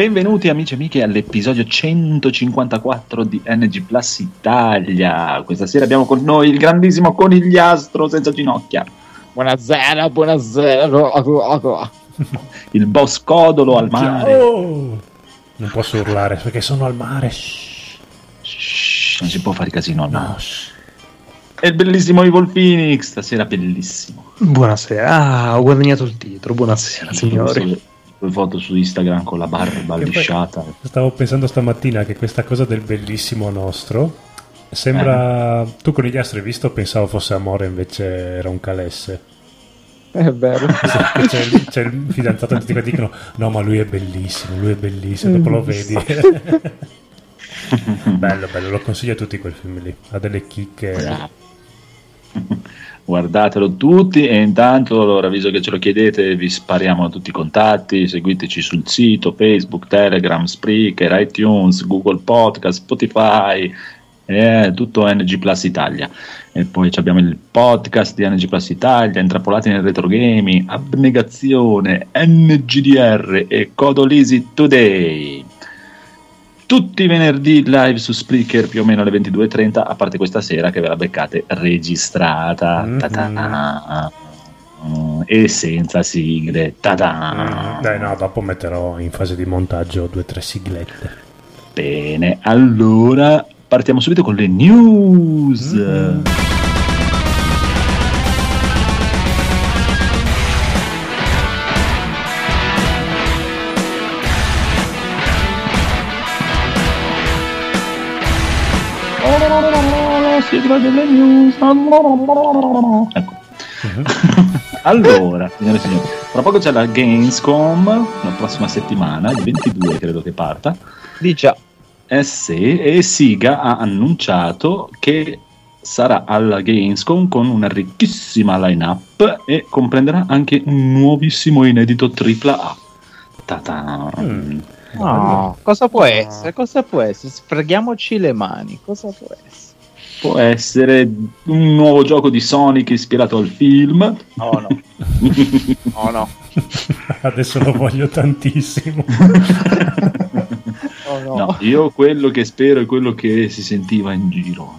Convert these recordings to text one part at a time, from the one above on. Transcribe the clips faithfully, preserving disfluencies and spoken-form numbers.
Benvenuti amici e amiche all'episodio centocinquantaquattro di N G Plus Italia. Questa sera abbiamo con noi il grandissimo conigliastro senza ginocchia. Buonasera, buonasera. Il boss Codolo al mare. Oh! Non posso urlare perché sono al mare. Shh. Shh, non si può fare casino al mare. No, shh. E il bellissimo Evil Phoenix, stasera bellissimo. Buonasera, ah, ho guadagnato il titolo. Buonasera signori. Le foto su Instagram con la barba Che lisciata. poi, stavo pensando stamattina che questa cosa del bellissimo nostro sembra... Eh. Tu conigliastro hai visto? Pensavo fosse amore, invece era un calesse. È vero. C'è il, c'è il fidanzato che ti dicono no ma lui è bellissimo, lui è bellissimo, dopo lo vedi. Bello, bello, lo consiglio a tutti quel film lì, ha delle chicche. Guardatelo tutti e intanto, allora, visto che ce lo chiedete, vi spariamo tutti i contatti. Seguiteci sul sito, Facebook, Telegram, Spreaker, iTunes, Google Podcast, Spotify, eh, tutto N G Plus Italia. E poi abbiamo il podcast di N G Plus Italia, Intrappolati nel Retro Gaming, Abnegazione, N G D R e Codolisi Today. Tutti i venerdì live su Spreaker più o meno alle ventidue e trenta, a parte questa sera che ve la beccate registrata. Mm-hmm. E senza sigle. Ta-da. Dai, no, dopo metterò in fase di montaggio due o tre siglette. Bene, allora partiamo subito con le news. Mm-hmm. Delle news. Ecco. Uh-huh. Allora, signore e signori, tra poco c'è la Gamescom la prossima settimana, il ventidue credo che parta. Di già. Eh sì, e Sega ha annunciato che sarà alla Gamescom con una ricchissima line-up e comprenderà anche un nuovissimo inedito tripla A. Ta-ta. Mm. Oh, cosa può essere? Cosa può essere? Sfreghiamoci le mani. Cosa può essere? Può essere un nuovo gioco di Sonic ispirato al film. Oh no. Oh no. Adesso lo voglio tantissimo. Oh no. No, io quello che spero è quello che si sentiva in giro.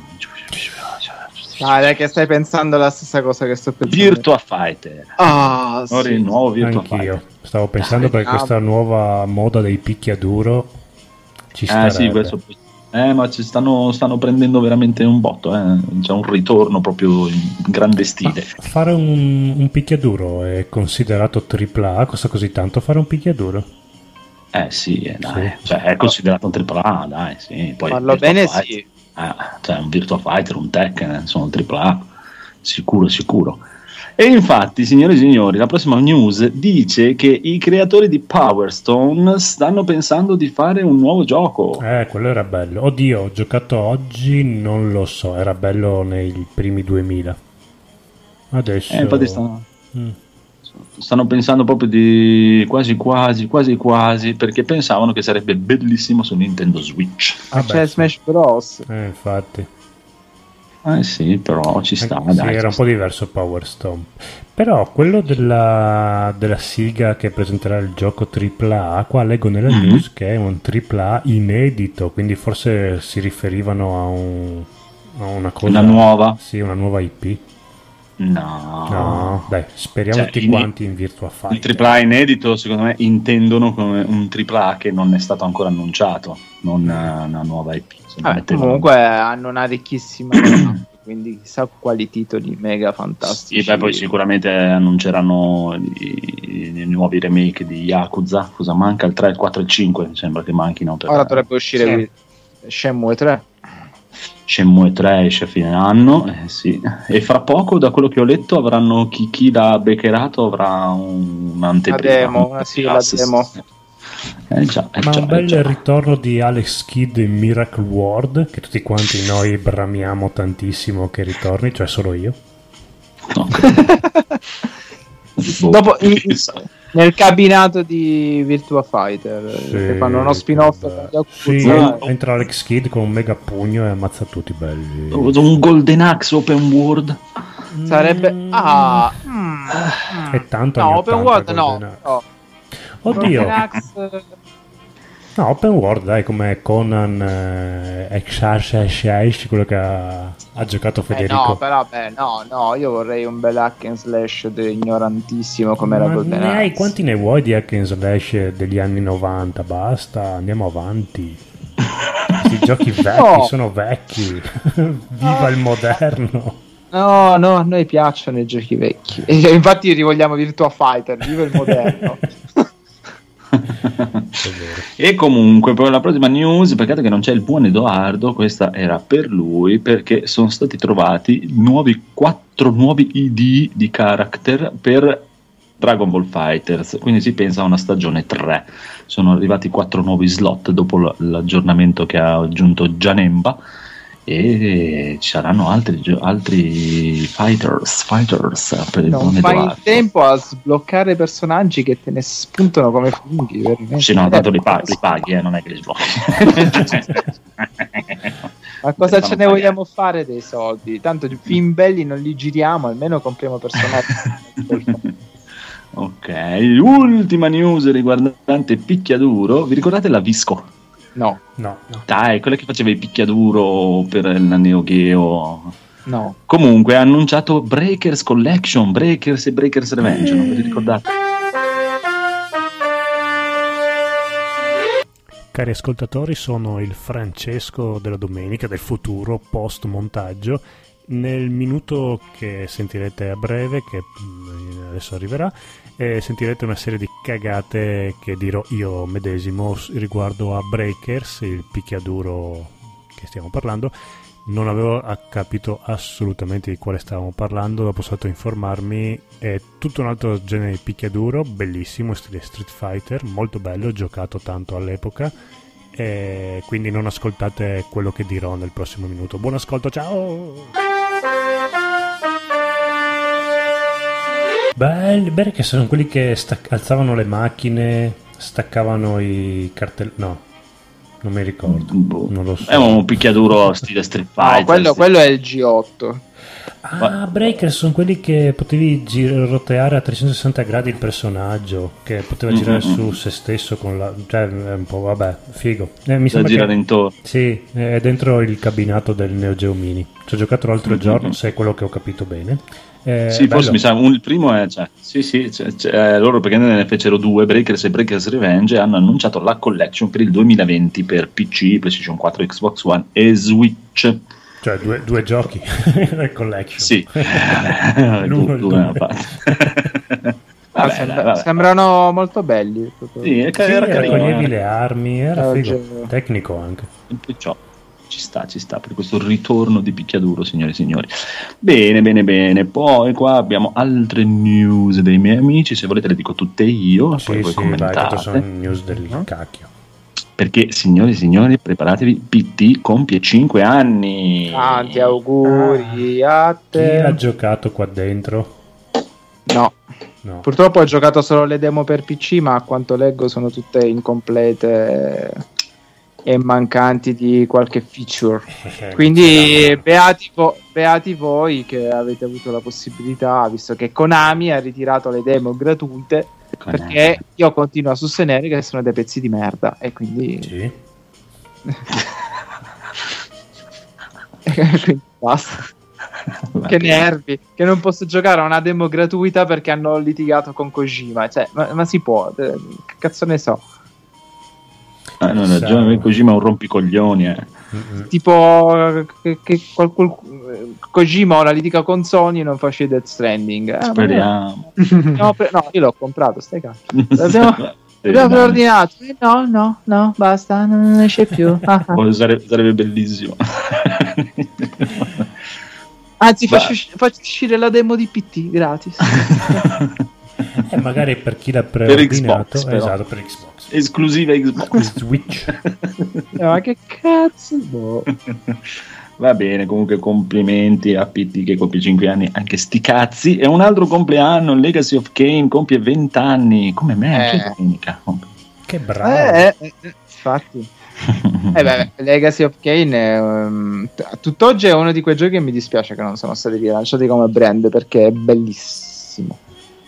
Ah, dai, che stai pensando la stessa cosa che sto pensando. Virtua Fighter. Ah, Ora sì. il nuovo Virtua Anch'io. Fighter. Stavo pensando per questa nuova moda dei picchiaduro ci eh sì, questo Eh, ma ci stanno, stanno prendendo veramente un botto, eh. C'è un ritorno proprio in grande stile. Ma fare un, un picchiaduro è considerato tripla A? Costa così tanto fare un picchiaduro? Eh sì, eh, dai. Sì. Cioè, è considerato un tripla A, dai, sì. Poi farlo bene, Fighter, sì. Eh, cioè, un Virtua Fighter, un Tekken, sono tripla A, sicuro, sicuro. E infatti, signori e signori, la prossima news dice che i creatori di Power Stone stanno pensando di fare un nuovo gioco. Eh, quello era bello. Oddio, ho giocato oggi, non lo so, era bello nei primi duemila. Adesso... Eh, infatti stanno, mm. stanno pensando proprio di quasi quasi, quasi quasi, perché pensavano che sarebbe bellissimo su Nintendo Switch. Ah, c'è sì. Smash Bros. Eh, infatti. Eh sì, però ci sta. Eh, dai, sì, era un po' diverso Power Stone. Però quello della, della Sega che presenterà il gioco tripla A, qua leggo nella mm-hmm. news che è un tripla A inedito, quindi forse si riferivano a, un, a una cosa... Una nuova? Sì, una nuova I P. No. No, dai, speriamo cioè, tutti in, quanti in Virtua Fighter. Il tripla A inedito, secondo me, intendono come un tripla A che non è stato ancora annunciato, non una nuova I P. Ah, comunque hanno una ricchissima quindi chissà quali titoli mega fantastici. Sì, beh, poi sicuramente annunceranno i, i nuovi remake di Yakuza. Cosa manca? Il tre, il quattro e il cinque, mi sembra che manchino. Per... Ora dovrebbe uscire sì. Shenmue tre. Shenmue tre esce a fine anno, eh, sì. E fra poco, da quello che ho letto, avranno chi, chi l'ha beccerato avrà un, un'anteprima. La demo, una sì, la demo. Eh, già, eh, Ma già, un bel eh, già. ritorno di Alex Kidd in Miracle World, che tutti quanti noi bramiamo tantissimo che ritorni, cioè solo io. Okay. Dopo in, nel cabinato di Virtua Fighter sì, che fanno uno spin-off sì, entra Alex Kidd con un mega pugno e ammazza tutti belli. Un Golden Axe open world sarebbe mm. ah mm. è tanto no open world no, no oddio No, open world, dai, come Conan eh, Exarch, quello che ha, ha giocato Federico. Eh no, però beh, no, no, io vorrei un bel hack and slash ignorantissimo come era Ma Golden ne hai Axe. quanti ne vuoi di hack and slash degli anni novanta? Basta, andiamo avanti. Questi giochi vecchi No. sono vecchi. Viva il moderno. No, no, a noi piacciono i giochi vecchi. E infatti rivogliamo Virtua Fighter, viva il moderno. E comunque poi la prossima news, peccato che non c'è il buon Edoardo, questa era per lui, perché sono stati trovati nuovi quattro nuovi I D di character per Dragon Ball Fighters, quindi si pensa a una stagione tre. Sono arrivati quattro nuovi slot dopo l- l'aggiornamento che ha aggiunto Janemba, e ci saranno altri, gio- altri fighters, fighters per il Non buon fai in Edoardo. tempo a sbloccare personaggi che te ne spuntano come funghi, veramente. Sì, no, tanto li, Eh, pa- li paghi, eh, non è che li sblocchi. Ma cosa Fanno ce ne pagare. vogliamo fare dei soldi? Tanto di film belli non li giriamo, almeno compriamo personaggi. Ok, ultima news riguardante picchiaduro. Vi ricordate la Visco? No, No, no. Dai, quella che faceva i picchiaduro per la Neo Geo. no. Comunque ha annunciato Breakers Collection, Breakers e Breakers Revenge, non ve li ricordate? Cari ascoltatori, sono il Francesco della domenica, del futuro post montaggio. Nel minuto che sentirete a breve, che mm, adesso arriverà, eh, sentirete una serie di cagate che dirò io medesimo s- riguardo a Breakers, il picchiaduro che stiamo parlando. Non avevo ah, capito assolutamente di quale stavamo parlando, dopo sono stato a informarmi. È tutto un altro genere di picchiaduro, bellissimo, stile Street Fighter, molto bello, giocato tanto all'epoca. E quindi non ascoltate quello che dirò nel prossimo minuto. Buon ascolto, ciao! Belli, belli che sono quelli che stac- alzavano le macchine, staccavano i cartelli. No, non mi ricordo. Boh. Non lo so. È un picchiaduro stile Street No, Fighter. quello, sì. quello è il G otto. Ah, Breakers sono quelli che potevi gir- roteare a trecentosessanta gradi il personaggio, che poteva Mm-hmm. girare su se stesso con la. Cioè, è un po', vabbè, figo. Eh, mi Da sembra girare che. intorno. Sì, è dentro il cabinato del Neo Geo Mini. Ci ho giocato l'altro Mm-hmm. giorno, se è quello che ho capito bene. Eh, Sì, forse bello. mi sa, un- il primo è, cioè, sì, sì, cioè, cioè, loro perché ne fecero due, Breakers e Breakers Revenge, e hanno annunciato la collection per il duemilaventi per P C, PlayStation quattro, Xbox One e Switch. Cioè, due, due giochi, collection. Sì, L'uno due, e il due due. hanno fatto. Ah, Vabbè, sembra- dai, vabbè. sembrano molto belli. Sì, è Sì, ca- era carino, raccoglievi eh. le armi, era Eh, figo, cioè- tecnico anche. Perciò ci sta, ci sta per questo ritorno di picchiaduro, signore e signori. Bene, bene, bene. Poi qua abbiamo altre news dei miei amici, se volete le dico tutte io, poi Sì, voi sì, vai, commentate. tanto sono news del cacchio. Perché, signori e signori, preparatevi, P T compie cinque anni. Tanti auguri a Chi l'ha te. giocato qua dentro? No, No. purtroppo ho giocato solo le demo per P C, ma a quanto leggo sono tutte incomplete e mancanti di qualche feature. Quindi beati, vo- beati voi che avete avuto la possibilità, visto che Konami ha ritirato le demo gratuite, perché io continuo a sostenere che sono dei pezzi di merda e quindi, Sì. quindi basta. Che nervi, che non posso giocare a una demo gratuita perché hanno litigato con Kojima. Cioè, ma, ma si può, eh, che cazzo ne so. Ah, non ha ragione, Kojima è un rompicoglioni. Eh. Mm-mm. Tipo che, che qual- qual- Kojima ora litiga con Sony e non fa uscire Death Stranding. Ah, ma Speriamo. no, pre- no, io l'ho comprato, stai cazzo. L'abbiamo, l'abbiamo preordinato. Eh, no, no, no, basta, non esce più. Ah, ah. Oh, sarebbe, sarebbe bellissimo. Anzi, Beh. faccio, usci- faccio uscire la demo di P T gratis. E magari per chi l'ha Per preordinato, Xbox, però. esatto, per Xbox. Esclusiva Xbox. Switch. No, ma che cazzo? Boh. Va bene, comunque complimenti a P T che compie cinque anni, anche sti cazzi. E un altro compleanno, Legacy of Kain compie venti anni, come me, Eh. che domenica. Che bravo. Eh, eh, eh, infatti. Eh beh, Legacy of Kain è, um, t- a tutt'oggi è uno di quei giochi che mi dispiace che non sono stati rilanciati come brand perché è bellissimo.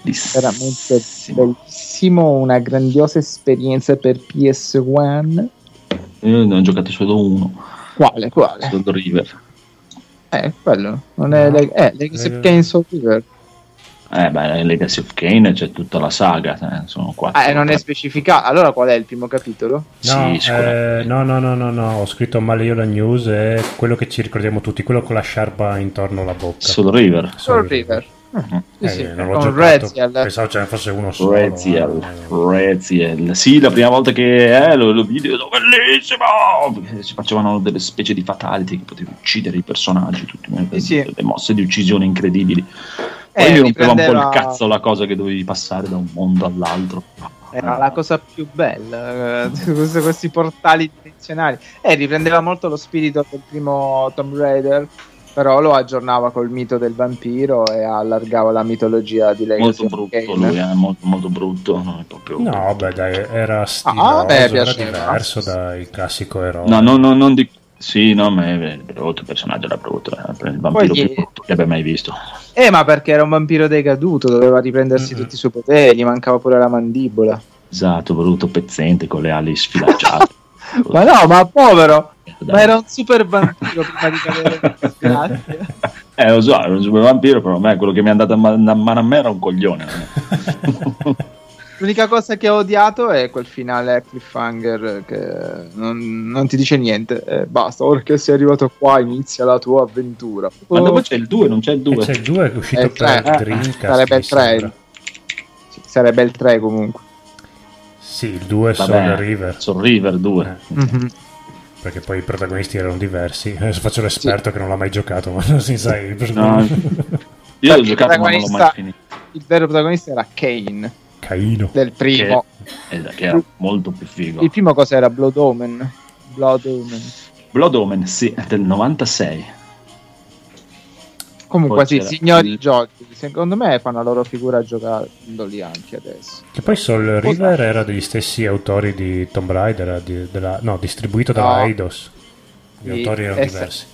veramente bellissimo, una grandiosa esperienza per P S uno. Io ne ho giocato solo uno. Quale? Quale? Soul River. Eh, quello. Non è No. Leg- eh, Legacy of Kain Soul River. Eh beh, Legacy of Kain c'è tutta la saga, eh, sono quattro. Ah, e non è specificato. Allora qual è il primo capitolo? No, Sì, eh, sicuramente. no, no, no, no, no, ho scritto male io la news, è quello che ci ricordiamo tutti, quello con la sciarpa intorno alla bocca. Soul River. Soul River. Mhm. Sì, Eh, sì, non l'ho con giocato, Reziel. pensavo ce ne fosse uno solo. Reziel, eh. Reziel. Sì, la prima volta che eh, lo, lo vidi, ho detto, bellissimo! Perché ci facevano delle specie di fatality che potevi uccidere i personaggi, tutti, Sì, sì. delle mosse di uccisione incredibili. Poi Eh, mi rompeva un po' riprendeva- il cazzo la cosa che dovevi passare da un mondo all'altro. Era la cosa più bella, eh, questi, questi portali direzionali. Eh, riprendeva molto lo spirito del primo Tomb Raider, però lo aggiornava col mito del vampiro e allargava la mitologia di Legacy Molto of brutto Kain. lui, eh, molto, molto brutto. No, è proprio No, brutto. beh, dai, era stiloso, Ah, beh, era piaceva. diverso dal classico eroe. No, no, no, non di... Sì, no, ma è brutto, il personaggio era brutto, eh, il vampiro Poi gli- più brutto che abbia mai visto. Eh, ma perché era un vampiro decaduto, doveva riprendersi Mm-mm. tutti i suoi poteri, gli mancava pure la mandibola. Esatto, brutto, pezzente, con le ali sfilacciate. Ma no, ma povero! Dai. Ma era un super vampiro prima di cadere nelle disgrazie. Eh, lo so, era un super vampiro, però a me quello che mi è andato a man- a mano a me era un coglione. L'unica cosa che ho odiato è quel finale cliffhanger che non, non ti dice niente. Eh, basta, ora che sei arrivato qua inizia la tua avventura. Ma dopo c'è il due, non c'è il E due. c'è il due che è uscito Eh, per eh, Dreamcast. sarebbe mi il tre. sembra. Sì, sarebbe il tre comunque. Sì, il due è Vabbè, Soul River. Soul River due. Eh, Mhm. perché poi i protagonisti erano diversi. Adesso faccio l'esperto che non l'ha mai giocato, ma non si sa. il- No, io Perché l'ho giocato ma non l'ho mai protagonista- finito. Il vero protagonista era Kane Caino. del primo. Che, eh, che era molto più figo. Il primo cos'era? Blood Omen. Blood Omen. Blood Omen, sì, è del novantasei. Comunque Poi sì, c'era signori il- giochi. Secondo me fanno la loro figura giocandoli anche adesso. Che poi Soul River era degli stessi autori di Tomb Raider, era di- della- no, distribuito dalla No. Eidos. Gli Sì, autori erano eh, diversi.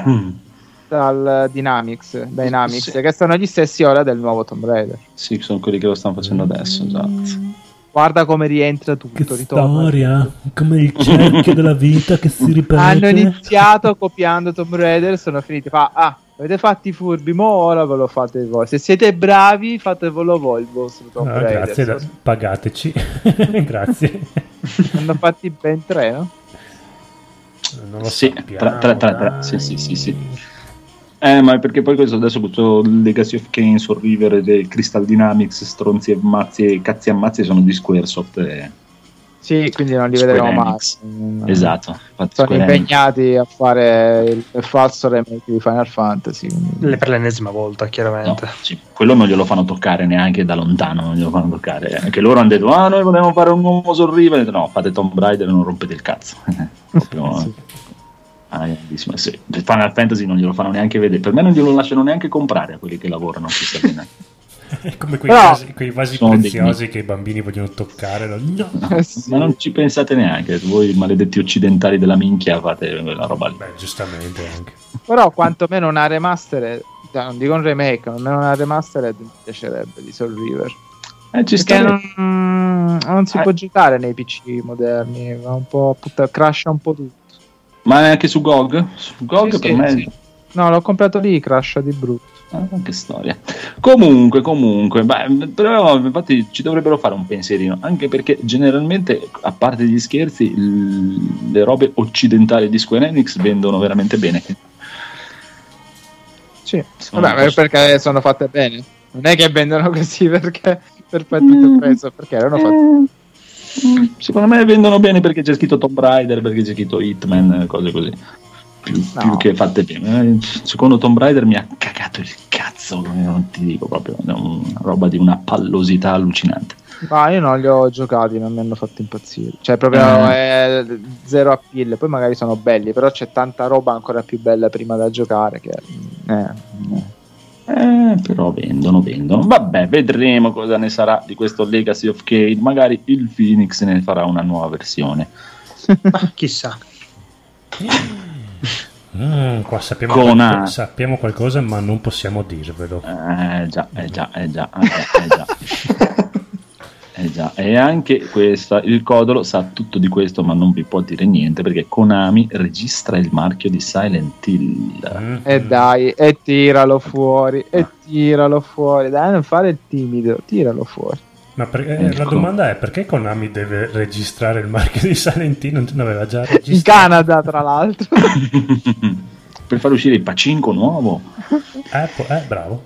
Dal Dynamics, Dynamics Sì. che sono gli stessi ora del nuovo Tomb Raider. Sì, sono quelli che lo stanno facendo adesso, esatto. Guarda come rientra tutto, ritorna. come il cerchio della vita che si ripete. Hanno iniziato copiando Tomb Raider, sono finiti. Fa, ah, avete fatto i furbi, mo ora ve lo fate voi. Se siete bravi, fatevelo voi il vostro Tomb Ah, Raider. grazie, da- pagateci. Grazie. Hanno fatti ben tre, no? Non lo Sì, sappiamo, tre, tre, tre, tre. dai. Sì, sì, sì, sì. Eh, ma è perché poi questo adesso questo Legacy of Kain, Soul River e Crystal Dynamics, stronzi e mazzi e cazzi ammazzi sono di Squaresoft e Sì, quindi non li Square vedremo mai. Enix. Mm. Esatto, infatti Sono Square Enix. impegnati a fare il, il falso remake di Final Fantasy. quindi- Le- per l'ennesima volta, No, chiaramente. sì, quello non glielo fanno toccare neanche da lontano, non glielo fanno toccare. Anche loro hanno detto, ah, noi volevamo fare un nuovo Soul River. Ho detto, no, fate Tomb Raider e non rompete il cazzo. Proprio, Sì. ah, grandissimo, sì. Final Fantasy non glielo fanno neanche vedere. Per me non glielo lasciano neanche comprare a quelli che lavorano a questa fine. Come quei Però- vasi, quei vasi Sono preziosi che i bambini vogliono toccare. No, no. Eh, sì. Ma non ci pensate neanche, voi maledetti occidentali della minchia fate quella roba lì. Cioè, Beh, giustamente anche. Però quantomeno una remastered, cioè, non dico un remake, almeno una remastered mi piacerebbe di Soul River. Eh, ci Perché sta. non, non si Eh. può giocare nei P C moderni, va un po' putta, crasha un po' tutto. Ma anche su G O G? Su G O G Sì, per sì, me... sì. No, l'ho comprato lì, crasha di brutto. Ah, che storia. Comunque, comunque, beh, però infatti ci dovrebbero fare un pensierino, anche perché generalmente, a parte gli scherzi, l- le robe occidentali di Square Enix vendono veramente bene. Sì, Sono vabbè, un po' perché sono fatte bene. Non è che vendono così perché per partito preso, perché erano fatte. Mm, secondo me vendono bene perché c'è scritto Tomb Raider, perché c'è scritto Hitman, cose così. Più, No. più che fatte bene. Eh, Secondo Tomb Raider mi ha cagato il cazzo, non ti dico proprio, è una roba di una pallosità allucinante. Ma io non li ho giocati, non mi hanno fatto impazzire. Cioè, proprio Mm. è zero appeal. Poi magari sono belli, però c'è tanta roba ancora più bella prima da giocare. Che eh, eh. Eh, però vendono, vendono. Vabbè, vedremo cosa ne sarà di questo Legacy of Kain. Magari il Phoenix ne farà una nuova versione. Ma chissà. Mm, qua sappiamo, Con qualco- A. sappiamo qualcosa, ma non possiamo dirvelo. Eh già, eh già, eh già, eh già, eh già. Eh già. E anche questa, il Codolo sa tutto di questo, ma non vi può dire niente perché Konami registra il marchio di Silent Hill. Mm. E dai, e tiralo fuori, e tiralo fuori, dai, non fare il timido, tiralo fuori. Ma per- eh, la domanda è perché Konami deve registrare il marchio di Silent Hill? Non l'aveva già registrato? In Canada, tra l'altro. Per far uscire il Pacinco nuovo. Eh, po- eh, bravo.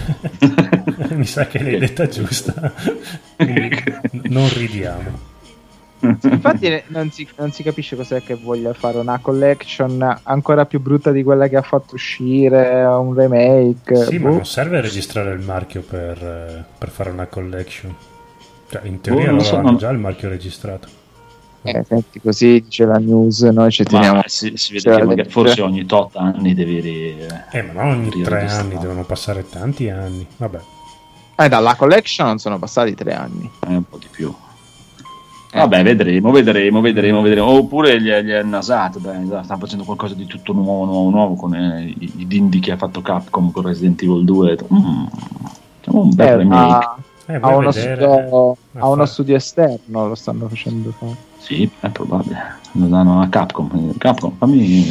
Mi sa che l'hai detta giusta. Quindi n- non ridiamo. Infatti non si, non si capisce cos'è che voglia fare una collection ancora più brutta di quella che ha fatto uscire, un remake. Sì, ma boh. non serve registrare il marchio per, eh, per fare una collection. Cioè, in teoria Oh, non loro so, hanno non- già il marchio registrato. Eh, senti, così dice la news, noi ci teniamo. Ma si, si vede che magari, forse ogni tot anni devi ri- Eh, ma non ogni tre riregistrare. anni, devono passare tanti anni. Vabbè. Eh, dalla collection sono passati tre anni. eh, un po' di più. Vabbè, vedremo, vedremo, vedremo, vedremo. Oppure gli è, gli è nasato, dai, dai, stanno facendo qualcosa di tutto nuovo, nuovo, nuovo con eh, i, i dindi che ha fatto Capcom con Resident Evil due. Mm, facciamo un bel Eh, remake. ma Eh, a vuoi uno, vedere? studio, Ma a uno fa- studio esterno lo stanno facendo fare. Sì, è probabile. Lo danno a Capcom. Capcom, fammi.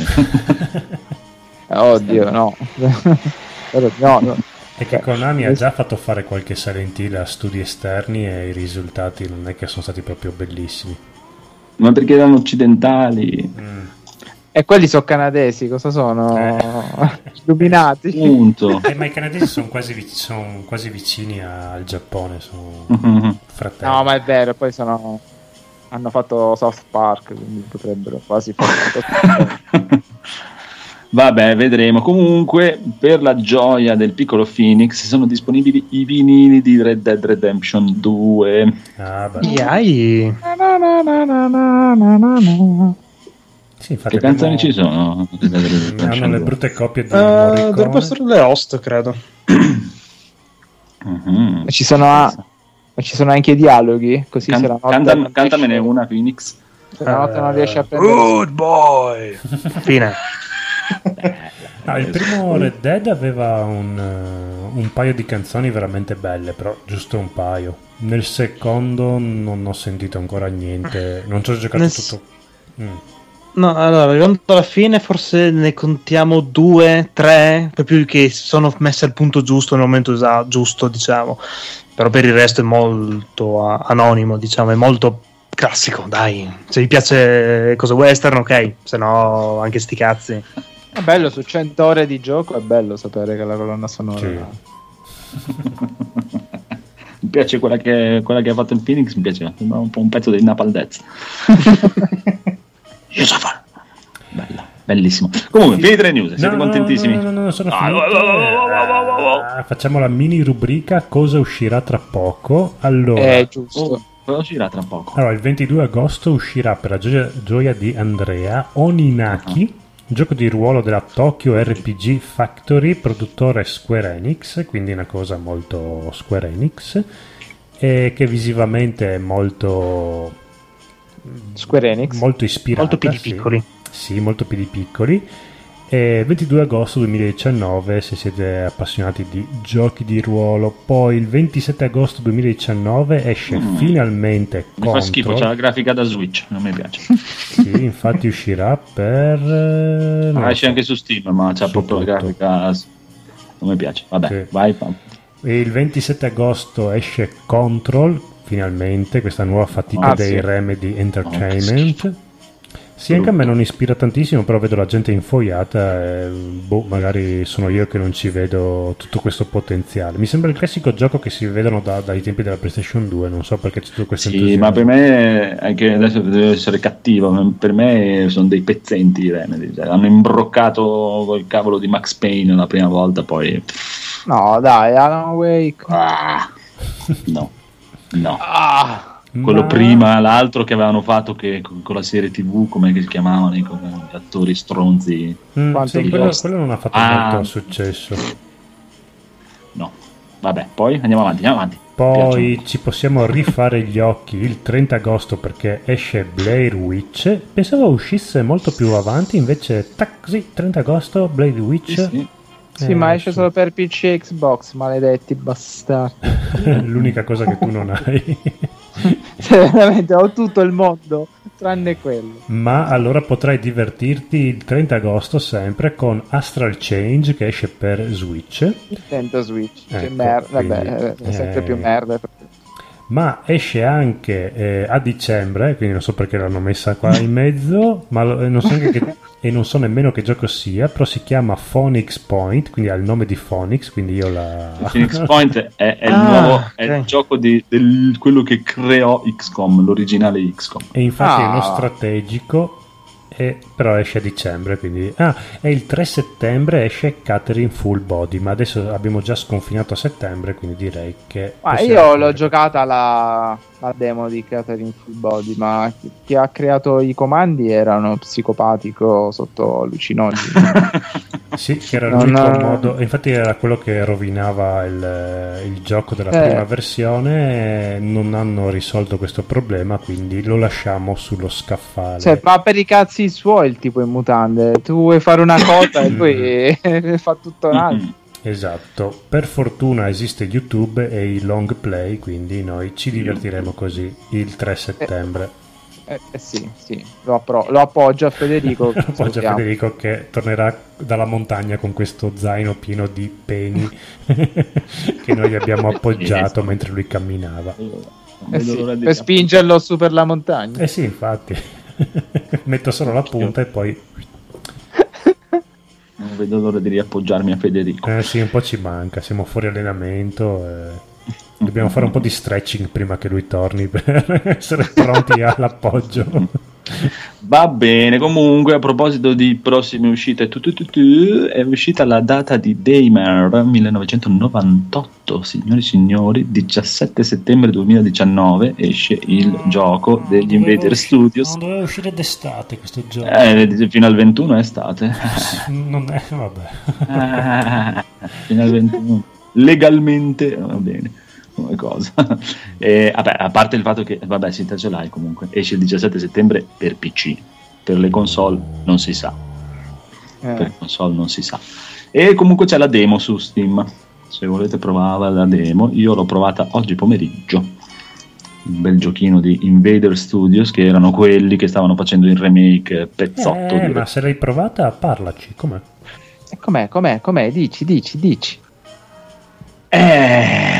Eh, oddio, no. Però, no, no. È che Konami ha già fatto fare qualche Silent Hill a studi esterni e i risultati non è che sono stati proprio bellissimi. Ma perché erano occidentali? Mm. E quelli sono canadesi, cosa sono? Eh. Illuminati. Punto. Eh, ma i canadesi sono quasi, vic- sono quasi vicini a- al Giappone, sono fratelli. No, ma è vero, poi sono... hanno fatto South Park, quindi potrebbero quasi fare... Vabbè, vedremo. Comunque, per la gioia del piccolo Phoenix, sono disponibili i vinili di Red Dead Redemption due. Ah, beh. Yai. Sì, infatti Che canzoni abbiamo- ci sono? Red Dead Redemption Hanno le due? brutte coppie di Uh, Morricone. dovrebbero essere le host, credo. Mhm. E ci sono, a- e ci sono anche i dialoghi, così Can- se la notte canta- non cantamene riesce- una, Phoenix. se la notte non riesce a Uh, prendere... Good boy. Fine. Ah, il primo Red Dead aveva un, eh, un paio di canzoni veramente belle, però giusto un paio. Nel secondo non ho sentito ancora niente, non ci ho giocato Nel tutto. Mm. No, allora, arrivando alla fine forse ne contiamo due, tre, per più che sono messe al punto giusto nel momento esa- giusto, diciamo. Però per il resto è molto a- anonimo, diciamo, è molto classico, dai. Se vi piace cose western, ok, se no anche sti cazzi. È bello, su cento ore di gioco è bello sapere che la colonna sonora... Sì. Mi piace quella che, quella che ha fatto il Phoenix, mi piace, sembra un po' un pezzo di Napalm Death. Yusufa. Bella, bellissimo. Comunque, finite le news, siete No, no, contentissimi? No, no, no, no, sono Ah, finite. wow, wow, wow, wow, wow, wow. Ah, facciamo la mini rubrica cosa uscirà tra poco. Allora, È giusto. Oh, cosa uscirà tra poco? allora, il ventidue agosto uscirà per la gioia, gioia di Andrea Oninaki, gioco di ruolo della Tokyo R P G Factory, produttore Square Enix, quindi una cosa molto Square Enix, e che visivamente è molto Square Enix. molto ispirata, Molto più di sì. piccoli. Sì, molto più di piccoli. E ventidue agosto duemiladiciannove se siete appassionati di giochi di ruolo. Poi il ventisette agosto duemiladiciannove esce Mm. finalmente Mi fa schifo, c'è Control. la grafica da Switch, non mi piace. Sì, infatti uscirà per eh, non Ah, lo esce so. anche su Steam, ma c'ha Su proprio la tutto. grafica. Non mi piace. Vabbè, Sì. vai. fa- E il ventisette agosto esce Control, finalmente, questa nuova fatica Ah, dei sì. Remedy Oh, che Entertainment. schifo. Sì, anche a me Brutto. non ispira tantissimo, però vedo la gente infoiata e boh, magari sono io che non ci vedo tutto questo potenziale. Mi sembra il classico gioco che si vedono da- dai tempi della PlayStation due, non so perché c'è tutto questo Sì, entusiasmo. ma per me, anche adesso devo essere cattivo, ma per me sono dei pezzenti i Remedy. Cioè, hanno imbroccato col cavolo di Max Payne la prima volta, poi. No, dai, Alan Wake. Ah, no, no. Ah, Quello Ma- prima, l'altro che avevano fatto che, con, con la serie tivù, come si chiamavano i- gli attori stronzi? Mm, Quanto sì, mi quello, costa? quello non ha fatto Ah. molto successo. No, vabbè, poi andiamo avanti, andiamo avanti. Poi ci possiamo rifare gli occhi il trenta agosto perché esce Blair Witch. Pensavo uscisse molto più avanti, invece tac, così, trenta agosto Blair Witch. Sì, sì. Sì, Eh, ma esce sì. solo per P C e Xbox, maledetti bastardi. L'unica cosa che tu non hai. Cioè, veramente ho tutto il mondo tranne quello. Ma allora potrai divertirti il trenta agosto sempre con Astral Change che esce per Switch. Nintendo Switch, che Ecco, merda, quindi, vabbè, è sempre eh, più merda. Ma esce anche eh, a dicembre, quindi non so perché l'hanno messa qua in mezzo, ma lo- eh, non so anche che, e non so nemmeno che gioco sia, però si chiama Phoenix Point, quindi ha il nome di Phoenix, quindi io la... Phoenix Point è, è il Ah, nuovo è ok. il gioco di del, quello che creò X COM, l'originale X COM. E infatti Ah. è uno strategico, e, però esce a dicembre, quindi... Ah, e il tre settembre esce Catherine Full Body, ma adesso abbiamo già sconfinato a settembre, quindi direi che... Ma possiamo io l'ho fare- giocata la, la demo di Catherine Full Body, ma chi, chi ha creato i comandi era uno psicopatico sotto allucinogeni. Sì, che era Non- l'unico modo, infatti era quello che rovinava il, il gioco della Eh. prima versione, e non hanno risolto questo problema, quindi lo lasciamo sullo scaffale. Cioè, ma per i cazzi suoi il tipo in mutande. Tu vuoi fare una cosa e lui fa tutto un altro. Mm. Esatto, per fortuna esiste YouTube e i long play, quindi noi ci divertiremo così il tre settembre. Eh, eh sì, sì, lo, appro- lo appoggio a Federico. che Appoggia salutiamo. Federico che tornerà dalla montagna con questo zaino pieno di peni che noi abbiamo appoggiato mentre lui camminava. Non Eh vedo sì, l'ora di per spingerlo su per la montagna. Eh sì, infatti. Metto solo la punta e poi... Non vedo l'ora di riappoggiarmi a Federico. Eh sì, un po' ci manca, siamo fuori allenamento. E... Dobbiamo fare un po' di stretching prima che lui torni per essere pronti all'appoggio. Va bene, comunque a proposito di prossime uscite, tu, tu, tu, tu, è uscita la data di Daymare millenovecentonovantotto, signori e signori, diciassette settembre duemiladiciannove esce il gioco degli Invader Studios. Non doveva uscire d'estate questo gioco. Eh, fino al ventuno è estate. Non è, vabbè. Ah, fino al ventuno. Legalmente va bene come cosa. E, vabbè, a parte il fatto che vabbè, sì, te ce l'hai comunque, esce il diciassette settembre per P C, per le console non si sa, Eh. per console non si sa. E comunque c'è la demo su Steam, se volete provare la demo. Io l'ho provata oggi pomeriggio, un bel giochino di Invader Studios, che erano quelli che stavano facendo il remake pezzotto Eh, di- ma se l'hai provata, parlaci, com'è? E com'è, com'è, com'è? Dici, dici, dici. eh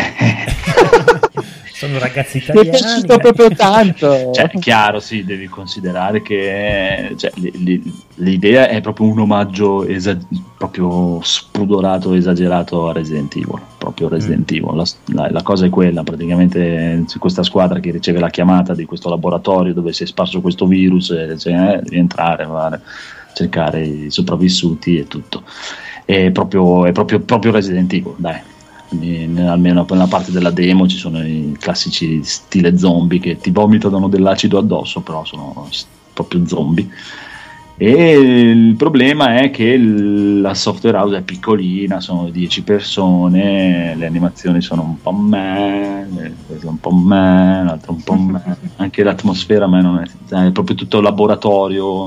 Sono ragazzi Mi è italiani. piaciuto proprio tanto. Cioè, è chiaro, sì, devi considerare che cioè, li- li- l'idea è proprio un omaggio esa- proprio spudorato, esagerato a Resident Evil. Proprio Resident Evil. La, la- la cosa è quella, praticamente c'è questa squadra che riceve la chiamata di questo laboratorio dove si è sparso questo virus e dice, eh, devi entrare, guarda, cercare i sopravvissuti e tutto. È proprio, è proprio, proprio Resident Evil, dai. Quindi, almeno nella parte della demo ci sono i classici stile zombie che ti vomitano dell'acido addosso, però sono s- proprio zombie. E il problema è che il- la software house è piccolina, sono dieci persone, le animazioni sono un po' meh, le- questo un po' meh, l'altro un po' meh, anche l'atmosfera a me non è, è proprio tutto laboratorio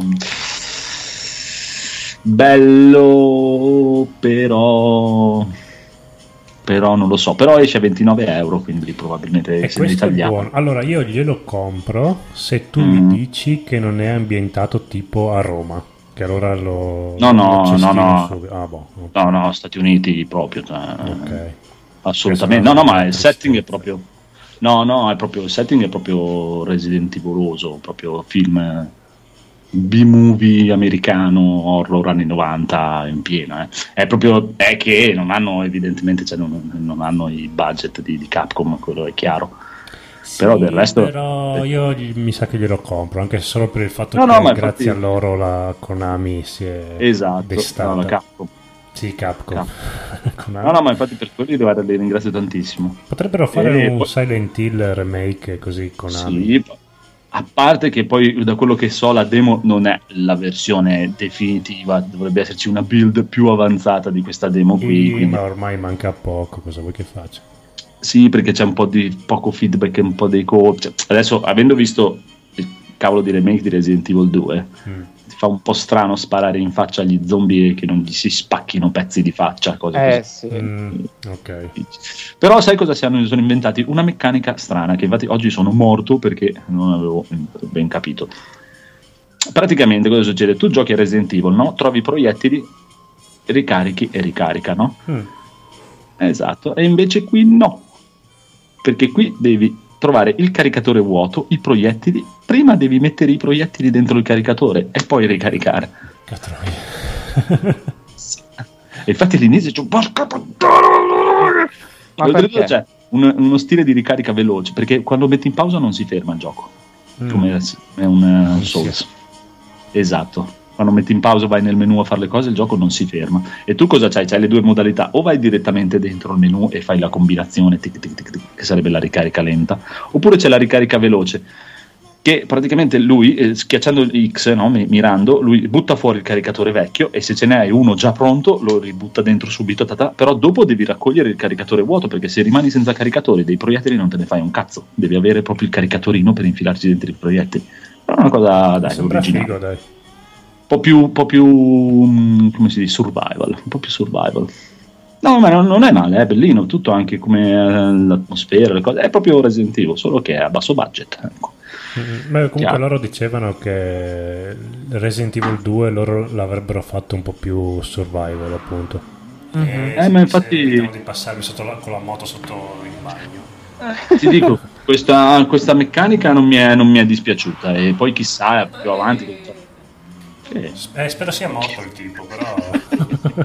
bello, però però non lo so, però esce a ventinove euro, quindi probabilmente E se in questo è italiano. buono. Allora io glielo compro se tu Mm. mi dici che non è ambientato tipo a Roma, che allora lo No, no, lo cestino no, no. subito. Ah, boh, ok. No, no, Stati Uniti proprio, cioè, Ok. assolutamente. No, no, ma il setting è proprio no, no, è proprio il setting è proprio Resident Evil, proprio film eh, B-movie americano, horror anni novanta in piena. Eh. È proprio è che non hanno evidentemente, cioè, non, non hanno i budget di, di Capcom, quello è chiaro. Però del resto- però io gli- mi sa che glielo compro, anche solo per il fatto No, che no, ma grazie infatti- a loro la Konami si è Esatto, destata. no, la Capcom. Sì, Capcom. Konami. No, no, ma infatti per quelli guarda, li ringrazio tantissimo. Potrebbero fare E un poi- Silent Hill remake così Konami. Sì, a parte che poi da quello che so la demo non è la versione definitiva, dovrebbe esserci una build più avanzata di questa demo qui, Sì, quindi- ma ormai manca poco, cosa vuoi che faccia? Sì, perché c'è un po' di poco feedback e un po' dei colpi. Cioè, adesso, avendo visto il cavolo di remake di Resident Evil due, mm. ti fa un po' strano sparare in faccia agli zombie e che non gli si spacchino pezzi di faccia, cose eh, così. Sì. Mm, ok. Però sai cosa si hanno, sono inventati? Una meccanica strana, che infatti oggi sono morto perché non avevo ben capito. Praticamente cosa succede? Tu giochi a Resident Evil, no? Trovi proiettili, ricarichi e ricarica, no? Mm. Esatto, e invece qui no, perché qui devi trovare il caricatore vuoto, i proiettili, prima devi mettere i proiettili dentro il caricatore e poi ricaricare. E infatti all'inizio c'è un porca puttana, ma perché? C'è un, uno stile di ricarica veloce, perché quando metti in pausa non si ferma il gioco, mm. come è un, un Souls. Esatto. Quando metti in pausa, vai nel menu a fare le cose, il gioco non si ferma. E tu cosa c'hai? C'hai le due modalità: o vai direttamente dentro il menu e fai la combinazione tic, tic, tic, tic, che sarebbe la ricarica lenta, oppure c'è la ricarica veloce, che praticamente lui, eh, schiacciando il X, no, mirando, lui butta fuori il caricatore vecchio, e se ce ne hai uno già pronto lo ributta dentro subito, tata, però dopo devi raccogliere il caricatore vuoto, perché se rimani senza caricatore dei proiettili non te ne fai un cazzo, devi avere proprio il caricatorino per infilarci dentro i proiettili. Però è una cosa, dai, originale. Figo, dai. Un po' più, un po' più come si dice, survival, un po' più survival. No, ma non, non è male, è bellino, tutto, anche come eh, l'atmosfera, le cose, è proprio Resident Evil, solo che è a basso budget, ecco. Mm-hmm. Ma comunque Chiaro. Loro dicevano che Resident Evil due loro l'avrebbero fatto un po' più survival, appunto. Mm-hmm. Eh, ma infatti di passarmi sotto la, con la moto sotto il bagno. Eh, ti dico, questa, questa meccanica non mi, è, non mi è dispiaciuta, e poi chissà più avanti. Eh, spero sia morto il tipo, però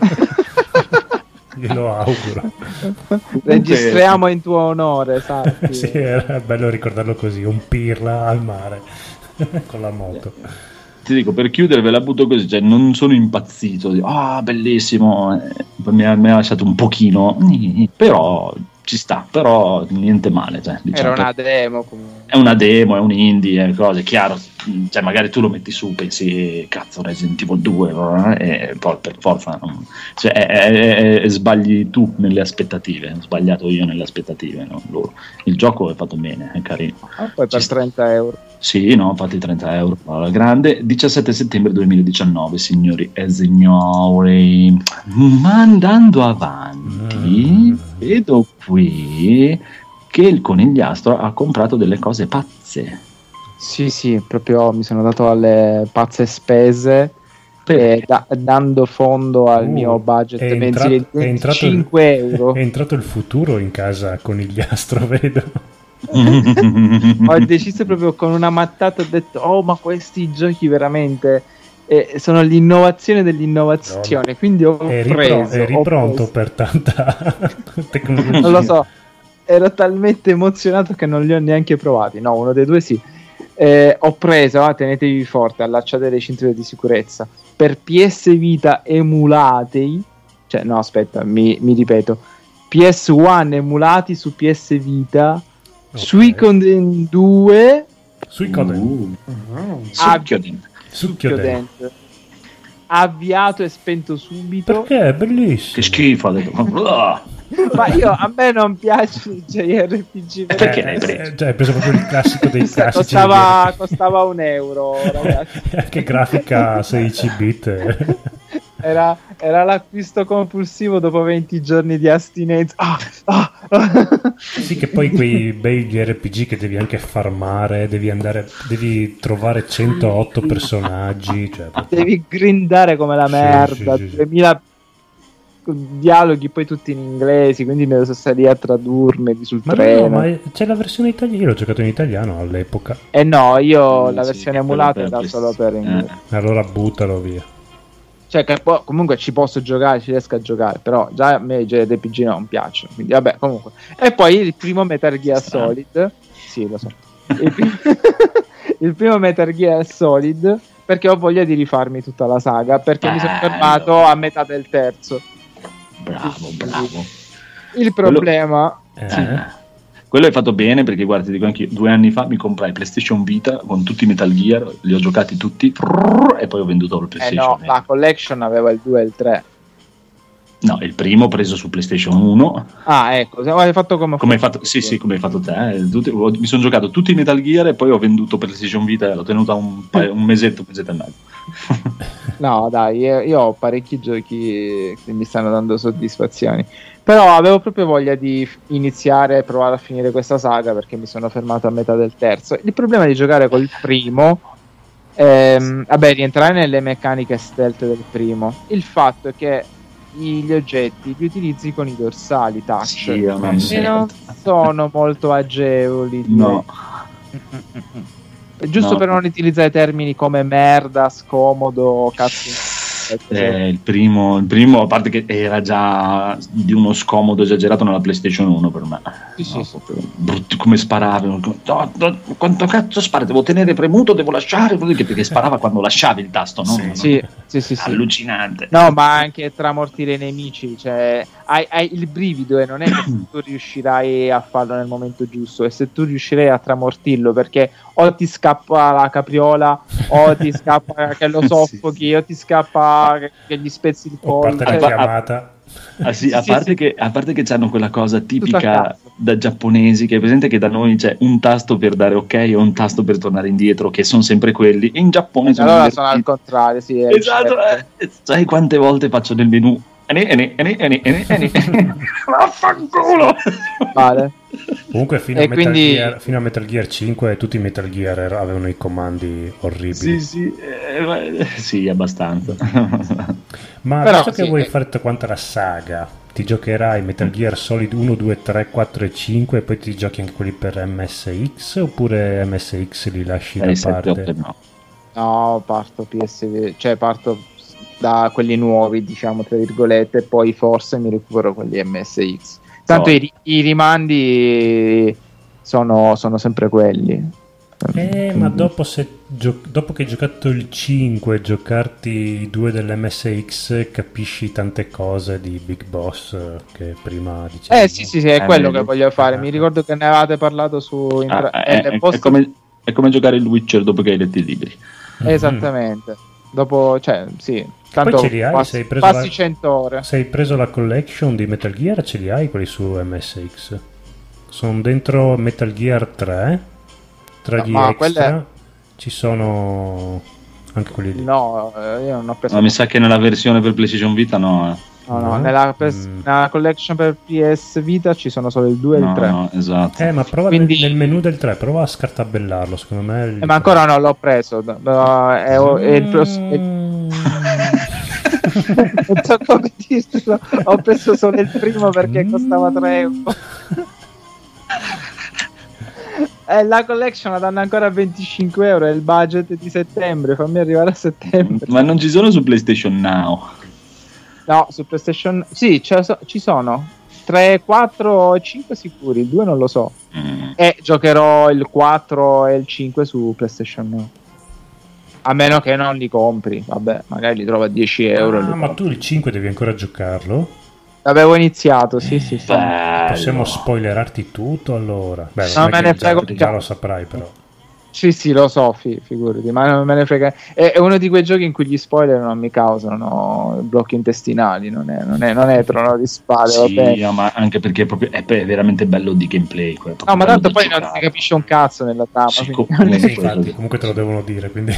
glielo auguro. Registriamo in tuo onore, sai. Sì, era bello ricordarlo così, un pirla al mare con la moto. Ti dico, per chiudere ve la butto così, cioè non sono impazzito, ah, bellissimo, eh, mi, ha, mi ha lasciato un pochino, però ci sta, però niente male, cioè, diciamo, era una demo comunque. È una demo, è un indie, è cose, chiaro, cioè magari tu lo metti su, pensi cazzo Resident Evil due, e poi per forza non, cioè, è, è, è, sbagli tu nelle aspettative, ho sbagliato io nelle aspettative, no? Loro. Il gioco è fatto bene, è carino. Ah, poi per trenta euro. Sì, no, infatti trenta euro alla grande. Diciassette settembre duemiladiciannove, signori e signori. Ma andando avanti, mm. vedo qui che il conigliastro ha comprato delle cose pazze. Sì, sì, proprio mi sono dato alle pazze spese, eh, da, dando fondo al uh, mio budget mensile di cinque euro. È entrato il futuro in casa conigliastro, vedo. Ho deciso proprio con una mattata, ho detto oh ma questi giochi veramente eh, sono l'innovazione dell'innovazione, no, quindi ho eri preso pro- eri ho pronto preso. per tanta tecnologia. Non lo so, ero talmente emozionato che non li ho neanche provati. No, uno dei due sì. Eh, ho preso, ah, tenetevi forte, allacciate le cinture di sicurezza, per P S Vita emulatei, cioè no aspetta, mi, mi ripeto, P S uno emulati su P S Vita. Okay. Suicoden due Suicoden uh. uh-huh. Suicoden Suicoden avviato e spento subito. Perché è bellissimo. Che schifo, ha detto. Ma io, a me non piace il J R P G, eh, perché l'hai preso? Cioè, hai preso proprio il classico dei classici. Costava, costava un euro, ragazzi. Che grafica sedici bit. Era, era l'acquisto compulsivo dopo venti giorni di astinenza. Ah, ah, ah. Sì, che poi quei bei R P G che devi anche farmare, devi andare, devi trovare centootto personaggi, cioè proprio... devi grindare come la merda, sì, sì, sì, duemila dialoghi poi tutti in inglese, quindi me lo so stare lì a tradurmi sul ma treno. No, ma c'è la versione italiana, io l'ho giocato in italiano all'epoca. Eh no, io eh, la sì, versione emulata era solo per inglese. Eh. Allora buttalo via. Cioè che poi, comunque ci posso giocare, ci riesco a giocare, però già a me i J R P G non piacciono, quindi vabbè, comunque. E poi il primo Metal Gear Solid, sì lo so, il, prim- il primo Metal Gear Solid, perché ho voglia di rifarmi tutta la saga, perché Bello. mi sono fermato a metà del terzo. Bravo, bravo. Il problema... Quello, eh. sì. Quello è fatto bene, perché guarda, ti dico anche due anni fa mi comprai PlayStation Vita con tutti i Metal Gear, li ho giocati tutti e poi ho venduto il PlayStation. Eh no, la collection aveva il due e il tre. No, il primo preso su PlayStation uno. Ah, ecco, hai fatto come, come hai fatto, sì, sì, come hai fatto te. Eh. Tutti, ho, mi sono giocato tutti i Metal Gear e poi ho venduto PlayStation Vita e l'ho tenuta un, paio, un mesetto, un mesetto e mezzo. No, dai, io, io ho parecchi giochi che mi stanno dando soddisfazioni. Però avevo proprio voglia di iniziare e provare a finire questa saga perché mi sono fermato a metà del terzo. Il problema di giocare col primo, ehm, vabbè, rientrare nelle meccaniche stealth del primo. Il fatto è che gli oggetti li utilizzi con i dorsali touch, sì, e non sono molto agevoli. No. Giusto no. per non utilizzare termini come merda, scomodo, cazzo. Eh, il primo, il primo, a parte che era già di uno scomodo esagerato nella PlayStation uno per me. Sì, sì, no, sì. Brutto, come sparavano. No, no, quanto cazzo spara? Devo tenere premuto, devo lasciare, perché sparava quando lasciavi il tasto, no? Sì, sì, sì, sì, sì. Allucinante. No, ma anche tramortire i nemici, cioè hai, hai il brivido e non è che tu riuscirai a farlo nel momento giusto, e se tu riuscirai a tramortirlo perché o ti scappa la capriola o ti scappa che lo soffochi, sì, o ti scappa che, che gli spezzi il collo, parte la chiamata. Ah, sì, a, sì, parte sì. Che, a parte che c'hanno quella cosa tipica da giapponesi, che è presente che da noi c'è un tasto per dare ok e un tasto per tornare indietro, che sono sempre quelli, e in Giappone sono, allora sono al contrario, sì, esatto, eh, sai quante volte faccio nel menu vaffanculo. Vale. Comunque fino a, Metal quindi... Gear, fino a Metal Gear cinque tutti i Metal Gear avevano i comandi orribili. Sì, sì, eh, sì, abbastanza. Ma però, adesso che sì, vuoi eh. farti quanta la saga, ti giocherai Metal Gear Solid uno, due, tre, quattro e cinque e poi ti giochi anche quelli per M S X, oppure M S X li lasci da parte? No. no, parto P S, cioè parto da quelli nuovi, diciamo, tra virgolette, e poi forse mi recupero quelli M S X. Tanto oh. i, i rimandi sono, sono sempre quelli. Eh, Quindi... ma dopo, se gio- dopo che hai giocato il cinque, giocarti i due dell'M S X, capisci tante cose di Big Boss che prima dicevi. Eh sì, sì, sì, è eh, quello che voglio fare. Mi ricordo che ne avevate parlato su intra- ah, è, è, è, come, è come giocare il Witcher dopo che hai letto i libri. Esattamente. Dopo, cioè, sì. Tanto poi ce li hai, passi, se hai preso passi la, cento ore. Se hai preso la collection di Metal Gear, ce li hai quelli su M S X? Sono dentro Metal Gear tre, tra gli no, extra quelle... ci sono anche quelli lì. No, io non ho preso. Ma mi sa che nella versione per PlayStation Vita no. Eh. No, no, no. Nella, pers- mm. nella collection per P S Vita ci sono solo il due e no, il tre. No, esatto. Eh, ma prova Quindi... nel menu del tre, prova a scartabellarlo, secondo me. Eh, ma ancora non l'ho preso. No, è, è il prossimo. È... non so come dirlo. Ho preso solo il primo perché mm. costava tre euro. Eh, la collection la danno ancora a venticinque euro. È il budget di settembre. Fammi arrivare a settembre. Ma non ci sono su PlayStation Now? No, su PlayStation sì, ci sono tre, quattro e cinque sicuri, il due non lo so. Mm. E giocherò il quattro e il cinque su PlayStation Now. A meno che non li compri, vabbè, magari li trovo a dieci euro. Ah, ma tu il cinque devi ancora giocarlo? L'avevo iniziato, sì, sì, sì. Bello. Possiamo spoilerarti tutto allora? Beh, non me ne frego, già, già lo saprai però. Sì, sì, lo so, fi- figurati, ma non me ne frega. È, è uno di quei giochi in cui gli spoiler non mi causano blocchi intestinali, non è, non è, non è trono di spade. Sì, no, ma anche perché è, proprio, è veramente bello di gameplay. No, ma tanto poi giocare. Non si capisce un cazzo nella trama. Sì, com- sì, infatti, comunque te lo devono dire, quindi...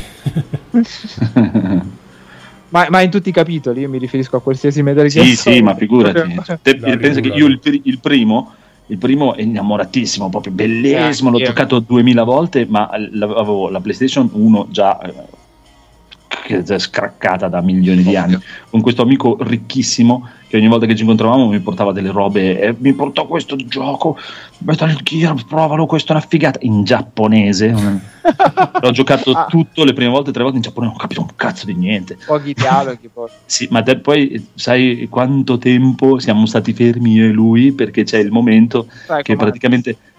ma, ma in tutti i capitoli, io mi riferisco a qualsiasi Metal Gear. Sì, sì, ma figurati. Te, Dai, penso che io il, il primo... Il primo è innamoratissimo, proprio bellissimo, eh, l'ho io. giocato duemila volte, ma avevo la PlayStation uno già che è già scraccata da milioni di anni, con questo amico ricchissimo che ogni volta che ci incontravamo mi portava delle robe e mi portò questo gioco, Metal Gear, provalo, questo è una figata, in giapponese. L'ho giocato ah. tutto, le prime volte, tre volte in giapponese, non ho capito un cazzo di niente. Pochi dialoghi poi. Sì, ma te, poi sai quanto tempo siamo stati fermi io e lui, perché c'è il momento sai che praticamente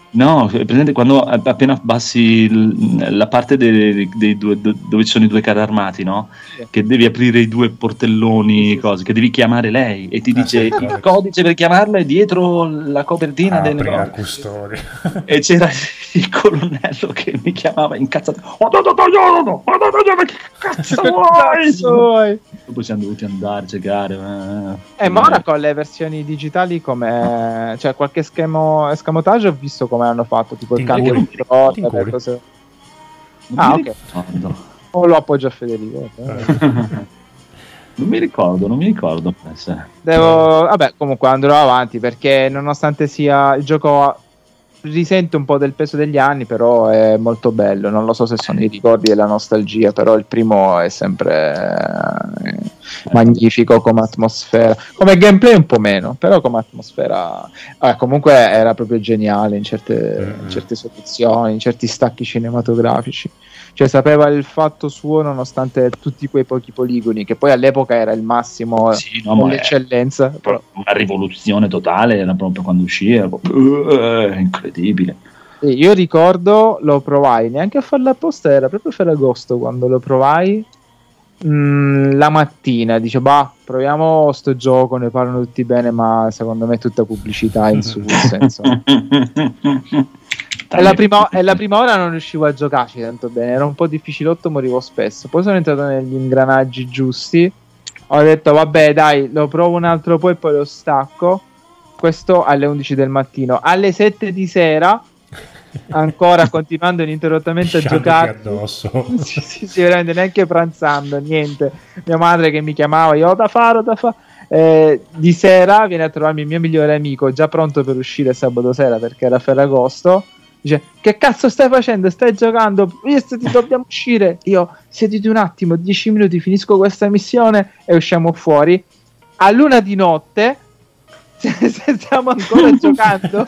No, è presente quando appena abbassi il- la parte dei, dei due, dove ci sono i due carri armati, no? Sì. Che devi aprire i due portelloni, Sì, sì, cose, che devi chiamare lei e ti Ah, dice sì, il corretto. codice per chiamarla è dietro la copertina del Apri la negozio. custodia. E c'era il colonnello che mi chiamava incazzato. Oh, no, no, no, no, no, no, no, no, ma che cazzo Cazzo vuoi? vuoi? Poi siamo dovuti andare a cercare. Eh, ma ora con le versioni digitali come, cioè qualche schemo escamotage ho visto come hanno fatto, tipo il Tinculi. cambio di rotta, Tinculi. le cose. Non Ah, mi ok. ricordo. O lo appoggio a Federico. Non mi ricordo, non mi ricordo. può essere. Devo, vabbè, comunque andrò avanti perché nonostante sia il gioco risente un po' del peso degli anni, però è molto bello. Non lo so se sono i ricordi e la nostalgia, però il primo è sempre eh, magnifico come atmosfera. Come gameplay un po' meno, però come atmosfera eh, comunque era proprio geniale in certe, in certe soluzioni, in certi stacchi cinematografici. Cioè sapeva il fatto suo nonostante tutti quei pochi poligoni, che poi all'epoca era il massimo Sì, no, ma è dell'eccellenza. Però una rivoluzione totale, era proprio quando uscì, era proprio, uh, incredibile. sì, io ricordo, lo provai neanche a farla apposta, era proprio Ferragosto quando lo provai. Mm, la mattina dice bah, proviamo sto gioco, ne parlano tutti bene, ma secondo me è tutta pubblicità in sul senso. E la, prima, e la prima ora non riuscivo a giocarci tanto bene, era un po' difficilotto, morivo spesso. Poi sono entrato negli ingranaggi giusti, ho detto vabbè dai, lo provo un altro po' e poi lo stacco. Questo alle undici del mattino, alle sette di sera ancora continuando ininterrottamente a Sciandoti giocare addosso. sì, sì, sì, veramente neanche pranzando, niente. Mia madre che mi chiamava, io ho da fare, ho da fare. Eh, di sera viene a trovarmi il mio migliore amico già pronto per uscire sabato sera perché era Ferragosto. Dice che cazzo stai facendo? Stai giocando? Visto ti dobbiamo uscire. Io sediti un attimo, dieci minuti, finisco questa missione e usciamo fuori. A luna di notte stiamo ancora giocando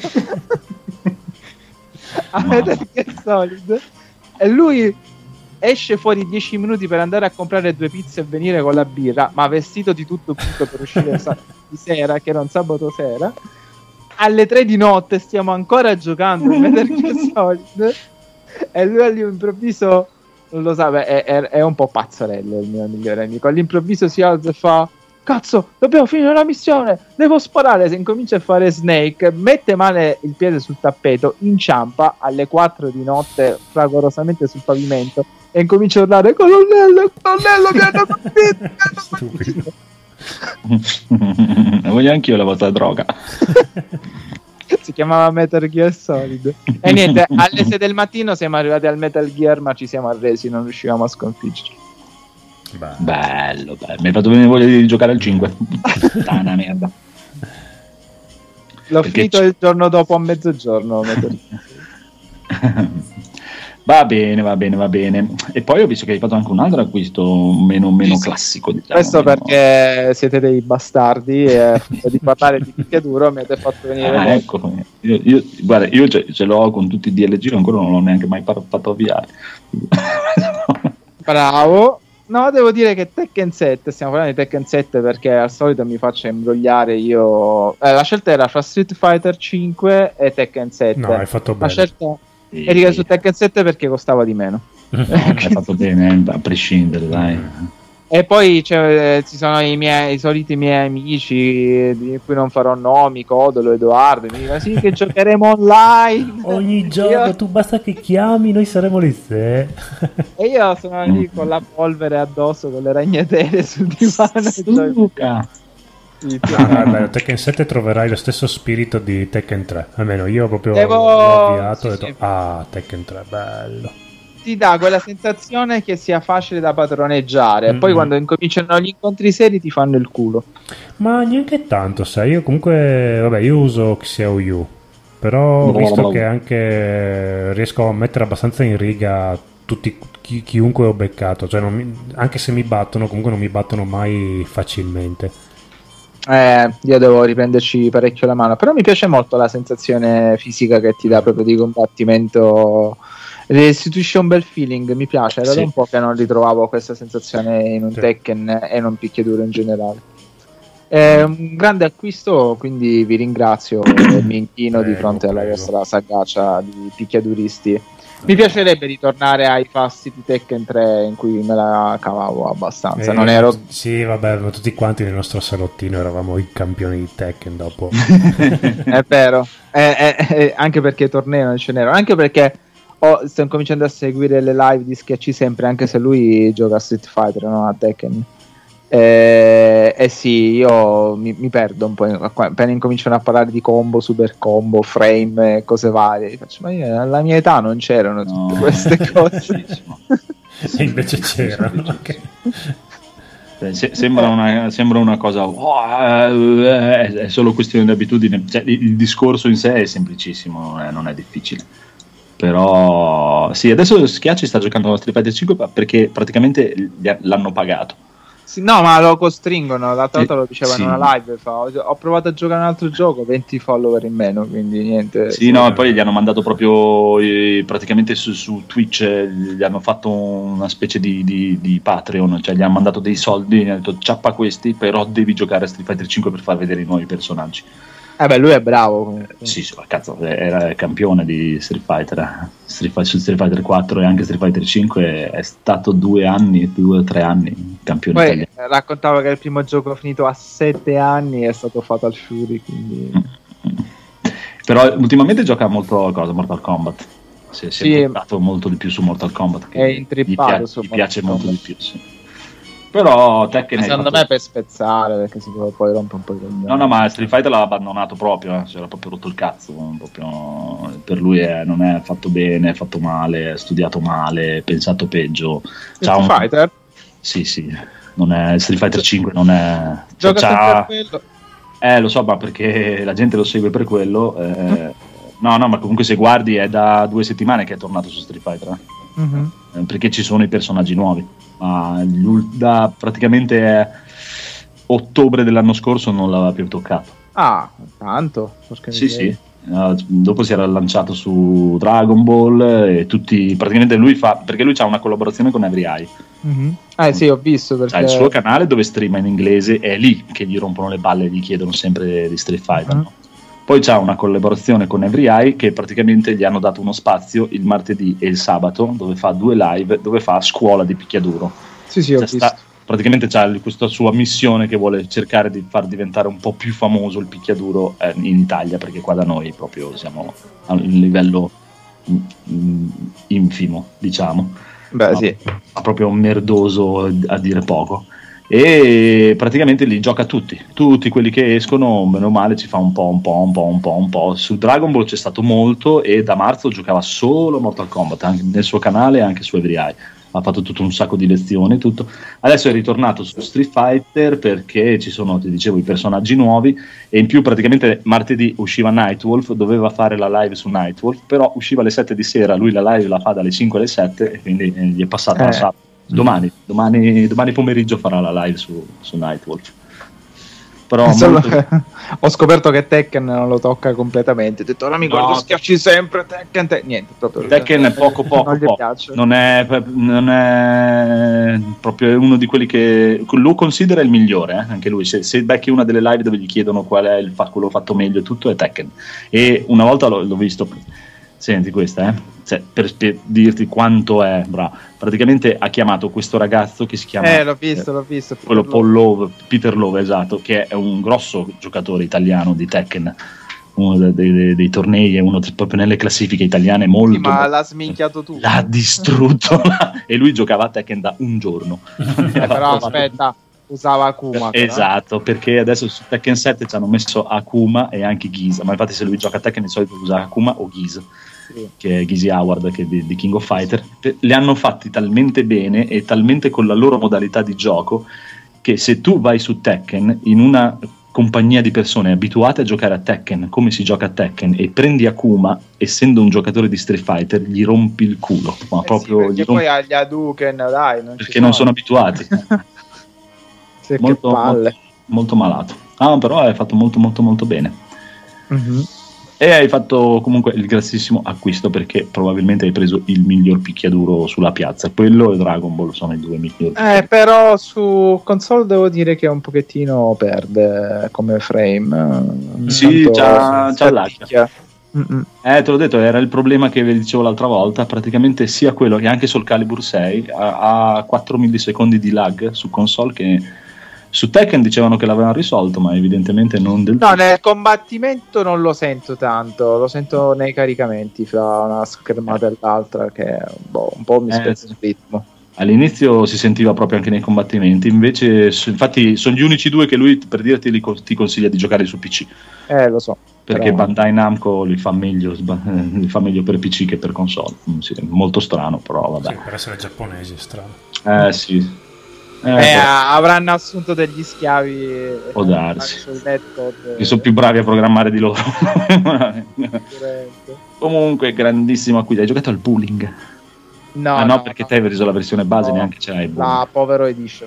a Metal Gear Solid e lui esce fuori dieci minuti per andare a comprare due pizze e venire con la birra, ma vestito di tutto punto per uscire di sera, che era un sabato sera. Alle tre di notte stiamo ancora giocando a Metal Gear Solid e lui all'improvviso non lo sa, beh, è, è, è un po' pazzarello il mio migliore amico. All'improvviso si alza e fa cazzo, dobbiamo finire la missione, devo sparare. Se incomincia a fare Snake, mette male il piede sul tappeto, inciampa alle quattro di notte fragorosamente sul pavimento e incomincia a urlare colonnello, colonnello mi hanno colpito, mi hanno colpito. Voglio anch'io la vostra droga. Si chiamava Metal Gear Solid e niente, alle sei del mattino siamo arrivati al Metal Gear ma ci siamo arresi, non riuscivamo a sconfiggerlo. Beh. Bello, bello, mi hai fatto venire voglia di giocare al cinque. Tana merda. L'ho Perché finito c- il giorno dopo a mezzogiorno Metal Gear. Va bene, va bene, va bene. E poi ho visto che hai fatto anche un altro acquisto meno, meno classico, diciamo. Questo meno- perché siete dei bastardi e di parlare di picchiaduro mi avete fatto venire Ah, voglia. ecco, io, io- guarda, io ce, ce l'ho con tutti i D L G, ancora non l'ho neanche mai par- fatto avviare. Bravo. No, devo dire che Tekken sette, stiamo parlando di Tekken sette perché al solito mi faccio imbrogliare io. Eh, la scelta era fra Street Fighter cinque e Tekken sette. No, hai fatto La bene. scelta Sì, è rimasta su Tekken sette perché costava di meno. no, hai fatto bene, eh, a prescindere, dai. E poi c'è, eh, ci sono i miei i soliti miei amici di cui non farò nomi, Codolo, Edoardo, mi dicono sì che giocheremo online. Ogni giorno Io- tu basta che chiami, noi saremo lì se. E io sono lì con la polvere addosso, con le ragnatele sul divano. e gioco. Luca. Sì, Ah, guarda, Tekken sette troverai lo stesso spirito di Tekken tre. Almeno io proprio Devo- l'ho avviato e ho sì, detto sì. ah, Tekken tre, bello. ti dà quella sensazione che sia facile da padroneggiare. Mm. Poi quando incominciano gli incontri seri ti fanno il culo. Ma neanche tanto, sai, io comunque, vabbè, io uso Xiao Yu, però ho No, visto no. che anche riesco a mettere abbastanza in riga tutti, chi- chiunque ho beccato, cioè non mi- anche se mi battono, comunque non mi battono mai facilmente. Eh, io devo riprenderci parecchio la mano. Però mi piace molto la sensazione fisica che ti dà proprio di combattimento. Restituisce un bel feeling, mi piace. Era Sì. da un po' che non ritrovavo questa sensazione in un Sì. Tekken e in un picchiaduro in generale. È un grande acquisto, quindi vi ringrazio e mi inchino Prego, di fronte alla prego. vostra sagacia di picchiaduristi. Mi piacerebbe ritornare ai fasti di Tekken tre in cui me la cavavo abbastanza. Eh, Non ero... Sì, vabbè, ma tutti quanti nel nostro salottino eravamo i campioni di Tekken dopo. È vero, Eh, eh, eh, anche perché tornei non ce n'erano, anche perché ho- sto incominciando a seguire le live di Schiacci sempre, anche se lui gioca a Street Fighter, non a Tekken. Eh, eh sì, io mi, mi perdo un po' in- appena incominciano a parlare di combo, super combo, frame e cose varie. Faccio, ma io, alla mia età non c'erano tutte No. queste cose. E invece c'erano. Ok. Eh, se- sembra, una, sembra una cosa, oh, eh, è solo questione di abitudine. Cioè, il, il discorso in sé è semplicissimo, non è, non è difficile. Però sì, adesso Schiacci sta giocando a Street Fighter cinque perché praticamente gli ha- l'hanno pagato. Sì, no, ma lo costringono. L'altra volta lo diceva Sì. in una live. Fa, ho ho provato a giocare un altro gioco, venti follower in meno, quindi niente. Sì, no, e poi gli hanno mandato proprio eh, praticamente su, su Twitch, eh, gli hanno fatto una specie di, di, di Patreon, cioè gli hanno mandato dei soldi, gli hanno detto ciappa questi, però devi giocare a Street Fighter cinque per far vedere i nuovi personaggi. Eh beh, lui è bravo comunque. Sì, sì, ma cazzo, era campione di Street Fighter, eh. Street Fighter, su Street Fighter quattro e anche Street Fighter cinque è stato due anni, due o tre anni campione Poi italiano. eh, raccontava che il primo gioco finito a sette anni è stato Fatal Fury, quindi... Però ultimamente gioca molto a cosa, Mortal Kombat. Si è Sì. sempre stato molto di più su Mortal Kombat. che È intrippato gli, pia- su gli Mortal piace molto Kombat. di più, sì. Però Tekken Ma hai secondo fatto- me per spezzare, perché si può poi rompe un po' i coglioni. No, no, ma Street Fighter l'ha abbandonato proprio, eh. Si era proprio rotto il cazzo. Proprio... Per lui è- non è fatto bene, è fatto male, è studiato male, è pensato peggio. C'ha Street un- Fighter Sì, sì. Non è... Street Fighter cinque non è. gioca c'ha- sempre a quello. Eh, lo so, ma perché la gente lo segue per quello. eh, No, no, ma comunque se guardi è da due settimane che è tornato su Street Fighter. eh. Mhm. Eh, perché ci sono i personaggi nuovi. Ma l'ul- da praticamente eh, ottobre dell'anno scorso non l'aveva più toccato. Ah, tanto. Porca Sì, miseria. sì. Uh, dopo si era lanciato su Dragon Ball e tutti praticamente lui fa perché lui ha una collaborazione con Every Eye. Mhm. Eh sì, ho visto perché... Ha il suo canale dove streama in inglese, è lì che gli rompono le balle e gli chiedono sempre di Street Fighter. Mhm. no? Poi c'ha una collaborazione con Every Eye che praticamente gli hanno dato uno spazio il martedì e il sabato dove fa due live, dove fa scuola di picchiaduro. Sì, sì, ho Cioè, visto. sta- praticamente c'ha il- questa sua missione che vuole cercare di far diventare un po' più famoso il picchiaduro eh, in Italia, perché qua da noi proprio siamo a un livello mm, mm, infimo, diciamo. Beh, Ma- sì. ma proprio merdoso a dire poco. E praticamente li gioca tutti, tutti quelli che escono, meno male ci fa un po', un po', un po', un po', un po'. Su Dragon Ball c'è stato molto e da marzo giocava solo Mortal Kombat, anche nel suo canale e anche su Every Eye. Ha fatto tutto un sacco di lezioni, tutto. Adesso è ritornato su Street Fighter perché ci sono, ti dicevo, i personaggi nuovi e in più praticamente martedì usciva Nightwolf, doveva fare la live su Nightwolf, però usciva alle sette di sera, lui la live la fa dalle cinque alle sette e quindi eh, gli è passata Eh. la sabato. Domani, domani, domani pomeriggio farà la live su, su Nightwolf. Però Solo- molto- ho scoperto che Tekken non lo tocca completamente. Ho detto, ora mi No. guardo schiacci sempre Tekken, Te-". Niente, proprio. Tekken è poco poco, Non gli poco. piace. Non, è, non è proprio uno di quelli che lo considera il migliore, eh, anche lui. Se, se becchi una delle live dove gli chiedono qual è il fa- quello fatto meglio e tutto, è Tekken. E una volta l'ho, l'ho visto, senti questa, eh, cioè, per, per dirti quanto è bravo. Praticamente ha chiamato questo ragazzo che si chiama Eh, l'ho visto, l'ho visto. quello Paul Love, Peter Love, esatto, che è un grosso giocatore italiano di Tekken, uno dei, dei- dei tornei, è uno t- proprio nelle classifiche italiane molto Sì, ma molto- l'ha sminchiato tu. l'ha distrutto e lui giocava a Tekken da un giorno. Eh, però aspetta, usava Akuma. però. Esatto, perché adesso su Tekken sette ci hanno messo Akuma e anche Giza, ma infatti se lui gioca a Tekken di solito usa Akuma o Giz, Sì. che è Gizy Howard, che è di, di King of Fighter. Li hanno fatti talmente bene e talmente con la loro modalità di gioco che se tu vai su Tekken in una compagnia di persone abituate a giocare a Tekken come si gioca a Tekken e prendi Akuma, essendo un giocatore di Street Fighter, gli rompi il culo, ma Eh proprio sì, gli perché rompi, poi agli Hadouken, dai, non ci perché non sono abituati. Sì, che molto, palle. molto, molto malato. Ah, però è fatto molto molto molto bene. Mhm. E hai fatto comunque il grassissimo acquisto, perché probabilmente hai preso il miglior picchiaduro sulla piazza. Quello e Dragon Ball sono i due migliori. Eh, però su console devo dire che un pochettino perde come frame. Sì, c'ha, c'ha l'acchia. Eh, te l'ho detto, era il problema che vi dicevo l'altra volta. Praticamente sia quello che anche Soul Calibur sei ha, ha quattro millisecondi di lag su console, che su Tekken dicevano che l'avevano risolto, ma evidentemente non del tutto. No, nel combattimento non lo sento tanto, lo sento nei caricamenti fra una schermata e l'altra, che boh, un po' mi Eh, spezza sì. il ritmo. All'inizio si sentiva proprio anche nei combattimenti, invece s- infatti sono gli unici due che lui, per dirti, li co- ti consiglia di giocare su P C, Eh, lo so. perché però- Bandai Namco li fa meglio, sba- eh, li fa meglio per P C che per console. Mm, sì, molto strano, però Sì, vabbè. per essere giapponesi è strano. Eh sì. Eh, Eh, però- avranno assunto degli schiavi e Può darsi. sul netcode, che sono più bravi a programmare di loro. sicuramente. Comunque, grandissimo acquisto. Hai giocato al pooling? No, ah no, perché te hai preso la versione base, no. neanche ce l'hai il La povero edition.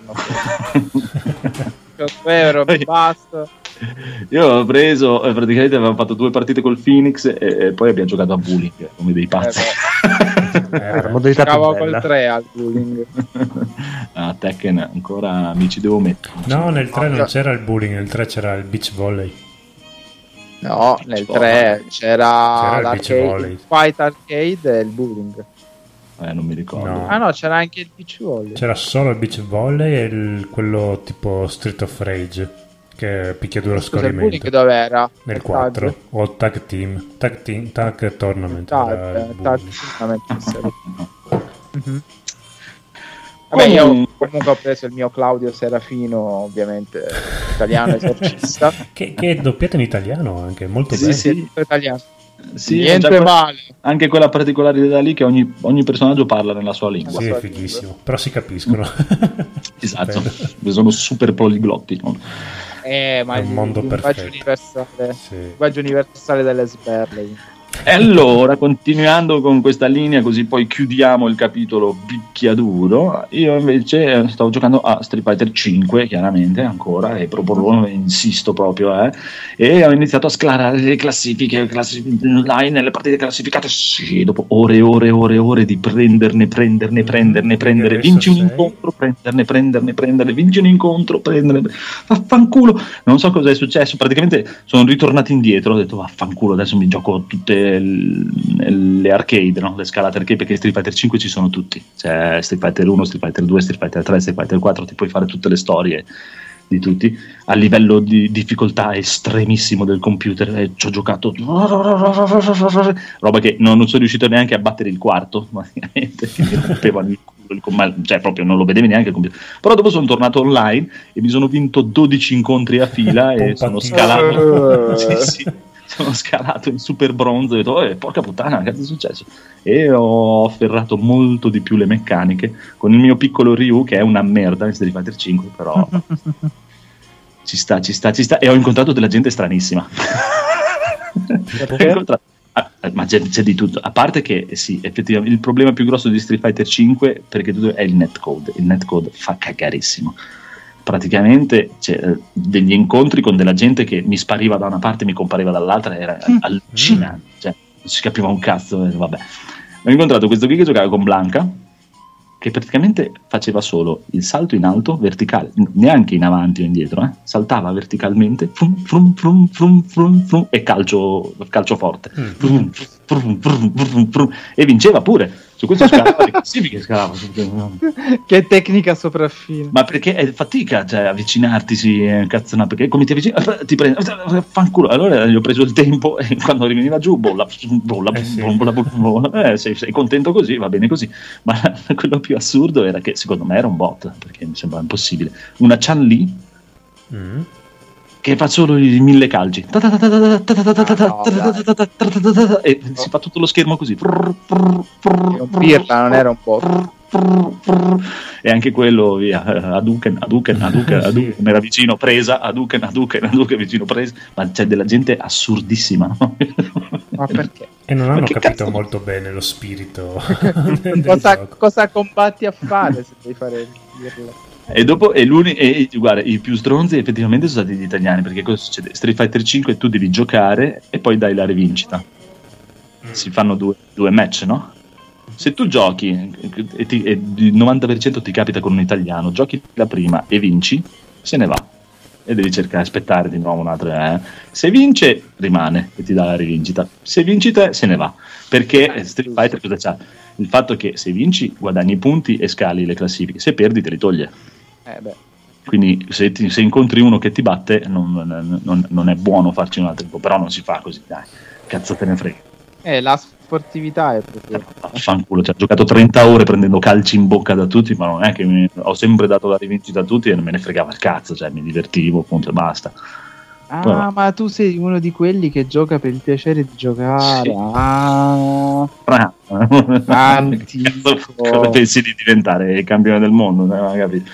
No. euro basta. Io avevo preso, eh, praticamente avevamo fatto due partite col Phoenix e, e poi abbiamo giocato a bowling come dei pazzi. Eh, Eh, la modalità più Giocavo bella. col tre al bullying. Ah, Tekken ancora mi ci devo mettere. No, nel tre No, non io- c'era il bullying, nel tre c'era il beach volley. No, nel tre c'era, C'era il l'arcade, beach volley. il Fight Arcade e il bullying. Eh, non mi ricordo. No. Ah no, c'era anche il beach volley. C'era solo il beach volley e il- quello tipo Street of Rage, che è picchiaduro Scusa, il bullying scorrimento. dove era? Nel Il quattro. tag? O tag team. Tag, team, tag tournament. era il Tag, tag, bullying. tournament, sì. Mhm. Vabbè, io comunque ho preso il mio Claudio Serafino, ovviamente italiano esorcista. Che, che è doppiato in italiano anche, molto Sì, bene. sì. Tutto italiano. Sì, Niente già que- male. Anche quella particolarità lì che ogni, ogni personaggio parla nella sua lingua. Sì, è sua fighissimo. Però si capiscono. Esatto, Stupendo. sono super poliglotti. No? Eh, ma È un il mondo linguaggio perfetto. universale, Sì. linguaggio universale delle sberle. E allora, continuando con questa linea, così poi chiudiamo il capitolo picchiaduro. Io invece stavo giocando a Street Fighter cinque, chiaramente, ancora, e proporrò, insisto proprio, eh, e ho iniziato a sclarare le classifiche, classifiche online, le partite classificate, sì, dopo ore e ore e ore e ore di prenderne, prenderne, prenderne, prendere, adesso vinci un sei? incontro, prenderne, prenderne, prenderne, vinci un incontro, prenderne, vaffanculo, non so cosa è successo, praticamente sono ritornato indietro, ho detto vaffanculo, adesso mi gioco tutte l- le arcade, no? Le scalate arcade, perché Street Fighter cinque ci sono tutti, c'è Street Fighter uno, Street Fighter due, Street Fighter tre, Street Fighter quattro, ti puoi fare tutte le storie di tutti a livello di difficoltà estremissimo del computer, e ci ho giocato roba che non, non sono riuscito neanche a battere il quarto, praticamente, che mi rompevano il culo, il com- cioè proprio non lo vedevi neanche il computer. Però dopo sono tornato online e mi sono vinto dodici incontri a fila e sono Pompatino. scalato sì, sì, sono scalato in super bronzo e ho detto "Eh, porca puttana, che cazzo è successo?" E ho afferrato molto di più le meccaniche con il mio piccolo Ryu, che è una merda in Street Fighter cinque, però ci sta, ci sta, ci sta, e ho incontrato della gente stranissima. Ho incontrato- ah, ma c'è, c'è di tutto, a parte che sì, effettivamente il problema più grosso di Street Fighter cinque, perché tutto è il netcode, il netcode fa cagarissimo. Praticamente c'è eh, degli incontri con della gente che mi spariva da una parte e mi compariva dall'altra, era allucinante, cioè non si capiva un cazzo, eh, vabbè. Ho incontrato questo qui che giocava con Blanca, che praticamente faceva solo il salto in alto verticale, n- neanche in avanti o indietro, eh? Saltava verticalmente frum, frum, frum, frum, frum, frum, e calcio, calcio forte Frum, frum, frum, frum, frum, e vinceva pure. Su questo scalava le classifiche, scalava. Che tecnica sopraffina. Ma perché è fatica, cioè, avvicinarti, sì, eh, cazzo, no, perché come ti avvicini, ti prendi, fanculo. Allora gli ho preso il tempo e quando riveniva giù, bolla, bolla, Eh sì. bolla, bolla, bolla. Eh, sei, sei contento così, va bene così. Ma quello più assurdo era che secondo me era un bot, perché mi sembrava impossibile. Una Chun-Li Mm. che fa solo i mille calci e si fa tutto lo schermo così. Un pirla, non era un bot. E anche quello via, Hadouken, Hadouken, Hadouken, Hadouken, era vicino, presa, Hadouken, Hadouken, Hadouken, vicino, presa, ma c'è della gente assurdissima, no? Ma perché? E non Ma hanno che capito cazzo- molto bene lo spirito del Cosa, gioco. cosa combatti a fare se devi fare il pirla? E dopo e l'uni- e, guarda, i più stronzi effettivamente sono stati gli italiani, perché cosa succede? Street Fighter cinque tu devi giocare e poi dai la rivincita. Si fanno due, due match, no? Se tu giochi e, ti, e il novanta per cento ti capita con un italiano, giochi la prima e vinci, se ne va. E devi cercare, aspettare di nuovo un'altra. Eh. Se vince, rimane e ti dà la rivincita. Se vinci te, se ne va. Perché Street Fighter cosa c'ha? Il fatto che se vinci guadagni punti e scali le classifiche, se perdi te li toglie. Eh beh. Quindi se, ti, se incontri uno che ti batte non, non, non è buono farci un altro, però non si fa così, dai, cazzo te ne frega. Eh, la sportività è proprio... Fanculo, cioè, ho giocato trenta ore prendendo calci in bocca da tutti, ma non è che mi, ho sempre dato la rivincita a tutti e non me ne fregava il cazzo, cioè mi divertivo, appunto, e basta. Ah, Però, ma tu sei uno di quelli che gioca per il piacere di giocare. Sì. Ah, antico. Come pensi di diventare il campione del mondo? Non ho capito.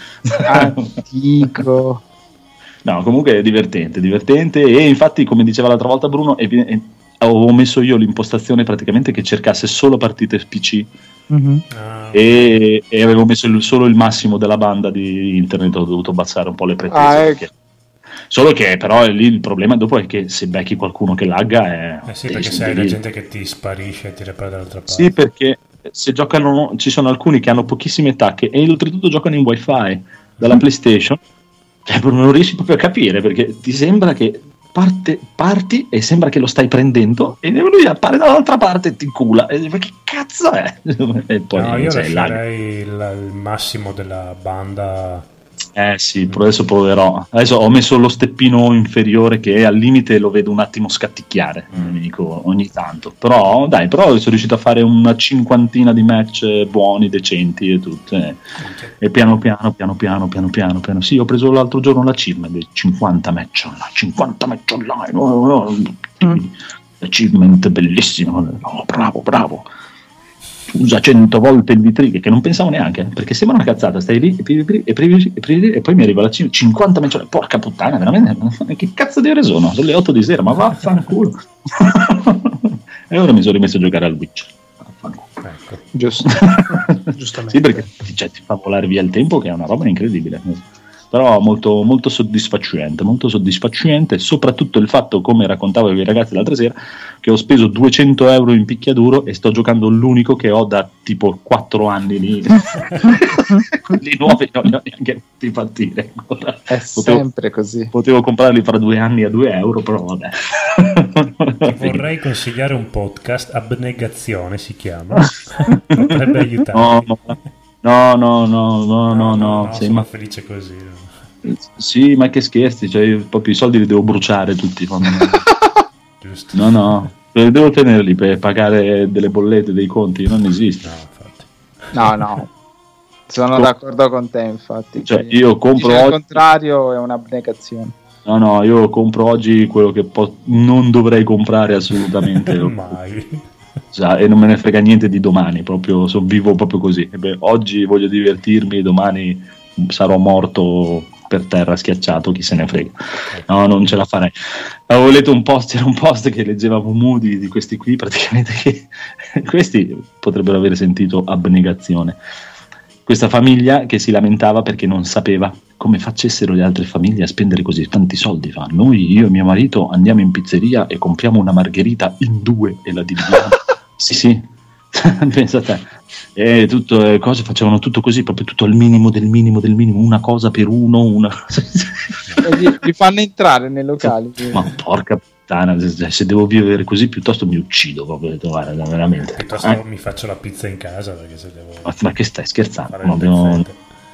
Antico. No, comunque è divertente, divertente e infatti, come diceva l'altra volta Bruno, è, è, avevo messo io l'impostazione praticamente che cercasse solo partite P C. Mm-hmm. Ah, e, e avevo messo il, solo il massimo della banda di internet, ho dovuto abbassare un po' le pretese. Ah, perché... Solo che però lì il problema dopo è che se becchi qualcuno che lagga è... Eh sì, perché se hai la gente che ti sparisce e ti repara dall'altra parte. Sì, perché se giocano, ci sono alcuni che hanno pochissime tacche e oltretutto giocano in wifi dalla PlayStation, cioè non riesci proprio a capire, perché ti sembra che parte, parti e sembra che lo stai prendendo e lui appare dall'altra parte e ti incula. E ma che cazzo è? E poi no, io lascerei il, il massimo della banda. Eh sì, però adesso proverò. Adesso ho messo lo steppino inferiore che al limite lo vedo un attimo scatticchiare, mm. dico, ogni tanto. Però dai, però sono riuscito a fare una cinquantina di match buoni, decenti e tutto. Eh. Okay. E piano piano, piano piano, piano piano, piano. Sì, ho preso l'altro giorno l'achievement dei cinquanta match online, cinquanta match online. Oh, oh, mm. Achievement bellissimo. Oh, bravo, bravo. Usa cento volte il vitrine, che non pensavo neanche, perché sembra una cazzata, stai lì e, pri, pri, e, pri, e, pri, e poi mi arriva la cinquanta menzioni, porca puttana, veramente, che cazzo di ore sono? Sono le otto di sera, ma vaffanculo. E ora mi sono rimesso a giocare al Witcher. Ecco. Giusto. Giustamente. Sì, perché cioè, ti fa volare via il tempo, che è una roba incredibile. Però molto, molto soddisfacente, molto soddisfacente, soprattutto il fatto, come raccontavo ai ragazzi l'altra sera, che ho speso duecento euro in picchiaduro e sto giocando l'unico che ho da tipo quattro anni lì. Quelli nuovi non li ho neanche fatti partire. È potevo, sempre così. Potevo comprarli fra due anni a due euro, però vabbè. Ti vorrei consigliare un podcast, Abnegazione si chiama, potrebbe aiutare. No, no. No, no, no, no, no, no, no, sei sono ma... felice così. Sì, ma che scherzi, cioè io proprio i soldi li devo bruciare tutti. Giusto. No, no, devo tenerli per pagare delle bollette, dei conti, non esiste. No, infatti. No, no, sono Com- d'accordo con te, infatti. Cioè io compro oggi... al contrario è un'abnegazione. No, no, io compro oggi quello che po- non dovrei comprare assolutamente. Mai. E non me ne frega niente di domani, proprio so, vivo proprio così. E beh, oggi voglio divertirmi, domani sarò morto per terra schiacciato, chi se ne frega. No, non ce la farei. Avevo letto un post, era un post che leggeva Mumudi di questi qui, praticamente che questi potrebbero aver sentito abnegazione. Questa famiglia che si lamentava perché non sapeva come facessero le altre famiglie a spendere così tanti soldi. Fa, noi, io e mio marito andiamo in pizzeria e compriamo una margherita in due e la dividiamo. Sì, sì, pensa a te. E tutto, eh, cose facevano tutto così, proprio tutto al minimo del minimo del minimo, una cosa per uno, una li, li fanno entrare nei locali. Ma porca puttana, se, se devo vivere così piuttosto mi uccido proprio, guarda, veramente. Piuttosto eh? mi faccio la pizza in casa, perché se devo... Ma, ma che stai scherzando? No, devo...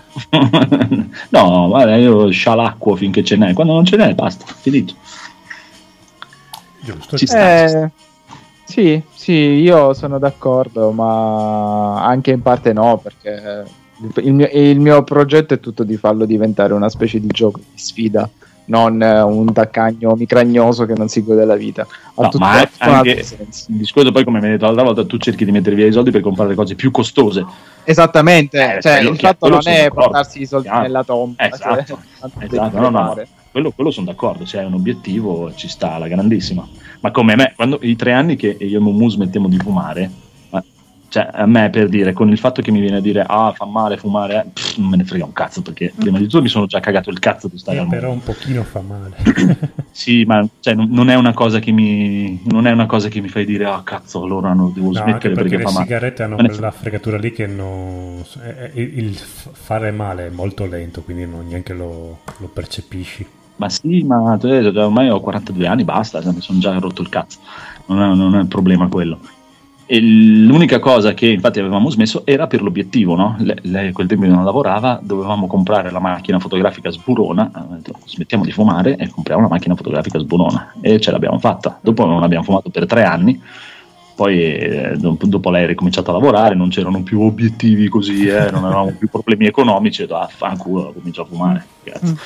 no, guarda, io scialacquo finché ce n'è, quando non ce n'è basta, finito. Giusto, ci sta, eh... ci sta. Sì, sì, io sono d'accordo, ma anche in parte no, perché il mio, il mio progetto è tutto di farlo diventare una specie di gioco di sfida, non un taccagno micragnoso che non si gode la vita. Ha no, ma è anche il discorso, poi come mi hai detto l'altra volta, tu cerchi di mettere via i soldi per comprare le cose più costose. Esattamente, eh, cioè, il fatto non è d'accordo. Portarsi i soldi ah, nella tomba. Esatto, cioè, esatto. No, no, quello, quello sono d'accordo, se hai un obiettivo ci sta alla grandissima. Ma come me, quando i tre anni che io e Mumu smettiamo di fumare, cioè a me, per dire, con il fatto che mi viene a dire ah fa male fumare, eh, pff, non me ne frega un cazzo, perché prima di tutto mi sono già cagato il cazzo di stare eh, al però mondo. un pochino fa male. Sì, ma cioè, non, non è una cosa che mi non è una cosa che mi fai dire ah cazzo allora non devo No, smettere anche perché, perché le fa male. sigarette hanno Me ne quella fregatura lì che non... è- è- il f- fare male è molto lento, quindi non neanche lo, lo percepisci. Ma sì, ma te- ormai ho quarantadue anni, basta, cioè, mi sono già rotto il cazzo, non è, non è il problema quello. E l'unica cosa che infatti avevamo smesso era per l'obiettivo, no? Le- Lei a quel tempo non lavorava, dovevamo comprare la macchina fotografica sburona, ho detto, smettiamo di fumare e compriamo una macchina fotografica sburona, e ce l'abbiamo fatta. Dopo non abbiamo fumato per tre anni, poi eh, dopo dopo lei ha ricominciato a lavorare, non c'erano più obiettivi così, eh, non avevamo più problemi economici, ho detto ah fanculo, comincio a fumare. Cazzo.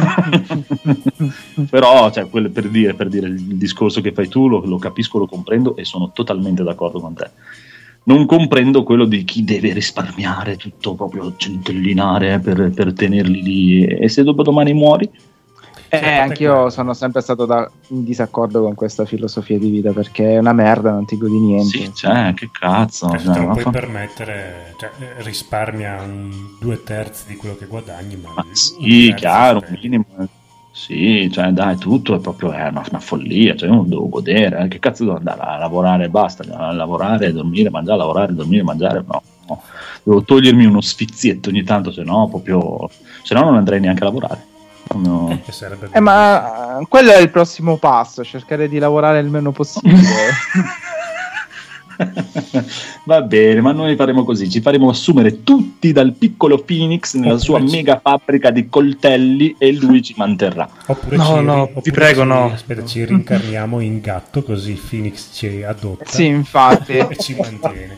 Però cioè, quello per dire, per dire il discorso che fai tu lo, lo capisco, lo comprendo e sono totalmente d'accordo con te. Non comprendo quello di chi deve risparmiare tutto, proprio centellinare per, per tenerli lì, e se dopo domani muori. Eh, Sì, a parte anch'io quello. sono sempre stato da- in disaccordo con questa filosofia di vita, perché è una merda, non ti godi niente. Sì, cioè, che cazzo. Cioè, se cioè, te lo puoi vaffa- permettere, cioè, eh, risparmia un due terzi di quello che guadagni, ma, Ma un sì, terzo chiaro, un spendi. minimo. Sì, cioè dai, tutto è proprio è una, una follia, cioè io non devo godere, eh, che cazzo devo andare a lavorare e basta, a lavorare, dormire, mangiare, lavorare, dormire, mangiare, no, no. Devo togliermi uno sfizietto ogni tanto, se no proprio, se no non andrei neanche a lavorare. No. Eh, che sarebbe Eh, ma eh, quello è il prossimo passo, cercare di lavorare il meno possibile. Va bene, ma noi faremo così, ci faremo assumere tutti dal piccolo Phoenix nella Oppure sua ci- mega fabbrica di coltelli e lui ci manterrà. Oppure No, ci, no, oppure ti prego, ci- no. Aspetta, ci rincarniamo in gatto, così Phoenix ci adotta Sì, infatti. e ci mantiene.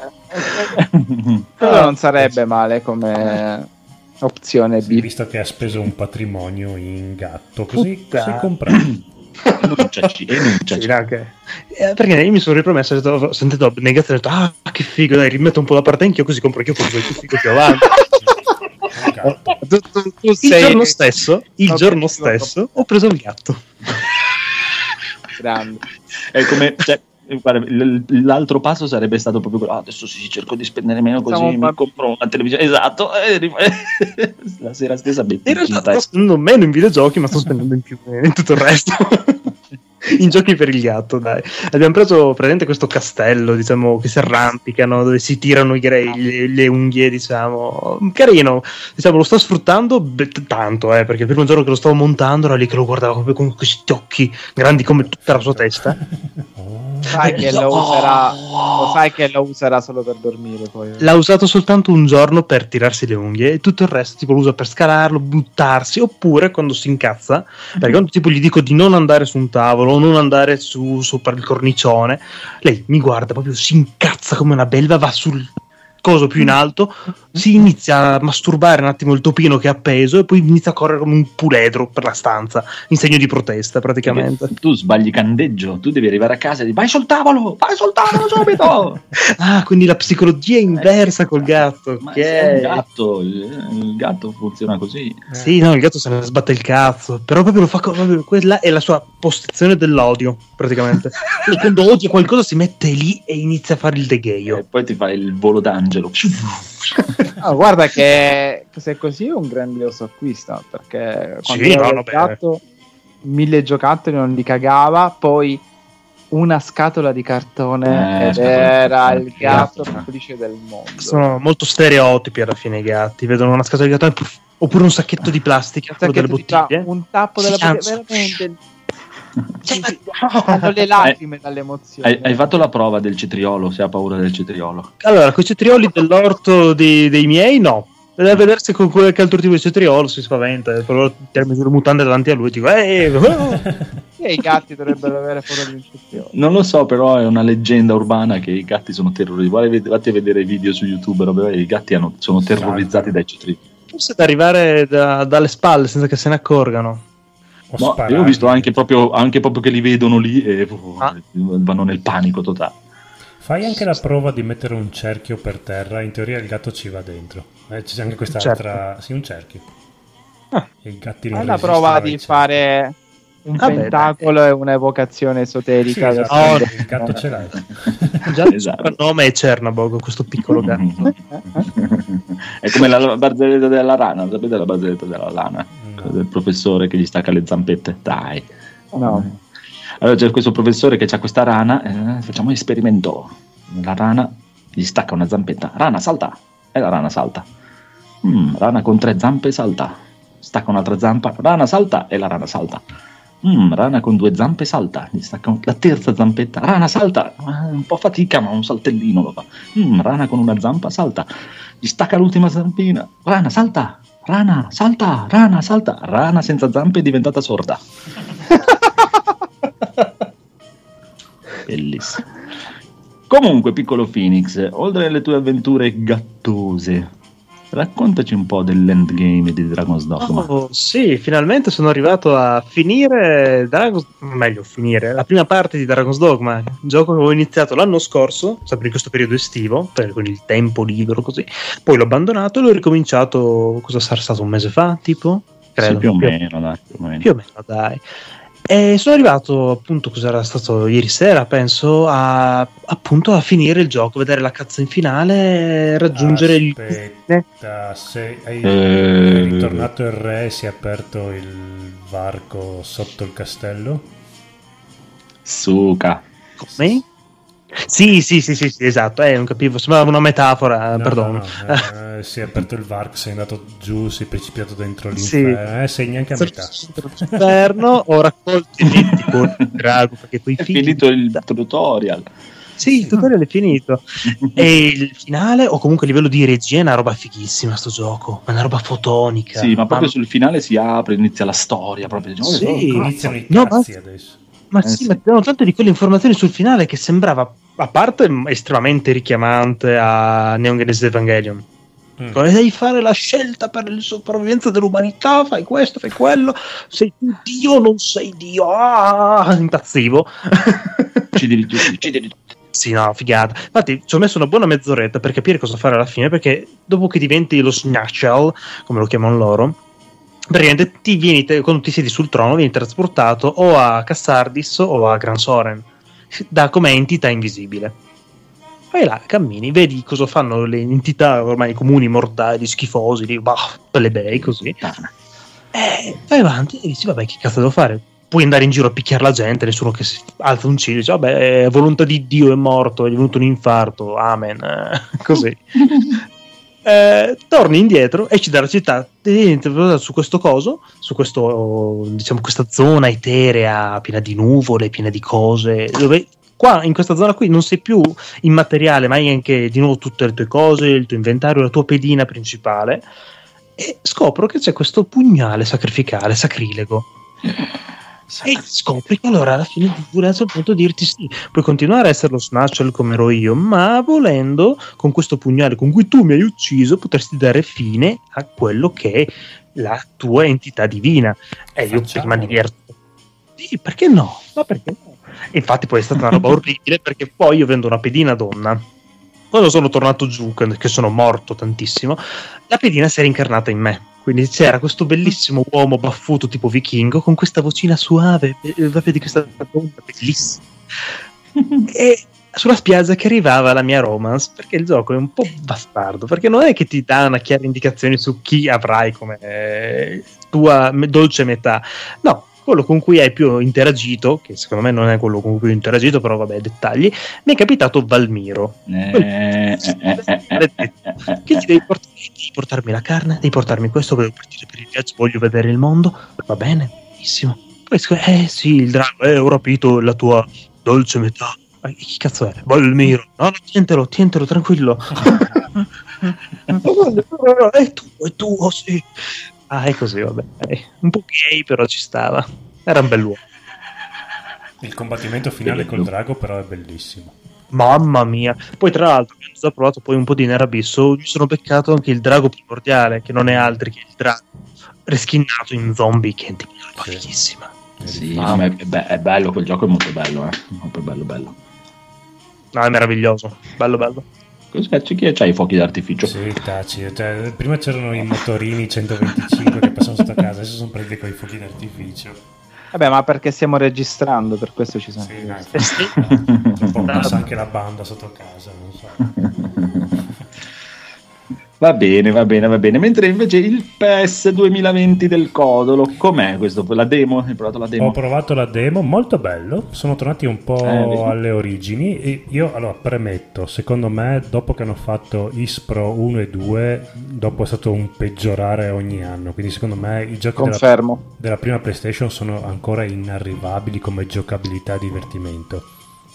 Quello non sarebbe male come opzione Sì, B. visto che ha speso un patrimonio in gatto, così Puttana. si è comprato. Enunciaci, enunciaci. Sì, no, che- eh, perché io mi sono ripromesso, ho detto- ho sentito negazio, ho detto ah che figo, dai, rimetto un po' da parte anch'io, così compro anch'io quello più figo più avanti. Un gatto. Tu, tu- tu Il sei giorno stesso, il Ok, giorno sì, lo so. stesso ho preso il gatto. grande. È come, cioè, guarda, l- l'altro passo sarebbe stato proprio quello, ah, adesso sì, cerco di spendere meno così, Siamo mi par- compro una televisione, esatto, e ri- la sera stessa metti In realtà in sto spendendo meno in videogiochi, ma sto spendendo in più in tutto il resto. In giochi per il gatto, dai. Abbiamo preso presente questo castello, diciamo, che si arrampicano, dove si tirano i gre- le, le unghie, diciamo. Carino, diciamo, lo sto sfruttando beh, t- tanto, eh, perché il primo giorno che lo stavo montando era lì che lo guardavo proprio con questi occhi grandi come tutta la sua testa. Sai che lo userà, lo sai che lo userà solo per dormire poi. L'ha usato soltanto un giorno per tirarsi le unghie e tutto il resto tipo lo usa per scalarlo, buttarsi, oppure quando si incazza, perché quando tipo gli dico di non andare su un tavolo o non andare su sopra il cornicione, lei mi guarda proprio, si incazza come una belva, va sul coso più in alto, si inizia a masturbare un attimo il topino che ha appeso e poi inizia a correre come un puledro per la stanza in segno di protesta praticamente. Perché tu sbagli candeggio, tu devi arrivare a casa e dici vai sul tavolo, vai sul tavolo subito. Ah, quindi la psicologia è inversa col gatto, Ma ok. sei un gatto, il, il gatto funziona così. Sì, no, il gatto se ne sbatte il cazzo, però proprio lo fa co- proprio quella è la sua postazione dell'odio, praticamente. Quindi quando odia qualcosa si mette lì e inizia a fare il E degheio. poi ti fai il volo d'angelo. Ah, guarda che se è così è un grandioso acquisto, perché quando Sì, avevo no, il no, beh. gatto, mille giocattoli non li cagava, poi una scatola di cartone Eh, ed scatola di era cartone, il gatto gatto. più felice del mondo. Sono molto stereotipi alla fine i gatti, vedono una scatola di cartone oppure un sacchetto di plastica, Sai quello che delle tu ti fa bottiglie. un tappo della Sì, bottiglia, anzi. veramente Cioè, ti- hanno le lacrime dall'emozione. Hai, hai fatto la prova del cetriolo, se ha paura del cetriolo? Allora, con i cetrioli dell'orto di- dei miei no. Deve vedersi con qualche altro tipo di cetriolo si spaventa, però tirarmi sulle mutande davanti a lui dico eh, oh. E i gatti dovrebbero avere paura di un cetriolo. Non lo so, però è una leggenda urbana che i gatti sono terrorizzati. Vatti a vedere i video su YouTube, roba, i gatti hanno- sono terrorizzati dai cetrioli. Forse da arrivare da- dalle spalle senza che se ne accorgano. O No, sparargli. io ho visto anche proprio, anche proprio che li vedono lì e uh, Ah. vanno nel panico totale. Fai anche la prova di mettere un cerchio per terra, in teoria il gatto ci va dentro. Eh, c'è anche quest'altra... Sì, un cerchio. Ah. I gatti È non una resistono prova ai di cerchi. fare un Vabbè, pentacolo dai. e un'evocazione esoterica. Sì, esatto, Oh, il gatto ce l'hai. Già Esatto. il nome è Cernabog, questo piccolo gatto. È come la barzelletta della rana, sapete la barzelletta della rana? No. Del professore che gli stacca le zampette, dai. No. Allora c'è questo professore che ha questa rana, eh, facciamo un esperimento. La rana gli stacca una zampetta, rana salta, e la rana salta. Mm, rana con tre zampe salta, stacca un'altra zampa, rana salta e la rana salta. Mm, rana con due zampe salta, gli stacca la terza zampetta, rana salta, ah, un po' fatica ma un saltellino lo fa. Mm, rana con una zampa salta, gli stacca l'ultima zampina, rana salta, rana salta, rana salta, rana senza zampe è diventata sorda. Bellissimo. Comunque, piccolo Phoenix, oltre alle tue avventure gattose, raccontaci un po' dell'endgame di Dragon's Dogma. Oh, sì, finalmente sono arrivato a finire Dragon's... meglio finire la prima parte di Dragon's Dogma, un gioco che avevo iniziato l'anno scorso, sempre in questo periodo estivo, per, con il tempo libero così, poi l'ho abbandonato e l'ho ricominciato, cosa sarà stato, un mese fa tipo? Credo, Sì, più o più, meno, dai, più o meno. più o meno dai. E sono arrivato appunto, cos'era stato ieri sera, penso, a appunto a finire il gioco, vedere la cutscene finale, raggiungere Aspetta, se hai, Eh. è ritornato il re e si è aperto il varco sotto il castello. Suca. il come? Sì, sì, sì, sì, sì, esatto, eh, non capivo, sembrava una metafora, No, perdono. no, no, eh, si è aperto il varco, sei andato giù, sei precipitato dentro Sì. l'inferno, eh, sei neanche a metà. Inferno, ho raccolto i venti con il drago, perché quei È figli finito di- il tutorial. Sì, il tutorial è finito. E il finale, o comunque a livello di regia, è una roba fighissima sto gioco, è una roba fotonica. Sì, ma proprio Ma- sul finale si apre, inizia la storia. Proprio. Oh, Sì. oh, cazzo. Iniziano i No, cazzi ma- adesso. Ma Eh, sì, sì. ma ti danno tante di quelle informazioni sul finale che sembrava, a parte m- estremamente richiamante a Neon Genesis Evangelion. Mm. Come devi fare la scelta per la sopravvivenza dell'umanità, fai questo, fai quello, sei tu Dio, non sei Dio. Ah, impazzivo. Uccidili tutti, uccidili tutti. Sì, no, figata. Infatti ci ho messo una buona mezz'oretta per capire cosa fare alla fine, perché dopo che diventi lo Snatchel, come lo chiamano loro, praticamente ti vieni, te- quando ti siedi sul trono vieni trasportato o a Cassardis o a Gran Soren, da come entità invisibile. Vai là, cammini, vedi cosa fanno le entità ormai comuni, mortali, schifosi, lì, bah, plebei, così. E vai avanti e dici, vabbè, che cazzo devo fare? Puoi andare in giro a picchiare la gente, nessuno che si alza un ciglio, dice, vabbè, è volontà di Dio, è morto, gli è venuto un infarto, amen, eh, così. Eh, torni indietro, esci dalla città, ti- ti- su questo coso, su questo, diciamo, questa zona eterea piena di nuvole, piena di cose, dove qua in questa zona qui non sei più immateriale, ma hai anche di nuovo tutte le tue cose, il tuo inventario, la tua pedina principale, e scopro che c'è questo pugnale sacrificale, sacrilego. E scopri che allora alla fine vuole soltanto dirti sì, puoi continuare a essere lo Snatchel come ero io, ma volendo, con questo pugnale con cui tu mi hai ucciso, potresti dare fine a quello che è la tua entità divina. E io Facciamolo. mi diverto. Sì, perché no? Ma perché no? E infatti poi è stata una roba orribile, perché poi io vendo una pedina donna. Quando sono tornato giù, che sono morto tantissimo, la pedina si era incarnata in me. Quindi c'era questo bellissimo uomo baffuto tipo vichingo con questa vocina suave, eh, vedi questa donna bellissima. E sulla spiaggia che arrivava la mia romance, perché il gioco è un po' bastardo, perché non è che ti dà una chiara indicazione su chi avrai come eh, tua me- dolce metà. No, quello con cui hai più interagito, che secondo me non è quello con cui ho interagito, però vabbè, dettagli, mi è capitato Valmiro. Eh, eh, eh, eh, eh, eh, Che ti devi portare? Devi portarmi la carne, devi portarmi questo, voglio partire per il viaggio, voglio vedere il mondo. Va bene, benissimo. Poi sc- eh sì, il drago, eh, ho rapito la tua dolce metà. Ma chi cazzo è? Valmiro. No, no, tientelo, tientelo, tranquillo. È tuo, è tuo, sì. Ah, è così, vabbè. Eh, un po' gay, però ci stava. Era un bell'uomo. Il combattimento finale col drago però è bellissimo. Mamma mia. Poi tra l'altro abbiamo già provato poi un po' di Nerabisso, mi sono beccato anche il drago primordiale, che non è altro che il drago reschinato in zombie, che è una roba Sì. fighissima. Sì, no, ma è, è be- è bello, quel gioco è molto bello, eh. Molto bello, bello. No, è meraviglioso, bello bello. Cos'è? C'è chi c'ha i fuochi d'artificio? Sì, taci. Cioè, prima c'erano i motorini centoventicinque che passano sotto casa, adesso sono presi con i fuochi d'artificio. Vabbè, ma perché stiamo registrando, per questo ci sono. Sì, dai, dopo passa anche la banda sotto casa, non so. Va bene, va bene, va bene. Mentre invece il P E S duemilaventi del Codolo, com'è questo? La demo? Hai provato la demo? Ho provato la demo, molto bello. Sono tornati un po' eh, alle origini. E io allora premetto, secondo me, dopo che hanno fatto Ispro uno e due, dopo è stato un peggiorare ogni anno. Quindi, secondo me, i giochi della, della prima PlayStation sono ancora inarrivabili come giocabilità e divertimento.